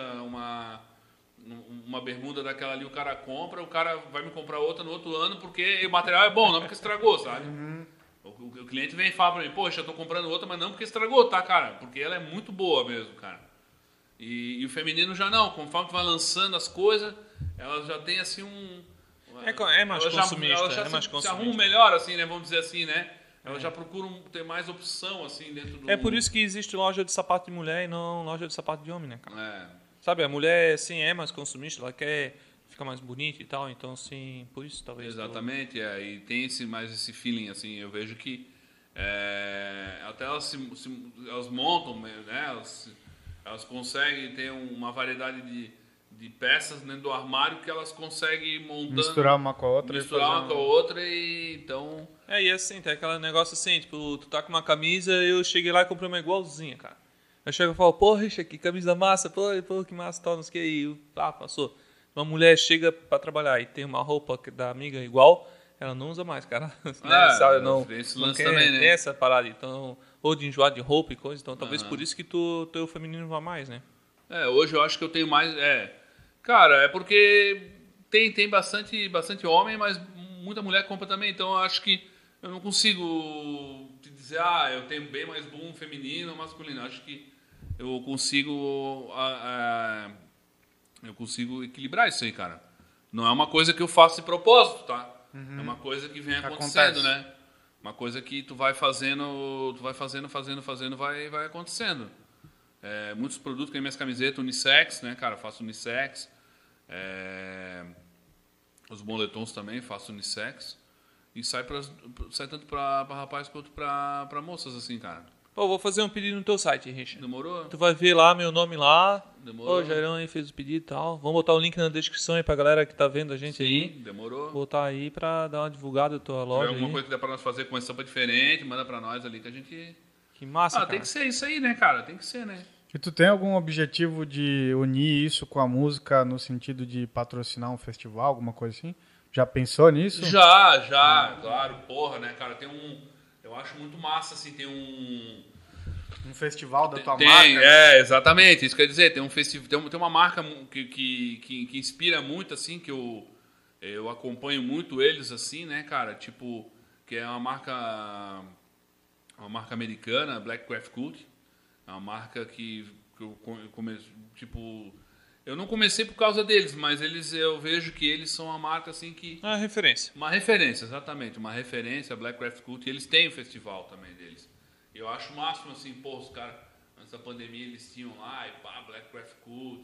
uma bermuda daquela ali, o cara compra, o cara vai me comprar outra no outro ano porque o material é bom, não porque estragou, sabe? O cliente vem e fala pra mim, poxa, eu tô comprando outra, mas não porque estragou, tá, cara? Porque ela é muito boa mesmo, cara. E o feminino já não, conforme tu vai lançando as coisas, ela já tem assim É mais consumista. Ela já se arruma melhor, assim, né? Vamos dizer assim, né? Ela já procura ter mais opção, assim, dentro do... É por isso que existe loja de sapato de mulher e não loja de sapato de homem, né, cara? É. Sabe, a mulher, assim, é mais consumista, ela quer ficar mais bonita e tal, então, assim, por isso talvez... Exatamente, e tem mais esse feeling, assim, eu vejo que até elas elas montam, né? Elas conseguem ter uma variedade de peças dentro do armário que elas conseguem montando... Misturar uma com a outra. E então... E assim, tem aquele negócio assim, tipo, tu tá com uma camisa, eu cheguei lá e comprei uma igualzinha, cara. Eu chego e falo, pô, Richard, que camisa massa, pô, que massa, tal, não sei o que, e passou. Uma mulher chega pra trabalhar e tem uma roupa da amiga igual, ela não usa mais, cara. Sabe, não esse não lance quer também, né? ter essa parada, então, ou de enjoar de roupa e coisa, então talvez por isso que teu feminino vá mais, né? Hoje eu acho que eu tenho mais... Cara, é porque tem bastante homem, mas muita mulher compra também, então eu acho que eu não consigo te dizer, eu tenho bem mais boom feminino ou masculino. Eu acho que eu consigo equilibrar isso aí, cara. Não é uma coisa que eu faço de propósito, tá? É uma coisa que vem acontecendo, né? Uma coisa que tu vai fazendo, vai acontecendo. Muitos produtos, que nem minhas camisetas, unissex, né, cara? Faço unissex. Os moletons também, faço unissex. E sai tanto pra rapaz quanto pra moças, assim, cara. Pô, vou fazer um pedido no teu site, Richard. Demorou? Tu vai ver lá meu nome lá. Demorou. Ô, Jairão aí fez o pedido e tal. Vamos botar o link na descrição aí pra galera que tá vendo a gente aí. Demorou. Vou botar aí pra dar uma divulgada da tua loja. Se tiver alguma coisa que dá pra nós fazer com uma estampa diferente, manda pra nós ali que a gente... Que massa, cara. Tem que ser isso aí, né, cara? Tem que ser, né? E tu tem algum objetivo de unir isso com a música no sentido de patrocinar um festival, alguma coisa assim? Já pensou nisso? Já, claro, porra, né, cara? Eu acho muito massa, assim, tem um festival da tua marca. Né? Exatamente, isso quer dizer, tem um festival, tem uma marca que inspira muito, assim, que eu acompanho muito eles, assim, né, cara? Tipo, que é uma marca americana, Black Craft Cult. É uma marca que eu comecei, tipo... Eu não comecei por causa deles, mas eu vejo que eles são uma marca assim que... Uma referência. Uma referência, exatamente. Uma referência, Black Craft Cult. E eles têm o festival também deles. E eu acho o máximo assim, os caras, antes da pandemia, eles tinham lá, e pá, Black Craft Cult,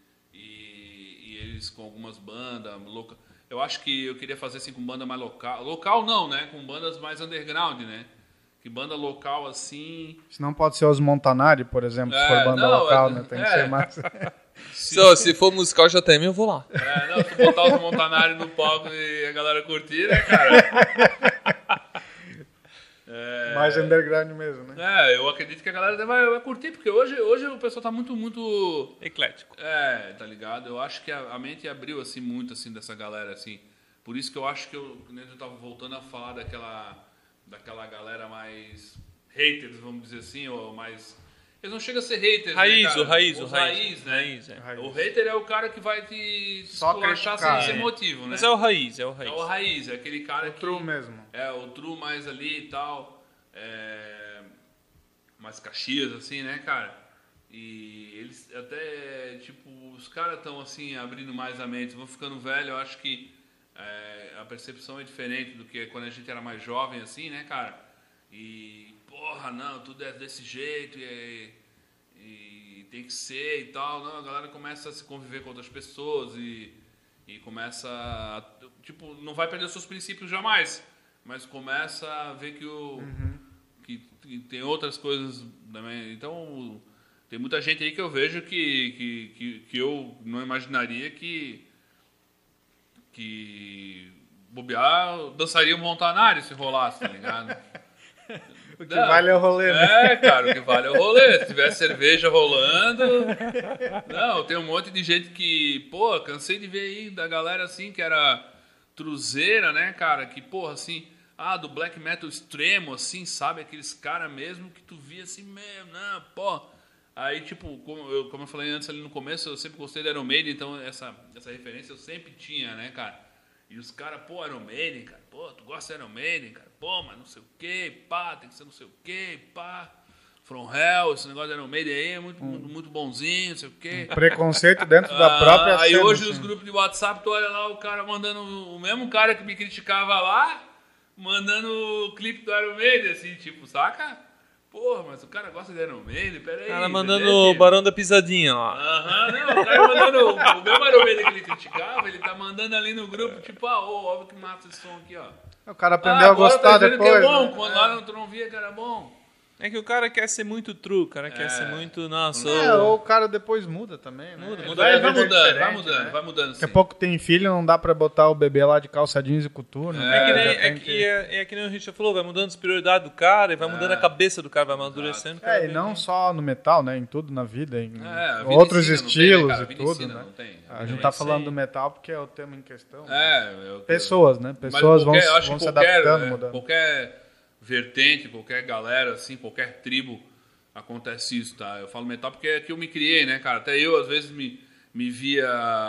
e eles com algumas bandas loucas. Eu acho que eu queria fazer assim com banda mais local. Local não, né? Com bandas mais underground, né? Que banda local assim... Se não pode ser os Montanari, por exemplo, se for banda local, né? Tem que ser mais... Se for musical JTM, eu vou lá. Se botar os Montanari no palco e a galera curtir, né, cara? Mais underground mesmo, né? Eu acredito que a galera vai curtir, porque hoje o pessoal tá muito... Eclético. Tá ligado? Eu acho que a mente abriu, assim, muito, assim, dessa galera, assim. Por isso que eu acho que eu tava voltando a falar daquela galera mais haters, vamos dizer assim, ou mais... Eles não chegam a ser haters, raiz, né, cara? Raiz, né? Raiz. O hater é o cara que vai te só achar sem motivo, né? Mas é o raiz. É o raiz, é aquele cara que... true mesmo. O true mais ali e tal. Mais Caxias, assim, né, cara? E eles até, tipo, os caras estão, assim, abrindo mais a mente. Vão ficando velho, eu acho que a percepção é diferente do que quando a gente era mais jovem, assim, né, cara? E, porra, não, tudo é desse jeito e tem que ser e tal. Não, a galera começa a se conviver com outras pessoas e começa a, tipo, não vai perder os seus princípios jamais, mas começa a ver que tem outras coisas também. Então, tem muita gente aí que eu vejo que eu não imaginaria que bobear, dançaria um Montanari se rolasse, tá ligado? O que vale é o rolê, né? Cara, o que vale é o rolê. Se tiver cerveja rolando... Não, tem um monte de gente que... Pô, cansei de ver aí da galera assim, que era truzeira, né, cara? Que, porra, assim... do black metal extremo, assim, sabe? Aqueles caras mesmo que tu via assim, mesmo, não, pô... Aí, tipo, como eu falei antes ali no começo, eu sempre gostei do Iron Maiden, então essa referência eu sempre tinha, né, cara? E os caras, pô, Iron Maiden, cara, pô, tu gosta de Iron Maiden, cara, pô, mas não sei o que, pá, tem que ser não sei o que, pá, From Hell, esse negócio de Iron Maiden aí é muito bonzinho, não sei o que. Preconceito dentro da própria aí cena, hoje assim. os grupos de WhatsApp, tu olha lá o cara mandando, o mesmo cara que me criticava lá, mandando o clipe do Iron Maiden, assim, tipo, saca? Porra, mas o cara gosta de Iron Maiden, peraí. O cara mandando o Barão da Pisadinha, ó. Não, o cara mandando o meu Iron Maiden que ele criticava, ele tá mandando ali no grupo, tipo, óbvio que mata esse som aqui, ó. O cara aprendeu a gostar tá depois, que é bom, né? quando lá tu não via que era bom. É que o cara quer ser muito true, o cara quer ser muito... Nossa, ou o cara depois muda também, né? Vai Né? mudando. Daqui a pouco tem filho, não dá pra botar o bebê lá de calça jeans e coturno. É que nem o Richard falou, vai mudando as prioridades do cara e vai mudando a cabeça do cara, vai amadurecendo. E não só no metal, né? Em tudo na vida, em a vida outros ensina, estilos não tem, né, cara? e tudo, ensina, né? não tem. A gente tá falando do metal porque é o tema em questão. Eu Pessoas, né? Pessoas vão se adaptando, mudando. Qualquer vertente, qualquer galera, assim, qualquer tribo, acontece isso, tá? Eu falo metal porque é que eu me criei, né, cara? Até eu, às vezes, me via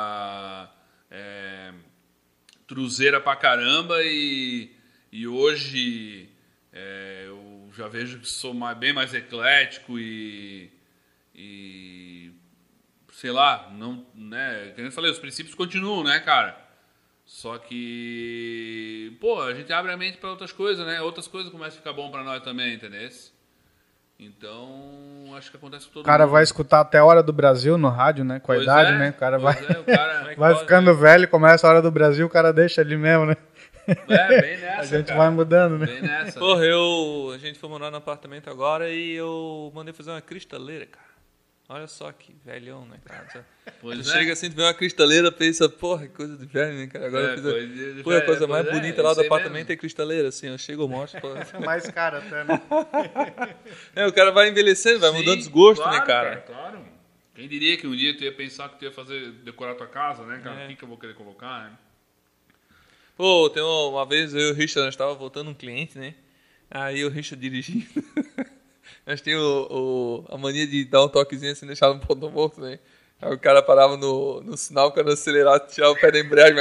truzeira pra caramba e hoje eu já vejo que sou bem mais eclético e sei lá, não, né? Como eu falei, os princípios continuam, né, cara? Só que, pô, a gente abre a mente pra outras coisas, né? Outras coisas começam a ficar bom pra nós também, entendeu? Então, acho que acontece com todo mundo. O cara vai escutar até a Hora do Brasil no rádio, né? Com a idade, né? O cara vai ficando velho, começa a Hora do Brasil, o cara deixa ali mesmo, né? Bem nessa, a gente vai mudando, né? Bem nessa. Porra, a gente foi morar no apartamento agora e eu mandei fazer uma cristaleira, cara. Olha só que velhão, né, cara? Tu chega assim, tu vê uma cristaleira, pensa, porra, que coisa de velho, né, cara? Agora a coisa mais bonita lá do apartamento é cristaleira, assim, ó. Chega o mostro, pô. Mais cara até, né? O cara vai envelhecendo, vai mudando os gostos, né, cara? Claro. Quem diria que um dia tu ia pensar que tu ia decorar tua casa, né, cara? O que eu vou querer colocar, né? Pô, tem uma vez eu e o Richard, nós tava voltando um cliente, né? Aí o Richard dirigindo. Nós tínhamos a mania de dar um toquezinho assim, deixar no ponto morto, né? Aí o cara parava no sinal, quando acelerava, tirava o pé da embreagem,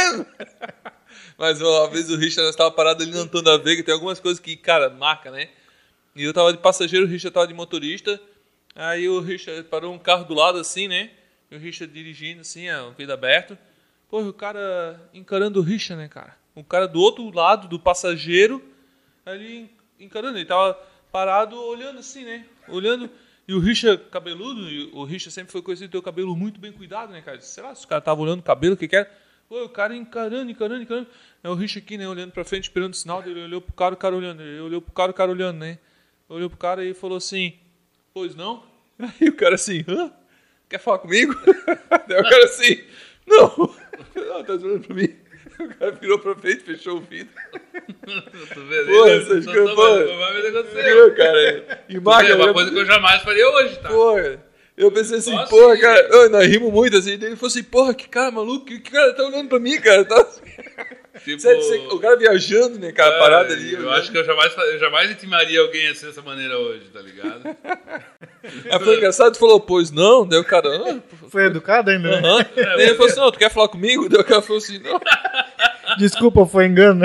mas uma vez o Richard, nós tava parado ali no Antônio da Veiga, tem algumas coisas que, cara, marca, né? E eu tava de passageiro, o Richard tava de motorista, aí o Richard parou um carro do lado assim, né? E o Richard dirigindo assim, o vidro aberto. Pô, o cara encarando o Richard, né, cara? O cara do outro lado, do passageiro, ali encarando, ele tava parado, olhando assim, né? Olhando. E o Richard cabeludo, o Richard sempre foi conhecido ter o cabelo muito bem cuidado, né, cara? Sei lá, se o cara tava olhando o cabelo, o que era. Pô, o cara encarando. Aí o Richard aqui, né, olhando pra frente, esperando o sinal, ele olhou pro cara, o cara olhando. Ele olhou pro cara, o cara olhando, né? Olhou pro cara e falou assim, pois não? Aí o cara assim, hã? Quer falar comigo? Daí o cara assim, não, tá olhando pra mim. O cara virou pra frente, fechou o vidro. Tu vê, pô, essas coisas, vai acontecer. Cara, e marca, é uma coisa que eu jamais faria hoje, tá? Pô, eu pensei assim, porra, cara, nós rimos muito assim, ele falou assim, porra, que cara maluco, que cara tá olhando pra mim, cara, tá assim. Tipo, o cara viajando, né, cara, parado ali. Eu acho que eu jamais intimaria alguém assim dessa maneira hoje, tá ligado? Aí foi engraçado, tu falou, pois não, daí o cara... Foi educado ainda, né? Daí ele falou assim, não, tu quer falar comigo? Daí o cara falou assim, não. Desculpa, foi engano, né?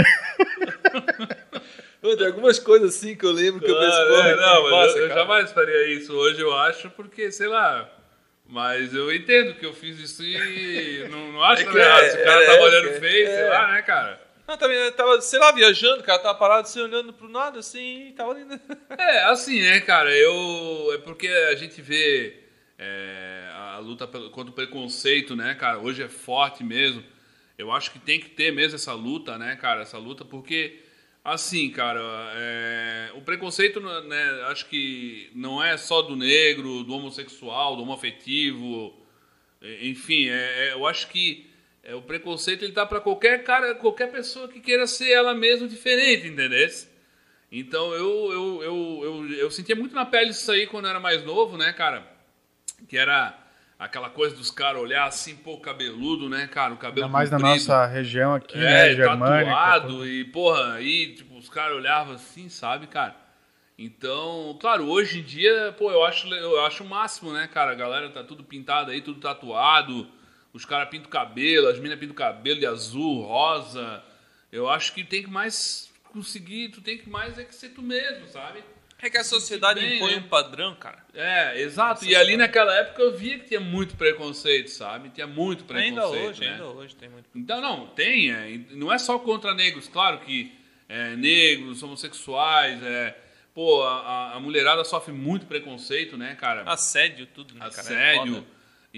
Tem algumas coisas assim que eu lembro que eu penso, porra, não, mas eu jamais faria isso hoje, eu acho, porque, sei lá... Mas eu entendo que eu fiz isso e não acho errado. Se o cara tava olhando feio, sei lá, né, cara? Não, também tava, sei lá, viajando, o cara tava parado assim, olhando pro nada, assim, e tava ali. Assim, né, cara? É porque a gente vê a luta contra o preconceito, né, cara, hoje é forte mesmo. Eu acho que tem que ter mesmo essa luta, né, cara, porque, assim, cara, o preconceito, né, acho que não é só do negro, do homossexual, do homoafetivo, enfim, eu acho que o preconceito ele tá para qualquer pessoa que queira ser ela mesma diferente, entendeu? Então eu sentia muito na pele isso aí quando eu era mais novo, né, cara? Que era aquela coisa dos caras olhar assim, pô, cabeludo, né, cara? O cabelo ainda mais comprido, na nossa região aqui, né, germânica. tatuado, e, porra, aí, tipo, os caras olhavam assim, sabe, cara? Então, claro, hoje em dia, pô, eu acho o máximo, né, cara? A galera tá tudo pintado aí, tudo tatuado, os caras pintam o cabelo, as minas pintam o cabelo de azul, rosa. Eu acho que tem que mais conseguir, tu tem que mais que ser tu mesmo, sabe? É que a sociedade impõe um padrão, cara. Exato. E ali naquela época eu via que tinha muito preconceito, sabe? Tinha muito preconceito. Ainda hoje tem muito. Então, não, tem. Não é só contra negros, claro que negros, homossexuais, pô, a mulherada sofre muito preconceito, né, cara? Assédio, tudo, né, cara? Assédio.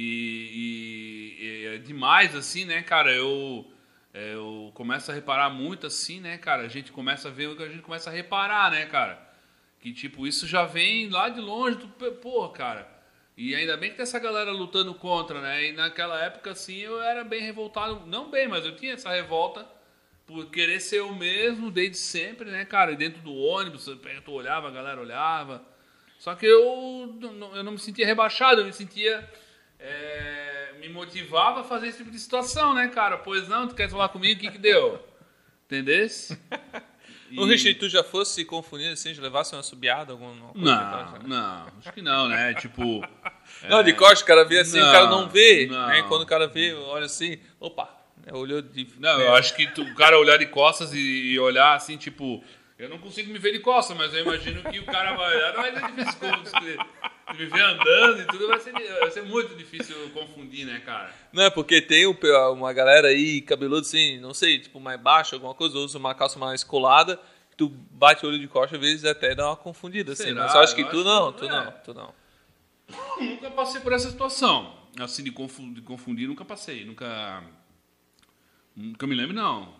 E é demais, assim, né, cara? Eu começo a reparar muito, assim, né, cara? A gente começa a ver o que a gente começa a reparar, né, cara? Que, tipo, isso já vem lá de longe, pô, cara. E ainda bem que tem essa galera lutando contra, né? E naquela época, assim, eu era bem revoltado. Não bem, mas eu tinha essa revolta por querer ser eu mesmo desde sempre, né, cara? E dentro do ônibus, tu olhava, a galera olhava. Só que eu não me sentia rebaixado, eu me sentia... me motivava a fazer esse tipo de situação, né, cara? Pois não, tu quer falar comigo, o que deu? Entendesse? Ô, Richard, tu já fosse se confundir assim, de levasse uma subiada, alguma coisa? Não, acho que não, né? Tipo... Não, de costas o cara vê assim, o cara não vê. Não. Né? Quando o cara vê, olha assim, opa, olhou de... Não, eu acho que o cara olhar de costas e olhar assim, tipo... Eu não consigo me ver de costas, mas eu imagino que o cara vai olhar, não vai ser difícil me ver andando e tudo, vai ser muito difícil confundir, né, cara? Não, é porque tem uma galera aí, cabeludo assim, não sei, tipo mais baixo, alguma coisa, usa uma calça mais colada, tu bate o olho de costas, às vezes até dá uma confundida, assim. Mas eu acho que tu não. Nunca passei por essa situação, assim, de confundir, nunca passei, nunca me lembro, não.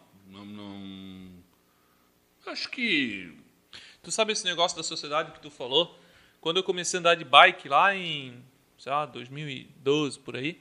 Acho que... Tu sabe esse negócio da sociedade que tu falou? Quando eu comecei a andar de bike lá em, sei lá, 2012, por aí,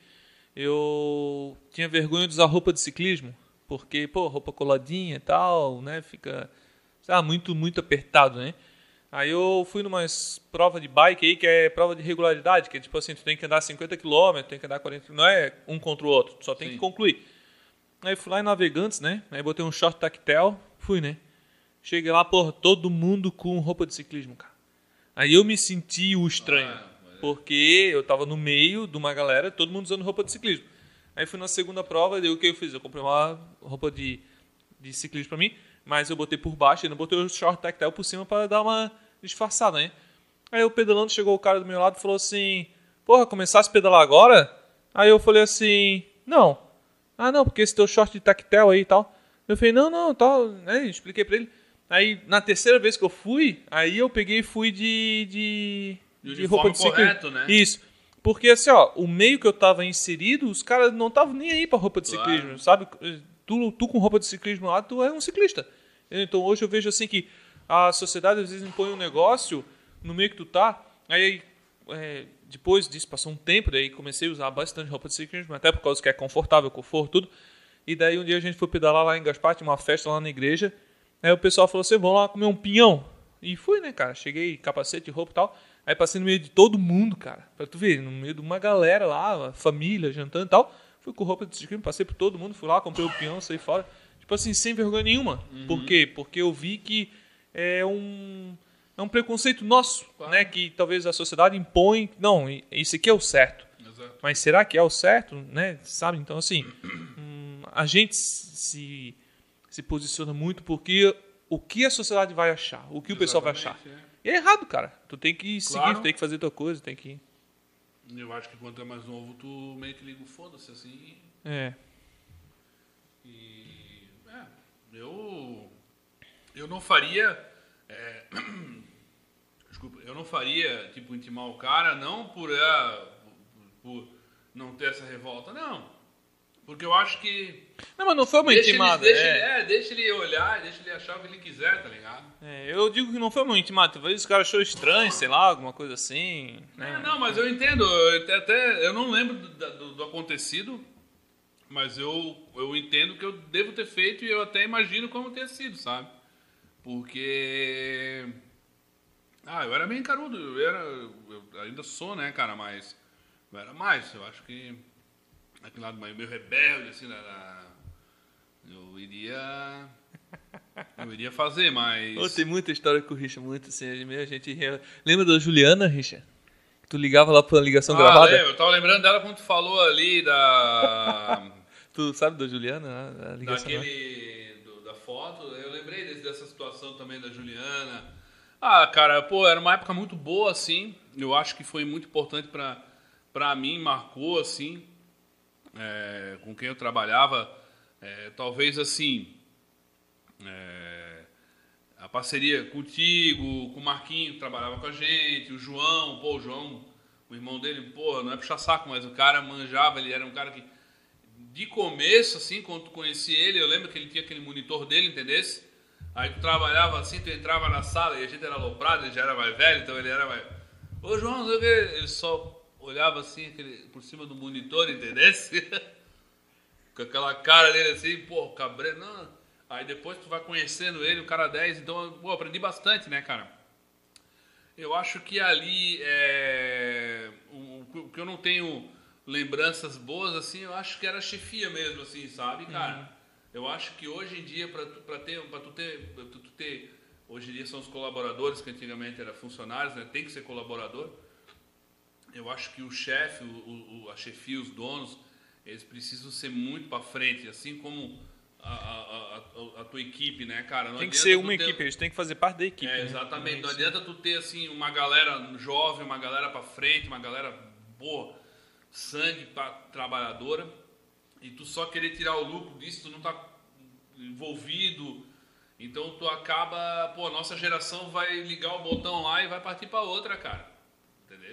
eu tinha vergonha de usar roupa de ciclismo, porque, pô, roupa coladinha e tal, né, fica, sei lá, muito, muito apertado, né? Aí eu fui numa prova de bike aí, que é prova de regularidade, que é tipo assim, tu tem que andar 50 km, tem que andar 40 km, não é um contra o outro, tu só tem que concluir. Aí fui lá em Navegantes, né, aí botei um short tactel, fui, né. Cheguei lá, porra, todo mundo com roupa de ciclismo, cara. Aí eu me senti o estranho, porque eu tava no meio de uma galera, todo mundo usando roupa de ciclismo. Aí fui na segunda prova, daí o que eu fiz? Eu comprei uma roupa de ciclismo pra mim, mas eu botei por baixo e não botei o short tactile por cima pra dar uma disfarçada, né? Aí eu pedalando, chegou o cara do meu lado e falou assim, porra, começasse a pedalar agora? Aí eu falei assim, não. Ah, não, porque esse teu short de tactile aí e tal. Eu falei, não, tal, né? Expliquei pra ele. Aí, na terceira vez que eu fui, aí eu peguei e fui de roupa de ciclismo. Correto, né? Isso. Porque, assim, ó, o meio que eu tava inserido, os caras não estavam nem aí pra roupa de ciclismo, sabe? Tu com roupa de ciclismo lá, tu é um ciclista. Então, hoje eu vejo, assim, que a sociedade, às vezes, impõe um negócio no meio que tu tá. Aí, depois disso, passou um tempo, daí comecei a usar bastante roupa de ciclismo, até por causa que é confortável, conforto, tudo. E daí, um dia a gente foi pedalar lá em Gaspar, tinha uma festa lá na igreja. Aí o pessoal falou assim, vamos lá comer um pinhão. E fui, né, cara? Cheguei, capacete, roupa e tal. Aí passei no meio de todo mundo, cara. Pra tu ver, no meio de uma galera lá, uma família, jantando e tal. Fui com roupa de ciclismo, passei por todo mundo, fui lá, comprei o pinhão, saí fora. Tipo assim, sem vergonha nenhuma. Por quê? Porque eu vi que é um preconceito nosso, né? Que talvez a sociedade impõe. Não, isso aqui é o certo. Exato. Mas será que é o certo, né? Sabe? Então, assim, a gente se posiciona muito porque o que a sociedade vai achar, o que o pessoal vai achar. E é errado, cara. Tu tem que seguir, tu tem que fazer tua coisa, tem que... Eu acho que quanto é mais novo, tu meio que liga o foda-se, assim. Eu não faria... Desculpa, eu não faria, tipo, intimar o cara, não por por não ter essa revolta. Não. Porque eu acho que... Não, mas não foi uma intimada. Deixa ele olhar, deixa ele achar o que ele quiser, tá ligado? Eu digo que não foi uma intimada. Talvez o cara achou estranho, sei lá, alguma coisa assim. Né? Não, mas eu entendo. Eu não lembro do acontecido, mas eu entendo que eu devo ter feito e eu até imagino como ter sido, sabe? Porque... eu era meio encarudo. Eu ainda sou, né, cara? Mas eu era mais. Eu acho que... aquele lado meio rebelde, assim, eu iria fazer, mas... Tem muita história com o Richard, muito assim, a gente... Lembra da Juliana, Richard? Que tu ligava lá pra uma ligação gravada? Eu tava lembrando dela quando tu falou ali da... Tu sabe da Juliana? A ligação da foto, eu lembrei dessa situação também da Juliana. Cara, era uma época muito boa, assim, eu acho que foi muito importante pra mim, marcou, assim... com quem eu trabalhava, talvez assim, a parceria contigo, com o Marquinho, que trabalhava com a gente, o João, o irmão dele, não é puxar saco, mas o cara manjava, ele era um cara que, de começo, assim, quando tu conhecia ele, eu lembro que ele tinha aquele monitor dele, entendesse? Aí tu trabalhava assim, tu entrava na sala e a gente era aloprado, ele já era mais velho, então ele era mais... Ô João, não sei o que, ele só... olhava assim, por cima do monitor, entendesse? Com aquela cara dele assim, cabreiro, não. Aí depois tu vai conhecendo ele, o cara 10, então, aprendi bastante, né, cara? Eu acho que ali, o que eu não tenho lembranças boas, assim, eu acho que era a chefia mesmo, assim, sabe, cara? Eu acho que hoje em dia, pra tu ter, hoje em dia são os colaboradores, que antigamente eram funcionários, né? Tem que ser colaborador. Eu acho que o chefe, a chefia, os donos, eles precisam ser muito para frente, assim como a tua equipe, né, cara? Tem que ser uma equipe, eles têm que fazer parte da equipe. Exatamente. Né? Não adianta tu ter, assim, uma galera jovem, uma galera para frente, uma galera, sangue trabalhadora, e tu só querer tirar o lucro disso, tu não tá envolvido, então tu acaba, a nossa geração vai ligar o botão lá e vai partir para outra, cara. Entendeu?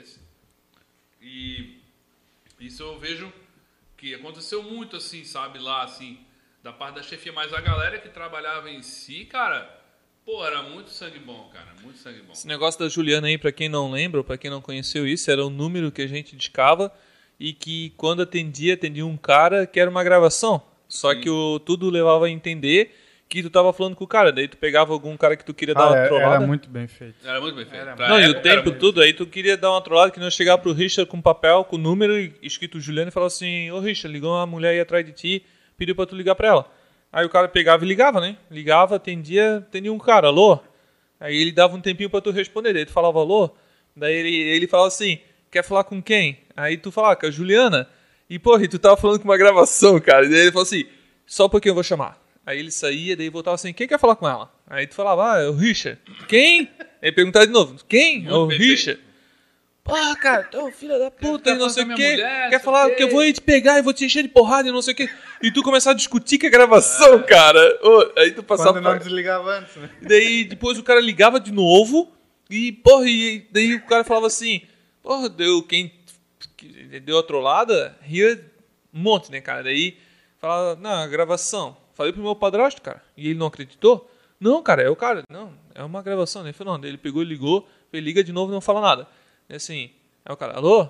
E isso eu vejo que aconteceu muito, assim, sabe, lá, assim, da parte da chefia, mas a galera que trabalhava em si, cara, era muito sangue bom, cara, muito sangue bom. Esse negócio da Juliana aí, pra quem não lembra, ou pra quem não conheceu isso, era um número que a gente discava e que quando atendia um cara que era uma gravação, só Sim. que tudo levava a entender que tu tava falando com o cara, daí tu pegava algum cara que tu queria dar uma trollada. Era muito bem feito. Era muito bem feito. Não, e o tempo tudo, aí tu queria dar uma trollada, que não chegar pro Richard com papel, com número, escrito Juliana, e falar assim, ô Richard, ligou uma mulher aí atrás de ti, pediu pra tu ligar pra ela. Aí o cara pegava e ligava, né? Ligava, atendia um cara, alô? Aí ele dava um tempinho pra tu responder, daí tu falava alô, daí ele falava assim, quer falar com quem? Aí tu falava, com a Juliana, e tu tava falando com uma gravação, cara, e daí ele falou assim, só porque eu vou chamar. Aí ele saía, daí voltava assim, quem quer falar com ela? Aí tu falava, é o Richard. Quem? Aí perguntava de novo, quem? É o Richard. Cara, filho da puta, e não sei o quê. Quer falar que eu vou te pegar e vou te encher de porrada e não sei o quê. E tu começava a discutir com a gravação, cara. Aí tu passava... Quando não desligava antes, né? Daí depois o cara ligava de novo e, e daí o cara falava assim, quem deu a trollada, ria um monte, né, cara? Daí falava, não, a gravação... Falei pro meu padrasto, cara, e ele não acreditou. Não, cara, é o cara. Não, é uma gravação. Ele falou, não. Ele pegou e ligou, ele liga de novo e não fala nada. E assim, aí o cara, alô?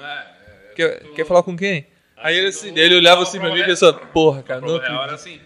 Quer falar com quem? Aí ele assim, ele olhava assim pra mim e pensava, porra, cara, não acredito. Era assim.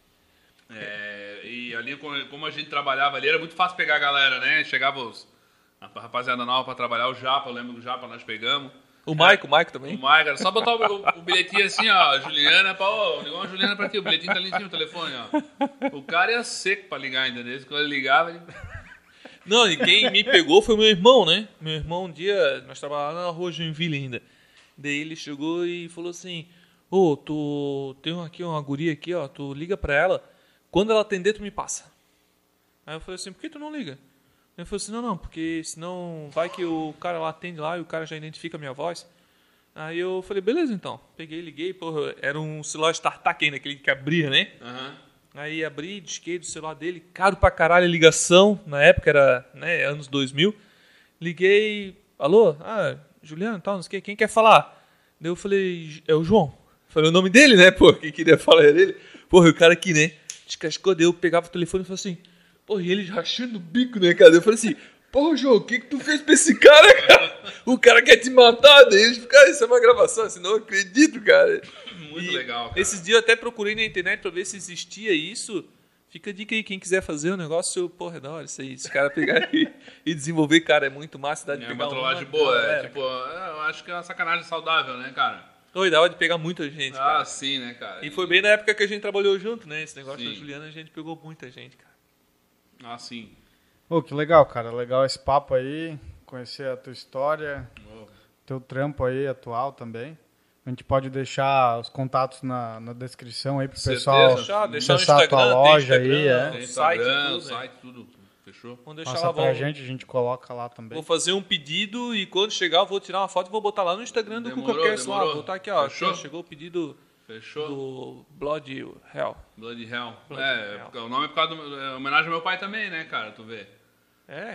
E ali, como a gente trabalhava ali, era muito fácil pegar a galera, né? Chegava a rapaziada nova pra trabalhar, o Japa, eu lembro do Japa, nós pegamos. O Maico também? O Maico, era só botar o bilhetinho assim, ó, Juliana, ligou uma Juliana pra ti, o bilhetinho tá ali em cima do telefone, ó. O cara ia seco pra ligar, entendeu? Quando ele ligava, ele... Não, e quem me pegou foi meu irmão, né? Meu irmão, um dia, nós trabalhávamos na rua Joinville ainda. Daí ele chegou e falou assim, tu tem aqui uma guria aqui, ó, tu liga pra ela, quando ela atender, tu me passa. Aí eu falei assim, por que tu não liga? Ele falou assim, não, porque senão vai que o cara lá atende lá e o cara já identifica a minha voz. Aí eu falei, beleza então. Peguei, liguei, era um celular StarTAC ainda, aquele que abria, né? Uhum. Aí abri, disquei do celular dele, caro pra caralho a ligação, na época era, né, anos 2000. Liguei, alô? Juliano, tal, não sei o que, quem quer falar? Daí eu falei, é o João. Falei o nome dele, né, pô, quem queria falar era ele. Porra, e o cara aqui, né, descascou, daí eu pegava o telefone e falava assim, porra, e ele rachando o bico, né, cara? Eu falei assim, porra, João, o que tu fez pra esse cara, cara? O cara quer te matar, daí eles ficaram, isso é uma gravação, assim, não acredito, cara. Muito legal, cara. Esses dias eu até procurei na internet pra ver se existia isso. Fica a dica aí, quem quiser fazer o negócio, porra, é da hora isso aí. Esse cara pegar e desenvolver, cara, é muito massa. Dá de pegar uma trollagem boa, tipo, cara. eu acho que é uma sacanagem saudável, né, cara? Oi, dá hora de pegar muita gente, cara. Sim, né, cara? E foi bem na época que a gente trabalhou junto, né? Esse negócio Sim. da Juliana, a gente pegou muita gente, cara. Sim. Pô, que legal, cara. Legal esse papo aí, conhecer a tua história, teu trampo aí atual também. A gente pode deixar os contatos na descrição aí pro pessoal deixar acessar a tua loja aí. Tem Instagram, site, tudo. Fechou? Vamos deixar Passa lá, pra gente coloca lá também. Vou fazer um pedido e quando chegar eu vou tirar uma foto e vou botar lá no Instagram do CucaCast lá. Vou botar aqui, ó. Fechou? Chegou o pedido Fechou? do Blood Hell. Blood Hell. Hell. O nome é por causa é homenagem ao meu pai também, né, cara? Tu vê. É?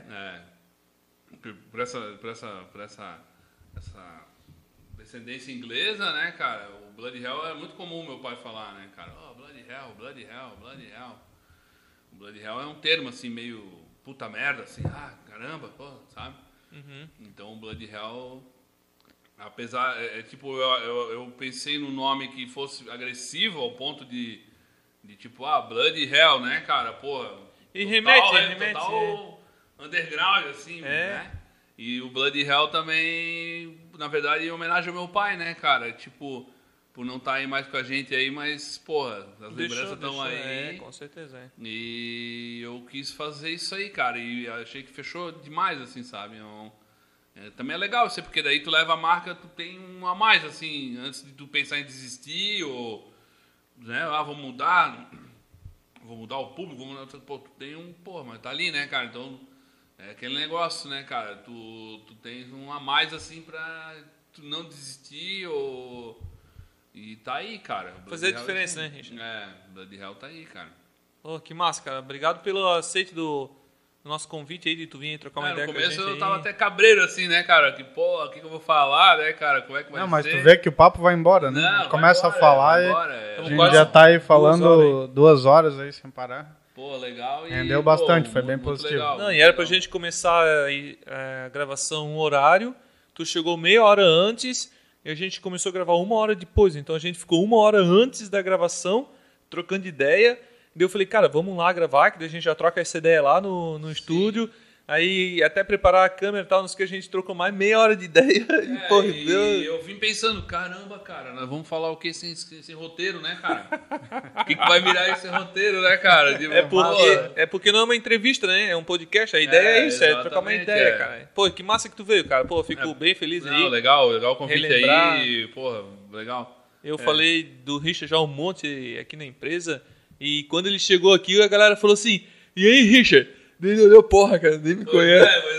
Por essa descendência inglesa, né, cara? O Bloody Hell é muito comum meu pai falar, né, cara? Oh, Bloody Hell, Bloody Hell, Bloody Hell. O Bloody Hell é um termo, assim, meio puta merda, assim, caramba, pô, sabe? Uhum. Então o Bloody Hell, apesar, tipo, eu pensei num nome que fosse agressivo ao ponto de tipo, Bloody Hell, né, cara? Pô, e remete total underground, assim, né? E o Bloody Hell também, na verdade, em homenagem ao meu pai, né, cara? Tipo, por não estar aí mais com a gente aí, mas, porra, as lembranças estão aí. Com certeza, E eu quis fazer isso aí, cara, e achei que fechou demais, assim, sabe? Também é legal, assim, porque daí tu leva a marca, tu tem um a mais, assim, antes de tu pensar em desistir, ou, né, vou mudar o público, vou mudar, pô, tu tem porra, mas tá ali, né, cara? Então, é aquele negócio, né, cara? Tu tens um a mais, assim, pra tu não desistir, ou... E tá aí, cara. Fazer a diferença, né, Richard? Bloody Hell tá aí, cara. Oh, que massa, cara. Obrigado pelo aceite do nosso convite aí, de tu vir trocar uma ideia com a gente. No começo eu tava até cabreiro, assim, né, cara? Que, pô, o que eu vou falar, né, cara? Como é que vai ser? Não, mas tu vê que o papo vai embora, né? Não, começa embora, a falar e a gente já tá aí falando 2 horas aí sem parar. Pô, legal. Rendeu bastante, foi bem positivo. Legal, não, e era pra gente começar a gravação um horário, tu chegou meia hora antes e a gente começou a gravar 1 hora depois. Então a gente ficou 1 hora antes da gravação, trocando ideia. Daí eu falei, cara, vamos lá gravar, que daí a gente já troca essa ideia lá no estúdio. Aí até preparar a câmera e tal, não sei o que, a gente trocou mais meia hora de ideia. E eu vim pensando, caramba, cara, nós vamos falar o que sem roteiro, né, cara? O que vai virar esse roteiro, né, cara? Porque não é uma entrevista, né? É um podcast. A ideia é isso, é trocar uma ideia, cara. Pô, que massa que tu veio, cara. Pô, fico bem feliz aí. Legal o convite aí. Porra, legal. Eu falei do Richard já um monte aqui na empresa. E quando ele chegou aqui, a galera falou assim, e aí, Richard? Ele olhou, porra, cara, nem me conhece. Pois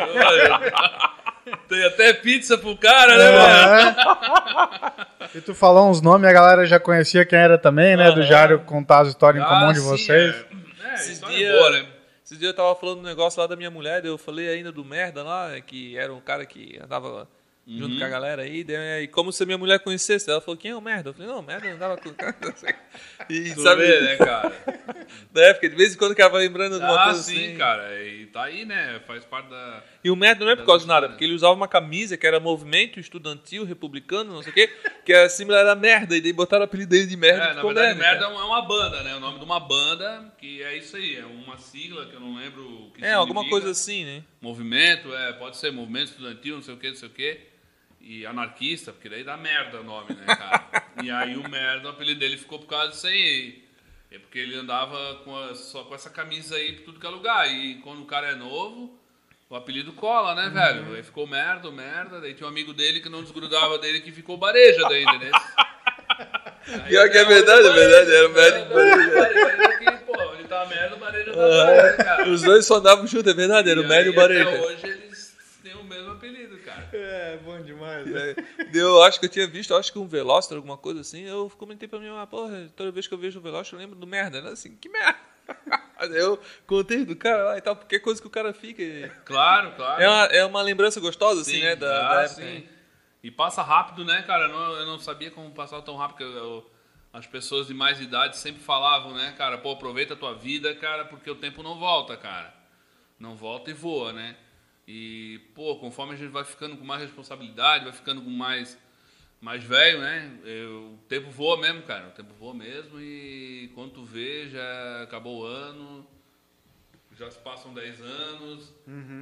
é. Tem até pizza pro cara, né, mano? E tu falou uns nomes, a galera já conhecia quem era também, né? Do Jário contar as histórias em comum de vocês. História boa, né? Esses dias eu tava falando um negócio lá da minha mulher, eu falei ainda do merda lá, que era um cara que andava junto com a galera aí, e como se a minha mulher conhecesse, ela falou, quem é o merda? Eu falei, não, o merda andava com o cara. E tu sabe, vê, né, cara? Na época, de vez em quando o cara vai lembrando de uma coisa sim, assim. Cara, e tá aí, né, faz parte da... E o merda não é por causa de nada, porque ele usava uma camisa que era movimento estudantil, republicano, não sei o quê, que a símbolo era merda, e daí botaram o apelido dele de merda. Na verdade, merda é uma banda, né, o nome de uma banda, que é isso aí, é uma sigla que eu não lembro o que significa. Alguma coisa assim, né? Movimento, pode ser movimento estudantil, não sei o quê. E anarquista, porque daí dá merda o nome, né, cara? E aí o merda, o apelido dele ficou por causa disso aí. É porque ele andava só com essa camisa aí pra tudo que é lugar. E quando o cara é novo, o apelido cola, né, velho? Aí ficou merda. Daí tinha um amigo dele que não desgrudava dele, que ficou Bareja daí, entendeu? Pior que é verdade, era o merda. Que, pô, onde tá a merda, o Bareja tá Bareja, cara. Os dois só andavam juntos, é verdade, era o merda e o Bareja. Até hoje eles têm o mesmo apelido, cara. Bom demais. Eu acho que eu tinha visto, um Veloster, alguma coisa assim. Eu comentei pra minha mãe, porra, toda vez que eu vejo o Veloster eu lembro do merda, né? Assim, que merda. Eu contei do cara lá e tal, porque é coisa que o cara fica. Claro. É uma lembrança gostosa, assim, né? Da época. Sim. E passa rápido, né, cara? Eu não sabia como passava tão rápido. As pessoas de mais idade sempre falavam, né, cara? Pô, aproveita a tua vida, cara, porque o tempo não volta, cara. Não volta e voa, né? E, pô, conforme a gente vai ficando com mais responsabilidade, vai ficando com mais velho, né? O tempo voa mesmo, cara. O tempo voa mesmo e quando tu vê, já acabou o ano, já se passam 10 anos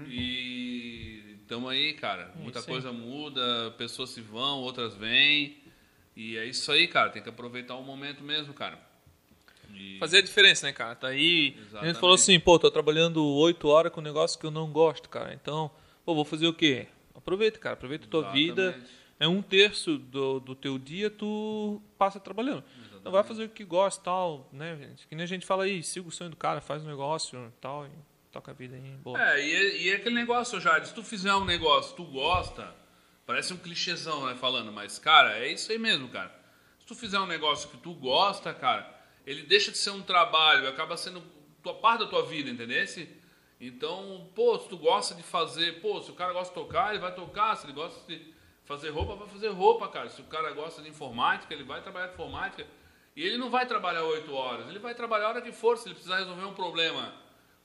e estamos aí, cara. Muita coisa muda, pessoas se vão, outras vêm. E é isso aí, cara. Tem que aproveitar o momento mesmo, cara. Fazer a diferença, né, cara? Tá aí. Exatamente. A gente falou assim, pô, tô trabalhando 8 horas com um negócio que eu não gosto, cara. Então, pô, vou fazer o quê? Aproveita, cara. Aproveita a tua vida. É 1/3 do teu dia tu passa trabalhando. Exatamente. Então vai fazer o que gosta e tal, né, gente? Que nem a gente fala aí, siga o sonho do cara, faz um negócio e tal, e toca a vida aí. Boa. E é aquele negócio, Jair, se tu fizer um negócio que tu gosta, parece um clichêzão, né, falando, mas, cara, é isso aí mesmo, cara. Se tu fizer um negócio que tu gosta, cara, ele deixa de ser um trabalho, acaba sendo tua parte da tua vida, entendeu? Então, pô, se tu gosta de fazer, pô, se o cara gosta de tocar, ele vai tocar, se ele gosta de fazer roupa, vai fazer roupa, cara. Se o cara gosta de informática, ele vai trabalhar de informática. E ele não vai trabalhar 8 horas, ele vai trabalhar a hora que for, se ele precisar resolver um problema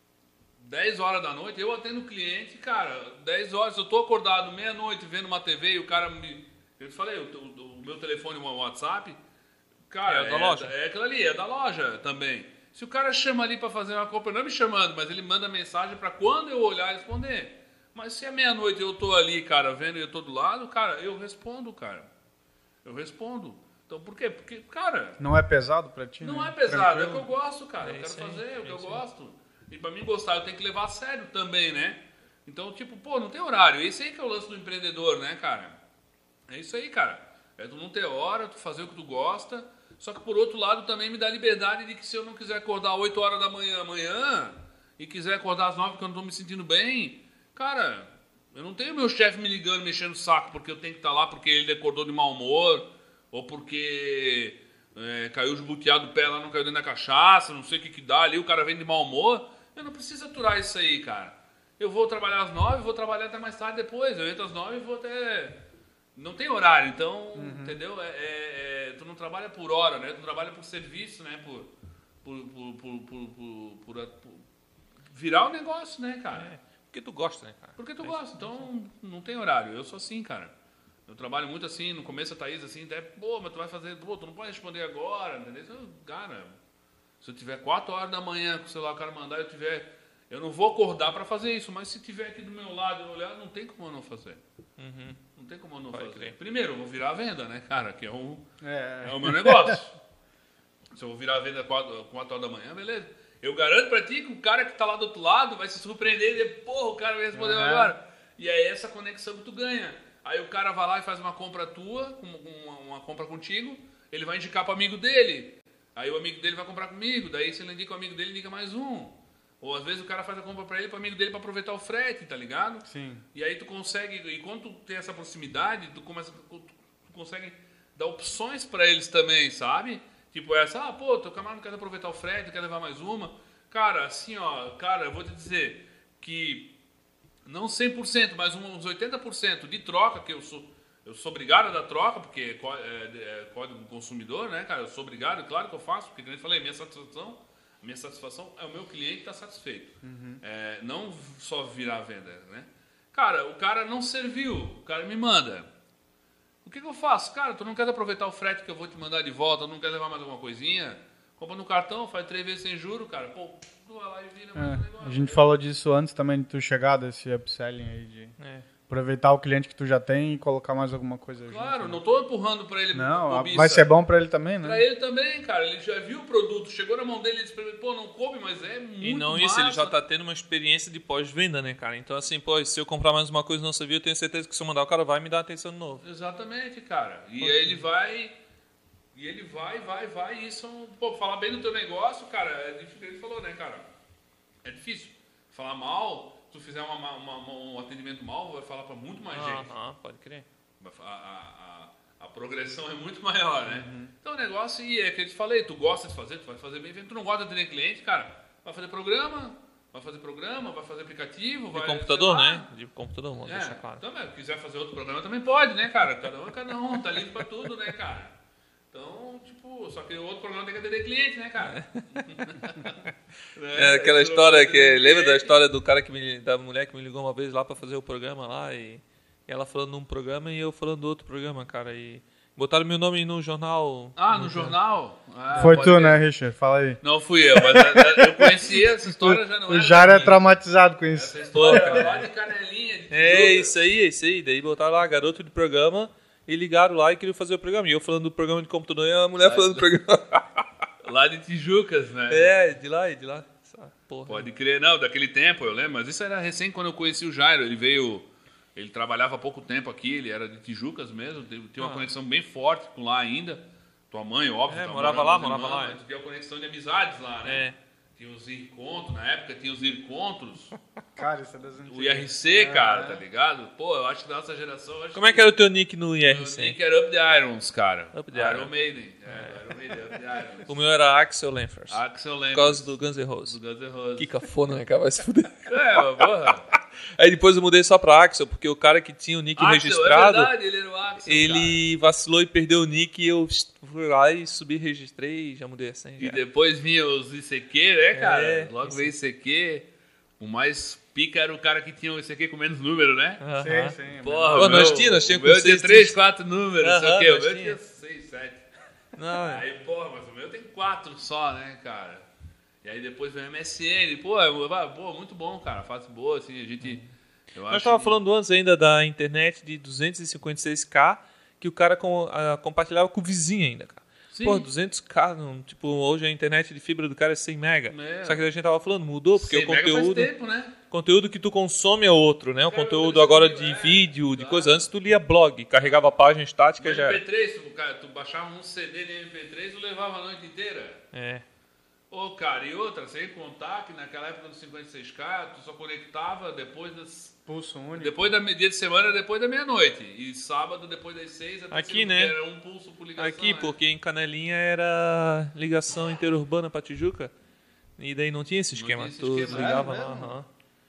10 horas da noite, eu atendo o cliente, cara, 10 horas, se eu tô acordado meia-noite vendo uma TV e o cara eu te falei, o meu telefone, o meu WhatsApp, cara, é da loja. É aquilo ali, é da loja também. Se o cara chama ali pra fazer uma compra, não me chamando, mas ele manda mensagem pra quando eu olhar e responder. Mas se é meia-noite eu tô ali, cara, vendo e eu tô do lado, cara, eu respondo, cara. Eu respondo. Então, por quê? Porque, cara... Não é pesado pra ti, Não né? é pesado, Tranquilo. é o que eu gosto, cara. Eu quero fazer o que eu gosto. E pra mim gostar, eu tenho que levar a sério também, né? Então, tipo, pô, não tem horário. Esse aí que é o lance do empreendedor, né, cara? É isso aí, cara. É tu não ter hora, tu fazer o que tu gosta. Só que, por outro lado, também me dá liberdade de que se eu não quiser acordar 8 horas da manhã amanhã e quiser acordar às 9 porque eu não tô me sentindo bem, cara, eu não tenho meu chefe me ligando, me enchendo o saco porque eu tenho que estar lá porque ele acordou de mau humor ou porque caiu esbuteado do pé lá, não caiu dentro da cachaça, não sei o que dá ali, o cara vem de mau humor. Eu não preciso aturar isso aí, cara. Eu vou trabalhar às 9, vou trabalhar até mais tarde depois. Eu entro às 9 e vou até... Não tem horário, então, entendeu? Tu não trabalha por hora, né? Tu trabalha por serviço, né? Por virar o negócio, né, cara? Porque tu gosta, né, cara? Porque tu gosta, então não tem horário. Eu sou assim, cara. Eu trabalho muito assim, no começo a Thaís assim, até, pô, mas tu vai fazer, pô, tu não pode responder agora, entendeu? Cara, se eu tiver 4 horas da manhã com o celular, o cara mandar, eu não vou acordar pra fazer isso, mas se tiver aqui do meu lado eu olhar, não tem como eu não fazer. Não tem como eu não fazer. Crer. Primeiro, eu vou virar a venda, né, cara, que é o meu negócio. Se eu vou virar a venda 4 horas da manhã, beleza. Eu garanto pra ti que o cara que tá lá do outro lado vai se surpreender e dizer, porra, o cara vai responder agora. E é essa conexão que tu ganha. Aí o cara vai lá e faz uma compra tua, uma compra contigo, ele vai indicar pro amigo dele. Aí o amigo dele vai comprar comigo, daí se ele indica o amigo dele, indica mais um. Ou às vezes o cara faz a compra pra ele, pro amigo dele, pra aproveitar o frete, tá ligado? Sim. E aí tu consegue, e quando tu tem essa proximidade, tu consegue dar opções pra eles também, sabe? Tipo essa, pô, teu camarada não quer aproveitar o frete, quer levar mais uma. Cara, assim, ó, cara, eu vou te dizer que não 100%, mas uns 80% de troca, que eu sou obrigado a dar troca, porque é código do consumidor, né, cara? Eu sou obrigado, claro que eu faço, porque como eu falei, minha satisfação é o meu cliente estar satisfeito. Não só virar a venda, né? Cara, o cara não serviu, o cara me manda. O que eu faço? Cara, tu não quer aproveitar o frete que eu vou te mandar de volta, não quer levar mais alguma coisinha? Compra no cartão, faz 3 vezes sem juro, cara. Pô, tu vai lá e vira mais um negócio. A gente falou disso antes também de tu chegar desse upselling aí, de aproveitar o cliente que tu já tem e colocar mais alguma coisa junto. Claro, não tô empurrando pra ele. Não, vai ser bom pra ele também, né? Pra ele também, cara. Ele já viu o produto, chegou na mão dele e disse pra ele, pô, não coube, mas é muito E não massa. isso, ele já tá tendo uma experiência de pós-venda, né, cara? Então, assim, pô, se eu comprar mais uma coisa e não servir, eu tenho certeza que se eu mandar, o cara vai me dar atenção de novo. Exatamente, cara. E aí ele vai... E ele vai. Isso, pô, falar bem do teu negócio, cara, é difícil. Ele falou, né, cara? É difícil. Falar mal, se tu fizer um atendimento mal, vai falar pra muito mais gente. Pode crer. A progressão é muito maior, né? Então o negócio, e é que eu te falei, tu gosta de fazer, tu vai fazer bem feito. Tu não gosta de atender cliente, cara, vai fazer programa, Vai fazer programa, vai fazer aplicativo, vai... De computador, né? De computador, vamos deixar claro. Então, se quiser fazer outro programa também pode, né, cara? Cada um, tá livre pra tudo, né, cara? Então, tipo, só que o outro programa tem que atender cliente, né, cara? Aquela história que... Lembra da história do cara da mulher que me ligou uma vez lá pra fazer o programa lá e ela falando num programa e eu falando do outro programa, cara, e... Botaram meu nome no jornal. No jornal? Foi tu, né, Richard? Fala aí. Não fui eu, mas eu conhecia essa história, já não era. O Jairo é traumatizado com isso. Essa história era lá de Canelinha. Isso aí. Daí botaram lá, garoto de programa, e ligaram lá e queriam fazer o programa. E eu falando do programa de computador e a mulher falando do programa. Lá de Tijucas, né? De lá. Porra. Pode crer, não, daquele tempo, eu lembro. Mas isso era recém quando eu conheci o Jairo. Ele veio... Ele trabalhava há pouco tempo aqui, ele era de Tijucas mesmo, tem uma conexão bem forte com lá ainda. Tua mãe, óbvio. Morava lá. Mas tinha uma conexão de amizades lá, né? Tinha os encontros, na época tinha os encontros. Cara, isso é das antigas. O IRC, cara, tá ligado? Pô, eu acho que da nossa geração... Como é que era o teu nick no IRC? O nick era Up the Irons, cara. Up the Iron Maiden. Iron Maiden, Up the Irons. O meu era Axel Lenfers. Por causa do Guns N' Roses. Do Guns N' Roses. Que cafona, né, cara? Vai se fuder. Porra. Aí depois eu mudei só pra Axel, porque o cara que tinha o nick registrado, é verdade, ele era o Axel, ele vacilou e perdeu o nick e eu fui lá e subi, registrei e já mudei a senha. E depois vinha os ICQ, né, cara? Logo veio ICQ. O mais pica era o cara que tinha o ICQ com menos número, né? Sim. Porra, nós tínhamos o meu tinha 3, 4 números, sei o quê. O meu tinha 6, 7. Não, Aí, porra, mas o meu tem 4 só, né, cara? E aí depois vem o MSN. Pô, muito bom, cara. Fase boa, assim, a gente... Nós estávamos falando antes ainda da internet de 256K, que o cara compartilhava com o vizinho ainda, cara. Sim. Pô, 200K, tipo, hoje a internet de fibra do cara é 100 mega. Só que a gente tava falando, mudou, porque o conteúdo... Faz tempo, né? Conteúdo que tu consome é outro, né? O conteúdo agora de vídeo, de coisa. Antes tu lia blog, carregava a página estática e já era. MP3, tu baixava um CD de MP3 e levava a noite inteira. Cara, e outra, sem contar que naquela época do 56K, tu só conectava depois das... Pulso único. Depois da dia de semana, depois da meia-noite. E sábado, depois das 6, até aqui, né? Era um pulso por ligação. Aqui, porque em Canelinha era ligação interurbana pra Tijuca. E daí não tinha esse esquema. Tu ligava lá.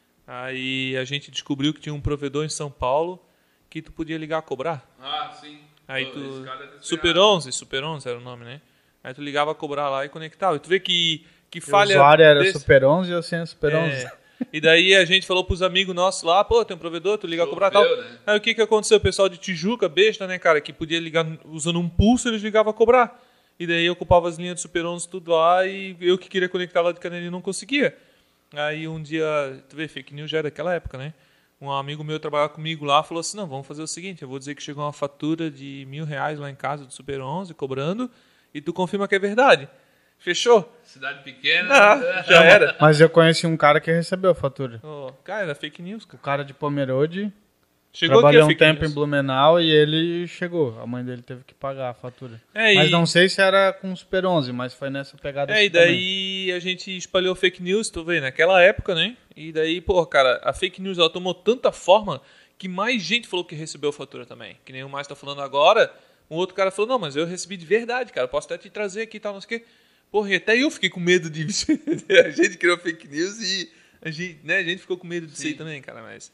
Aí a gente descobriu que tinha um provedor em São Paulo que tu podia ligar a cobrar. Sim. Aí tu... Super 11 era o nome, né? Aí tu ligava a cobrar lá e conectava. E tu vê que falha... O usuário era Super 11 ou sem Super 11? E daí a gente falou pros amigos nossos lá, pô, tem um provedor, tu liga a cobrar e tal. Né? Aí o que aconteceu? O pessoal de Tijuca, besta, né, cara, que podia ligar usando um pulso, eles ligavam a cobrar. E daí eu ocupava as linhas de Super 11 tudo lá e eu que queria conectar lá de Canelinha não conseguia. Aí um dia, tu vê, fake news já era daquela época, né? Um amigo meu trabalhava comigo lá, falou assim, não, vamos fazer o seguinte, eu vou dizer que chegou uma fatura de R$1.000 lá em casa do Super 11, cobrando, e tu confirma que é verdade. Fechou? Cidade pequena. Já era. Mas eu conheci um cara que recebeu a fatura. Cara, era fake news, cara. O cara de Pomerode. Chegou trabalhou aqui um tempo em Blumenau e ele chegou. A mãe dele teve que pagar a fatura. Mas não sei se era com Super 11, mas foi nessa pegada. E daí a gente espalhou fake news, tu vê, naquela época, né? E daí, pô, cara, a fake news ela tomou tanta forma que mais gente falou que recebeu a fatura também. Que nem o Márcio tá falando agora. Um outro cara falou, não, mas eu recebi de verdade, cara. Posso até te trazer aqui e tal, não sei o quê. Porra, e até eu fiquei com medo de... a gente criou fake news e a gente ficou com medo disso aí também, cara. Mas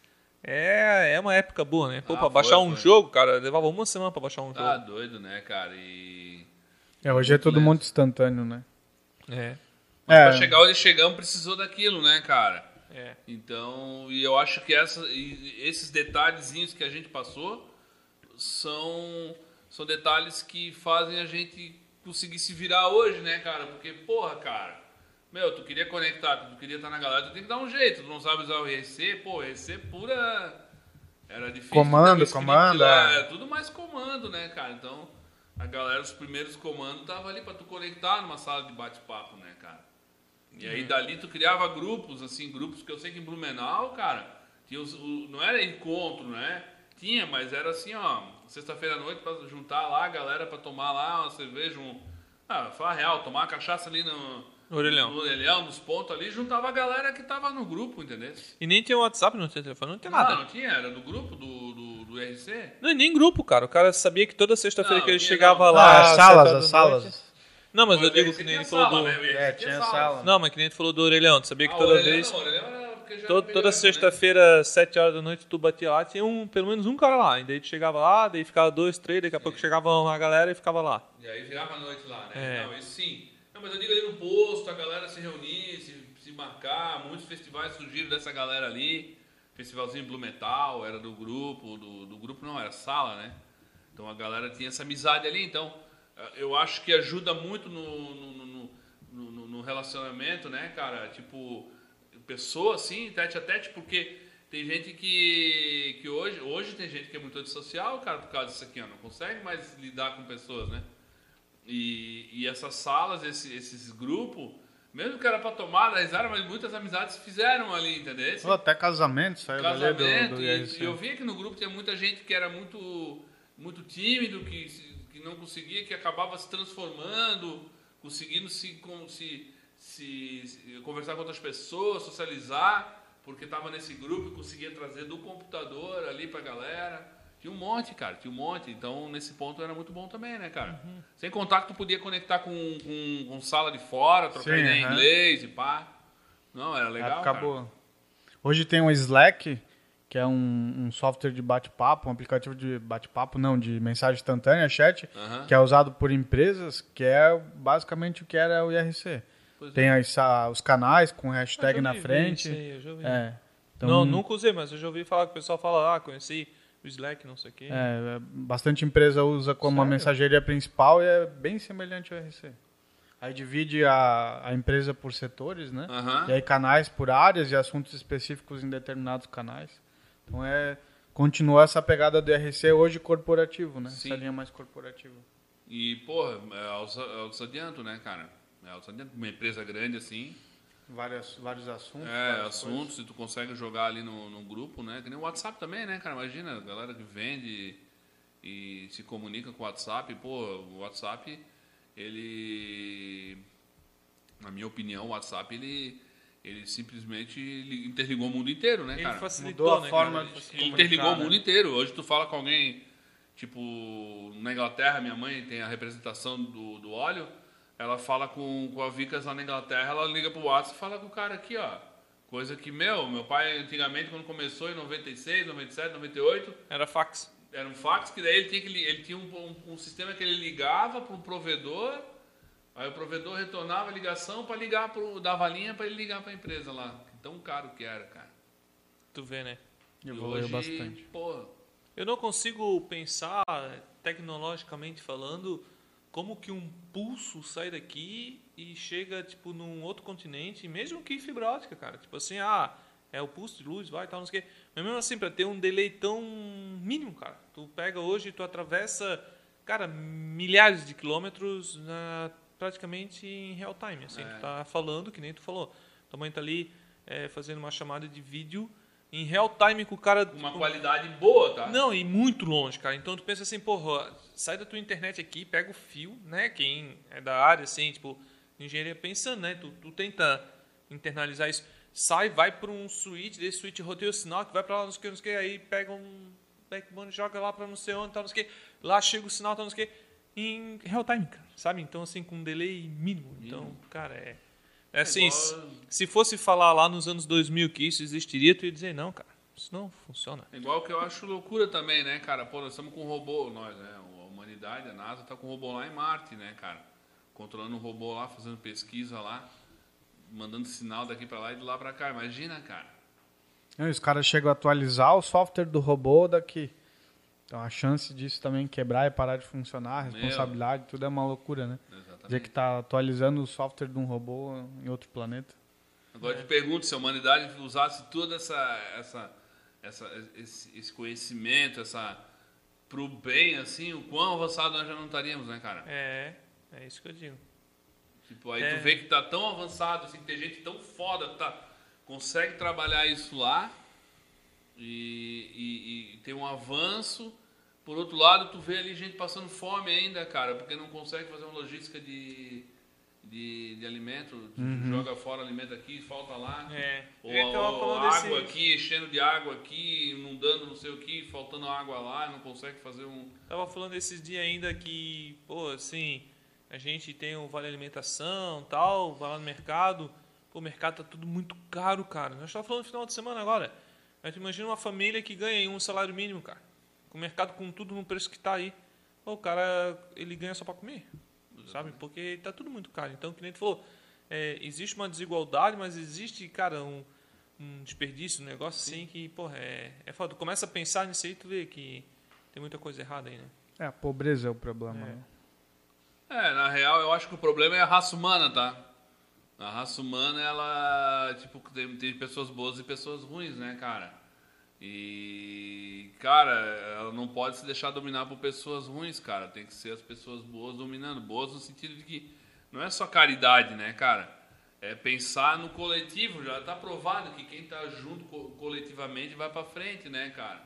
é uma época boa, né? Pô, pra baixar um jogo, cara, levava uma semana pra baixar um jogo. Tá doido, né, cara? E... hoje é tudo muito instantâneo, né? Mas pra chegar onde chegamos, precisou daquilo, né, cara? Então, e eu acho que esses detalhezinhos que a gente passou são detalhes que fazem a gente conseguir se virar hoje, né, cara? Porque, porra, cara, tu queria conectar, tu queria estar na galera, tu tem que dar um jeito, tu não sabe usar o IRC, pô, o IRC pura... Era difícil. Comando. É tudo mais comando, né, cara? Então, a galera, os primeiros comandos tava ali pra tu conectar numa sala de bate-papo, né, cara? E aí, dali, tu criava grupos, assim, grupos que eu sei que em Blumenau, cara, tinha não era encontro, né? Tinha, mas era assim, ó, sexta-feira à noite pra juntar lá a galera pra tomar lá uma cerveja, falar real, tomar uma cachaça ali no orelhão, nos pontos ali, juntava a galera que tava no grupo, entendeu? E nem tinha WhatsApp, não tinha telefone, não tinha nada. Não tinha, era do grupo do IRC. Não, nem grupo, cara. O cara sabia que toda sexta-feira que ele chegava lá... As salas. Não, mas eu digo que nem ele falou do... tinha sala. Não, mas que nem tu falou do Orelhão. Tu sabia que toda vez... Não, Orelhão era porque já Toda sexta-feira, 7 horas da noite, tu batia lá, tinha pelo menos um cara lá. E daí tu chegava lá, daí ficava 2, 3, daqui a pouco chegava uma galera e ficava lá. E aí virava a noite lá, né? É. Não, isso sim. Não, mas eu digo ali no posto, a galera se reunir, se marcar. Muitos festivais surgiram dessa galera ali. Festivalzinho Blumenthal, era do grupo. Do grupo não, era sala, né? Então a galera tinha essa amizade ali. Então eu acho que ajuda muito no relacionamento, né, cara? Tipo, pessoa assim, tete a tete, porque tem gente que hoje tem gente que é muito antissocial, cara, por causa disso aqui, ó, não consegue mais lidar com pessoas, né? E essas salas, esses grupos, mesmo que era pra tomar da risada, mas muitas amizades se fizeram ali, entendeu? Até casamento saiu Casamento, dali do e IRC. eu via que no grupo tinha muita gente que era muito tímido, que não conseguia, que acabava se transformando, conseguindo se conversar com outras pessoas, socializar, porque estava nesse grupo e conseguia trazer do computador ali pra galera. Tinha um monte, cara, tinha um monte. Então, nesse ponto era muito bom também, né, cara? Uhum. Sem contar que tu podia conectar com sala de fora, trocar ideia em inglês e pá. Não, era legal, cara. Acabou. Hoje tem o Slack, que é um software de bate-papo, um aplicativo de bate-papo, não, de mensagem instantânea, chat, que é usado por empresas, que é basicamente o que era o IRC. Tem os canais com hashtag na frente. Eu já ouvi. Então, Não, nunca usei, mas eu já ouvi falar que o pessoal fala, conheci o Slack, não sei o quê. Bastante empresa usa como uma mensageria principal e é bem semelhante ao IRC. Aí divide a empresa por setores, né? E aí canais por áreas e assuntos específicos em determinados canais. Então continua essa pegada do IRC hoje corporativo, né? Sim. Essa linha mais corporativa. E, porra, é altos adianto, né, cara? É altos adianto. Uma empresa grande assim. Vários assuntos. Assuntos, e tu consegue jogar ali no grupo, né? Que nem o WhatsApp também, né, cara? Imagina, a galera que vende e se comunica com o WhatsApp. Pô, o WhatsApp, ele... Na minha opinião, o WhatsApp, ele simplesmente interligou o mundo inteiro, né, cara? Ele facilitou, Mudou a né, forma cara? de se Ele comunicar, interligou o né? mundo inteiro. Hoje tu fala com alguém, tipo, na Inglaterra, minha mãe tem a representação do óleo, ela fala com a Vicas lá na Inglaterra, ela liga pro WhatsApp e fala com o cara aqui, ó. Coisa que, meu pai antigamente, quando começou em 96, 97, 98... Era fax. Era um fax, que daí ele tinha um sistema que ele ligava para um provedor, aí o provedor retornava a ligação para ligar, dava a linha para ele ligar para a empresa lá. Tão caro que era, cara. Tu vê, né? Evoluiu bastante. Porra, Eu não consigo pensar, tecnologicamente falando, como que um pulso sai daqui e chega, tipo, num outro continente, mesmo que fibra ótica, cara. Tipo assim, é o pulso de luz, vai e tal, não sei o quê. Mas mesmo assim, pra ter um delay tão mínimo, cara. Tu pega hoje e tu atravessa, cara, milhares de quilômetros praticamente em real time. Assim, tu tá falando, que nem tu falou. Tua mãe tá ali fazendo uma chamada de vídeo em real time com o cara... uma qualidade boa, tá? Não, e muito longe, cara. Então tu pensa assim, porra, sai da tua internet aqui, pega o fio, né? Quem é da área, assim, tipo, engenharia pensando, né? Tu tenta internalizar isso. Sai, vai para um switch, desse switch roteia o sinal, que vai para lá, não sei o que, aí pega um backbone, joga lá para não sei onde, tal, não sei o que. Lá chega o sinal, tal, não sei o que. Em real time, cara, sabe? Então, assim, com um delay mínimo. Então, cara, assim, se fosse falar lá nos anos 2000 que isso existiria, tu ia dizer, não, cara, isso não funciona. Igual que eu acho loucura também, né, cara? Pô, nós estamos com um robô, nós, né? A humanidade, a NASA, tá com um robô lá em Marte, né, cara? Controlando um robô lá, fazendo pesquisa lá, mandando sinal daqui pra lá e de lá pra cá. Imagina, cara. Os caras chegam a atualizar o software do robô daqui. Então a chance disso também quebrar e parar de funcionar, a responsabilidade, tudo é uma loucura, né? Exatamente. Dizer que tá atualizando o software de um robô em outro planeta. Agora eu te pergunto, se a humanidade usasse todo esse conhecimento, pro bem, assim, o quão avançado nós já não estaríamos, né, cara? É isso que eu digo. Tipo, aí tu vê que tá tão avançado, assim, que tem gente tão foda que consegue trabalhar isso lá e tem um avanço. Por outro lado, tu vê ali gente passando fome ainda, cara, porque não consegue fazer uma logística de alimento, joga fora alimento aqui, falta lá. Ou água aqui, enchendo de água aqui, inundando não sei o que, faltando água lá, não consegue fazer um... Tava falando esses dias ainda que, pô, assim, a gente tem o Vale Alimentação, tal, vai lá no mercado, pô, o mercado tá tudo muito caro, cara. Nós estávamos falando no final de semana agora. A gente imagina uma família que ganha aí um salário mínimo, cara. Com o mercado com tudo no preço que tá aí. Pô, o cara, ele ganha só para comer, sabe? Porque tá tudo muito caro. Então, que nem tu falou, existe uma desigualdade, mas existe, cara, um desperdício, um negócio assim que, porra, é foda. Tu começa a pensar nisso aí, tu vê que tem muita coisa errada aí, né? A pobreza é o problema. Né? Na real, eu acho que o problema é a raça humana, tá? A raça humana, ela, tipo, tem pessoas boas e pessoas ruins, né, cara? E, cara, ela não pode se deixar dominar por pessoas ruins, cara. Tem que ser as pessoas boas dominando. Boas no sentido de que não é só caridade, né, cara? É pensar no coletivo. Já tá provado que quem tá junto coletivamente vai pra frente, né, cara?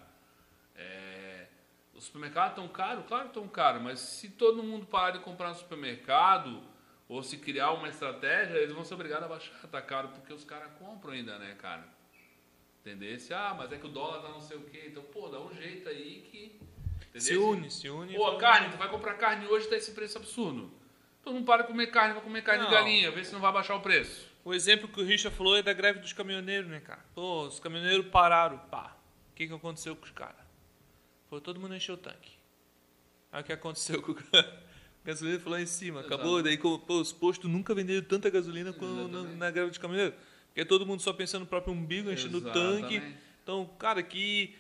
Os supermercados estão caros? Claro que estão caros, mas se todo mundo parar de comprar no supermercado ou se criar uma estratégia, eles vão ser obrigados a baixar, tá caro, porque os caras compram ainda, né, cara? Entendesse? Mas é que o dólar tá não sei o quê. Então, pô, dá um jeito aí que... Entendeu? Se une. Pô, carne, tu vai comprar carne hoje, tá esse preço absurdo. Todo mundo para de comer carne, vai comer carne de galinha, vê se não vai baixar o preço. O exemplo que o Richard falou é da greve dos caminhoneiros, né, cara? Pô, os caminhoneiros pararam, pá. O que aconteceu com os caras? Falou, todo mundo encheu o tanque. Aí o que aconteceu com o gasolina foi lá em cima. Acabou, daí pô, os postos nunca venderam tanta gasolina quanto na greve dos caminhoneiros. Porque todo mundo só pensando no próprio umbigo, enchendo o tanque. Então, cara, que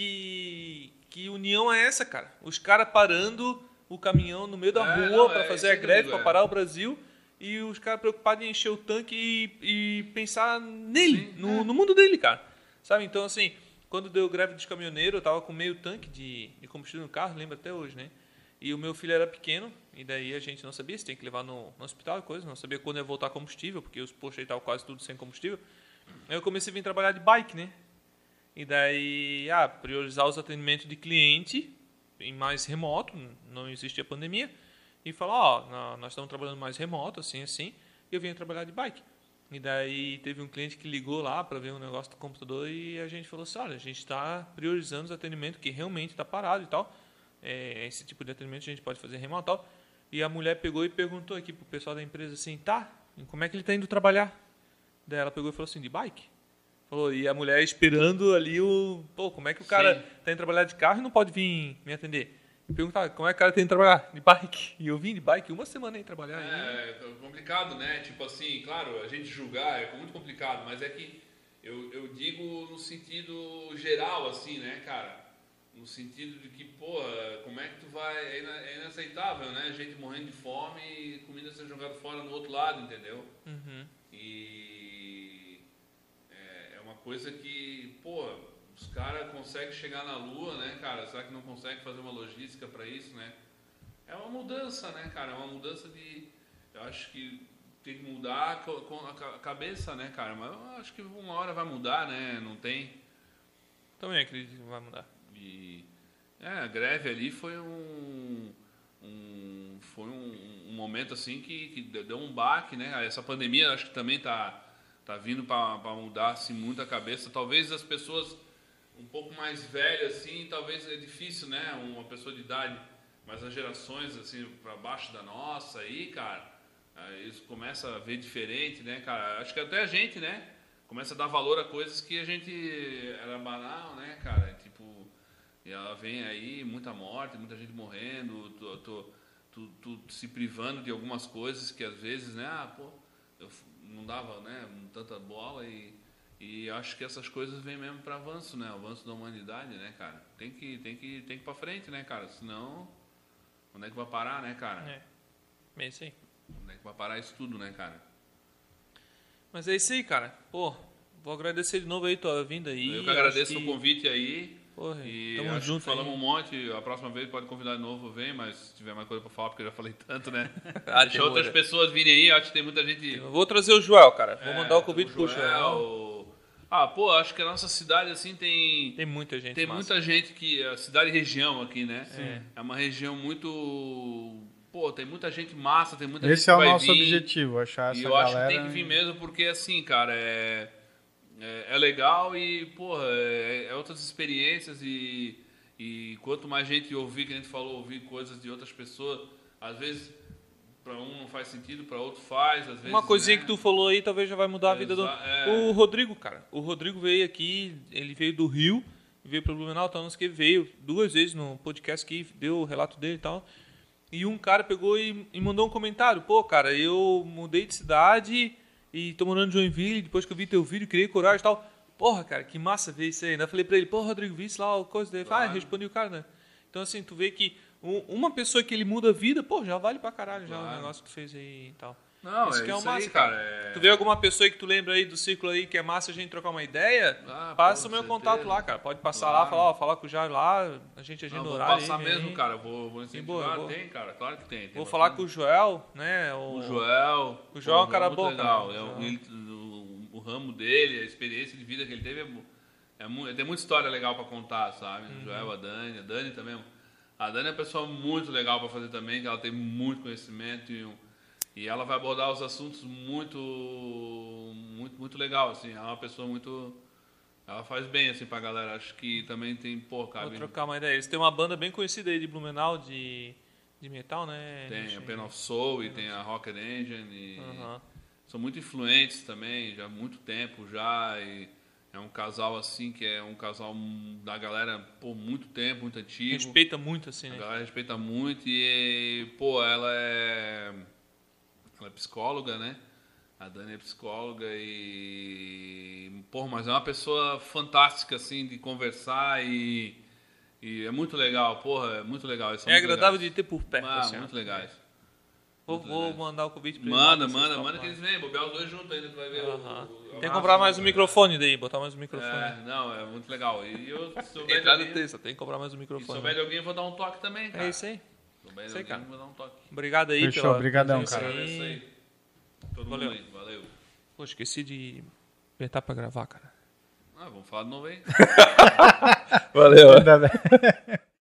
união é essa, cara? Os caras parando o caminhão no meio da rua para fazer a greve, para parar o Brasil. E os caras preocupados em encher o tanque e pensar nele, no mundo dele, cara. Sabe? Então, assim, quando deu greve dos caminhoneiros, eu tava com meio tanque de combustível no carro, lembra até hoje, né? E o meu filho era pequeno, e daí a gente não sabia se tem que levar no hospital, coisa, não sabia quando ia voltar combustível, porque os postos aí estavam quase tudo sem combustível. Aí eu comecei a vir trabalhar de bike, né? E daí, priorizar os atendimentos de cliente em mais remoto, não existia pandemia, e falar, nós estamos trabalhando mais remoto, assim, e eu vinha trabalhar de bike. E daí teve um cliente que ligou lá para ver um negócio do computador e a gente falou assim, olha, a gente está priorizando os atendimentos que realmente está parado e tal. Esse tipo de atendimento a gente pode fazer remoto e tal. E a mulher pegou e perguntou aqui pro pessoal da empresa assim, como é que ele está indo trabalhar? Daí ela pegou e falou assim, de bike? Falou, e a mulher esperando ali como é que o cara está indo trabalhar de carro e não pode vir me atender? E perguntava, como é que o cara tem que trabalhar? De bike. E eu vim de bike uma semana aí trabalhar. É complicado, né? Tipo assim, claro, a gente julgar é muito complicado, mas é que eu digo no sentido geral, assim, né, cara? No sentido de que, pô, como é que tu vai... É inaceitável, né? Gente morrendo de fome e comida sendo jogada fora no outro lado, entendeu? Uhum. E é uma coisa que, pô... Os caras conseguem chegar na Lua, né, cara? Será que não consegue fazer uma logística para isso, né? É uma mudança, né, cara? É uma mudança de... Eu acho que tem que mudar com a cabeça, né, cara? Mas eu acho que uma hora vai mudar, né? Não tem... Também acredito que vai mudar. E... a greve ali foi um momento, assim, que deu um baque, né? Essa pandemia, acho que também tá vindo para mudar, assim, muito a cabeça. Talvez as pessoas... um pouco mais velho, assim, talvez é difícil, né? Uma pessoa de idade, mas as gerações, assim, para baixo da nossa aí, cara, eles começam a ver diferente, né, cara? Acho que até a gente, né? Começa a dar valor a coisas que a gente era banal, né, cara? Tipo, e ela vem aí, muita morte, muita gente morrendo, tu se privando de algumas coisas que às vezes, né? Eu não dava, né, tanta bola e acho que essas coisas vêm mesmo para avanço, né? Avanço da humanidade, né, cara? Tem que ir pra frente, né, cara? Senão, onde é que vai parar, né, cara? É isso aí. Onde é que vai parar isso tudo, né, cara? Mas é isso aí, cara. Pô, vou agradecer de novo aí tua vinda aí. Eu que agradeço o convite aí. Porra, e tamo junto falamos aí. um monte. A próxima vez pode convidar de novo, vem, mas se tiver mais coisa pra falar, porque eu já falei tanto, né? Deixa outras pessoas virem aí, acho que tem muita gente... Eu vou trazer o Joel, cara. Vou mandar o convite pro Joel. Acho que a nossa cidade, assim, tem muita gente. Tem massa. muita gente que... A cidade e região aqui, né? Sim. É uma região muito... Pô, tem muita gente massa, tem muita Esse gente que é o vai nosso vir. objetivo, achar essa E eu galera... acho que tem que vir mesmo, porque, assim, cara, é legal e, porra, é outras experiências e quanto mais gente ouvir, que a gente falou, ouvir coisas de outras pessoas, às vezes... pra um não faz sentido, pra outro faz, às vezes, Uma coisinha né? que tu falou aí talvez já vai mudar a vida do... O Rodrigo, cara. O Rodrigo veio aqui, ele veio do Rio, veio pro Blumenau, tal, não sei o que, veio 2 vezes no podcast que deu o relato dele e tal. E um cara pegou e mandou um comentário. Pô, cara, eu mudei de cidade e tô morando em Joinville, depois que eu vi teu vídeo, criei coragem e tal. Porra, cara, que massa ver isso aí. Ainda falei pra ele, pô, Rodrigo, vi isso lá, coisa dele. Claro. Respondi o cara, né? Então, assim, tu vê que uma pessoa que ele muda a vida, pô, já vale pra caralho já o negócio que tu fez aí e tal. Não, isso é que é o isso massa, aí, cara. Tu vê alguma pessoa aí que tu lembra aí do círculo aí que é massa a gente trocar uma ideia? Passa o meu contato lá, cara. Pode passar lá, falar com o Jair lá, a gente agenda o horário. Vou passar aí, mesmo, aí. cara. Vou incentivar. Tem, cara. Claro que tem. Vou falar com o Joel, né? O Joel. O Joel é um cara muito bom, legal. cara. O ramo dele, a experiência de vida que ele teve tem muita história legal pra contar, sabe? O Joel, a Dani também. A Dani é uma pessoa muito legal pra fazer também, que ela tem muito conhecimento e ela vai abordar os assuntos muito legal, assim. Ela é uma pessoa muito... Ela faz bem, assim, pra galera. Acho que também tem, pô, cara... Vou trocar uma ideia. Eles têm uma banda bem conhecida aí de Blumenau, de metal, né? Tem a Pen of Soul e tem a Rocket Engine e... São muito influentes também, já há muito tempo já, e é um casal assim, que é um casal da galera por muito tempo, muito antigo. Respeita muito, assim, né? A galera respeita muito e, pô, ela é psicóloga, né? A Dani é psicóloga e, pô, mas é uma pessoa fantástica, assim, de conversar e é muito legal, porra, é muito legal. É agradável de ter por perto, assim. Muito legais. Vou mandar o convite pra eles. Manda que eles vêm, bobear os dois juntos ainda, tu vai ver. Tem que comprar mais um microfone daí, botar mais um microfone. Não, é muito legal. E eu, se souber de alguém, tem que comprar mais um microfone. Se souber de alguém, eu vou dar um toque também, cara. É isso aí. Se souber de alguém, eu vou dar um toque. Obrigado aí. Fechou, obrigadão, cara. É isso aí. Todo mundo aí, valeu. Pô, esqueci de apertar pra gravar, cara. Vamos falar de novo aí. Valeu.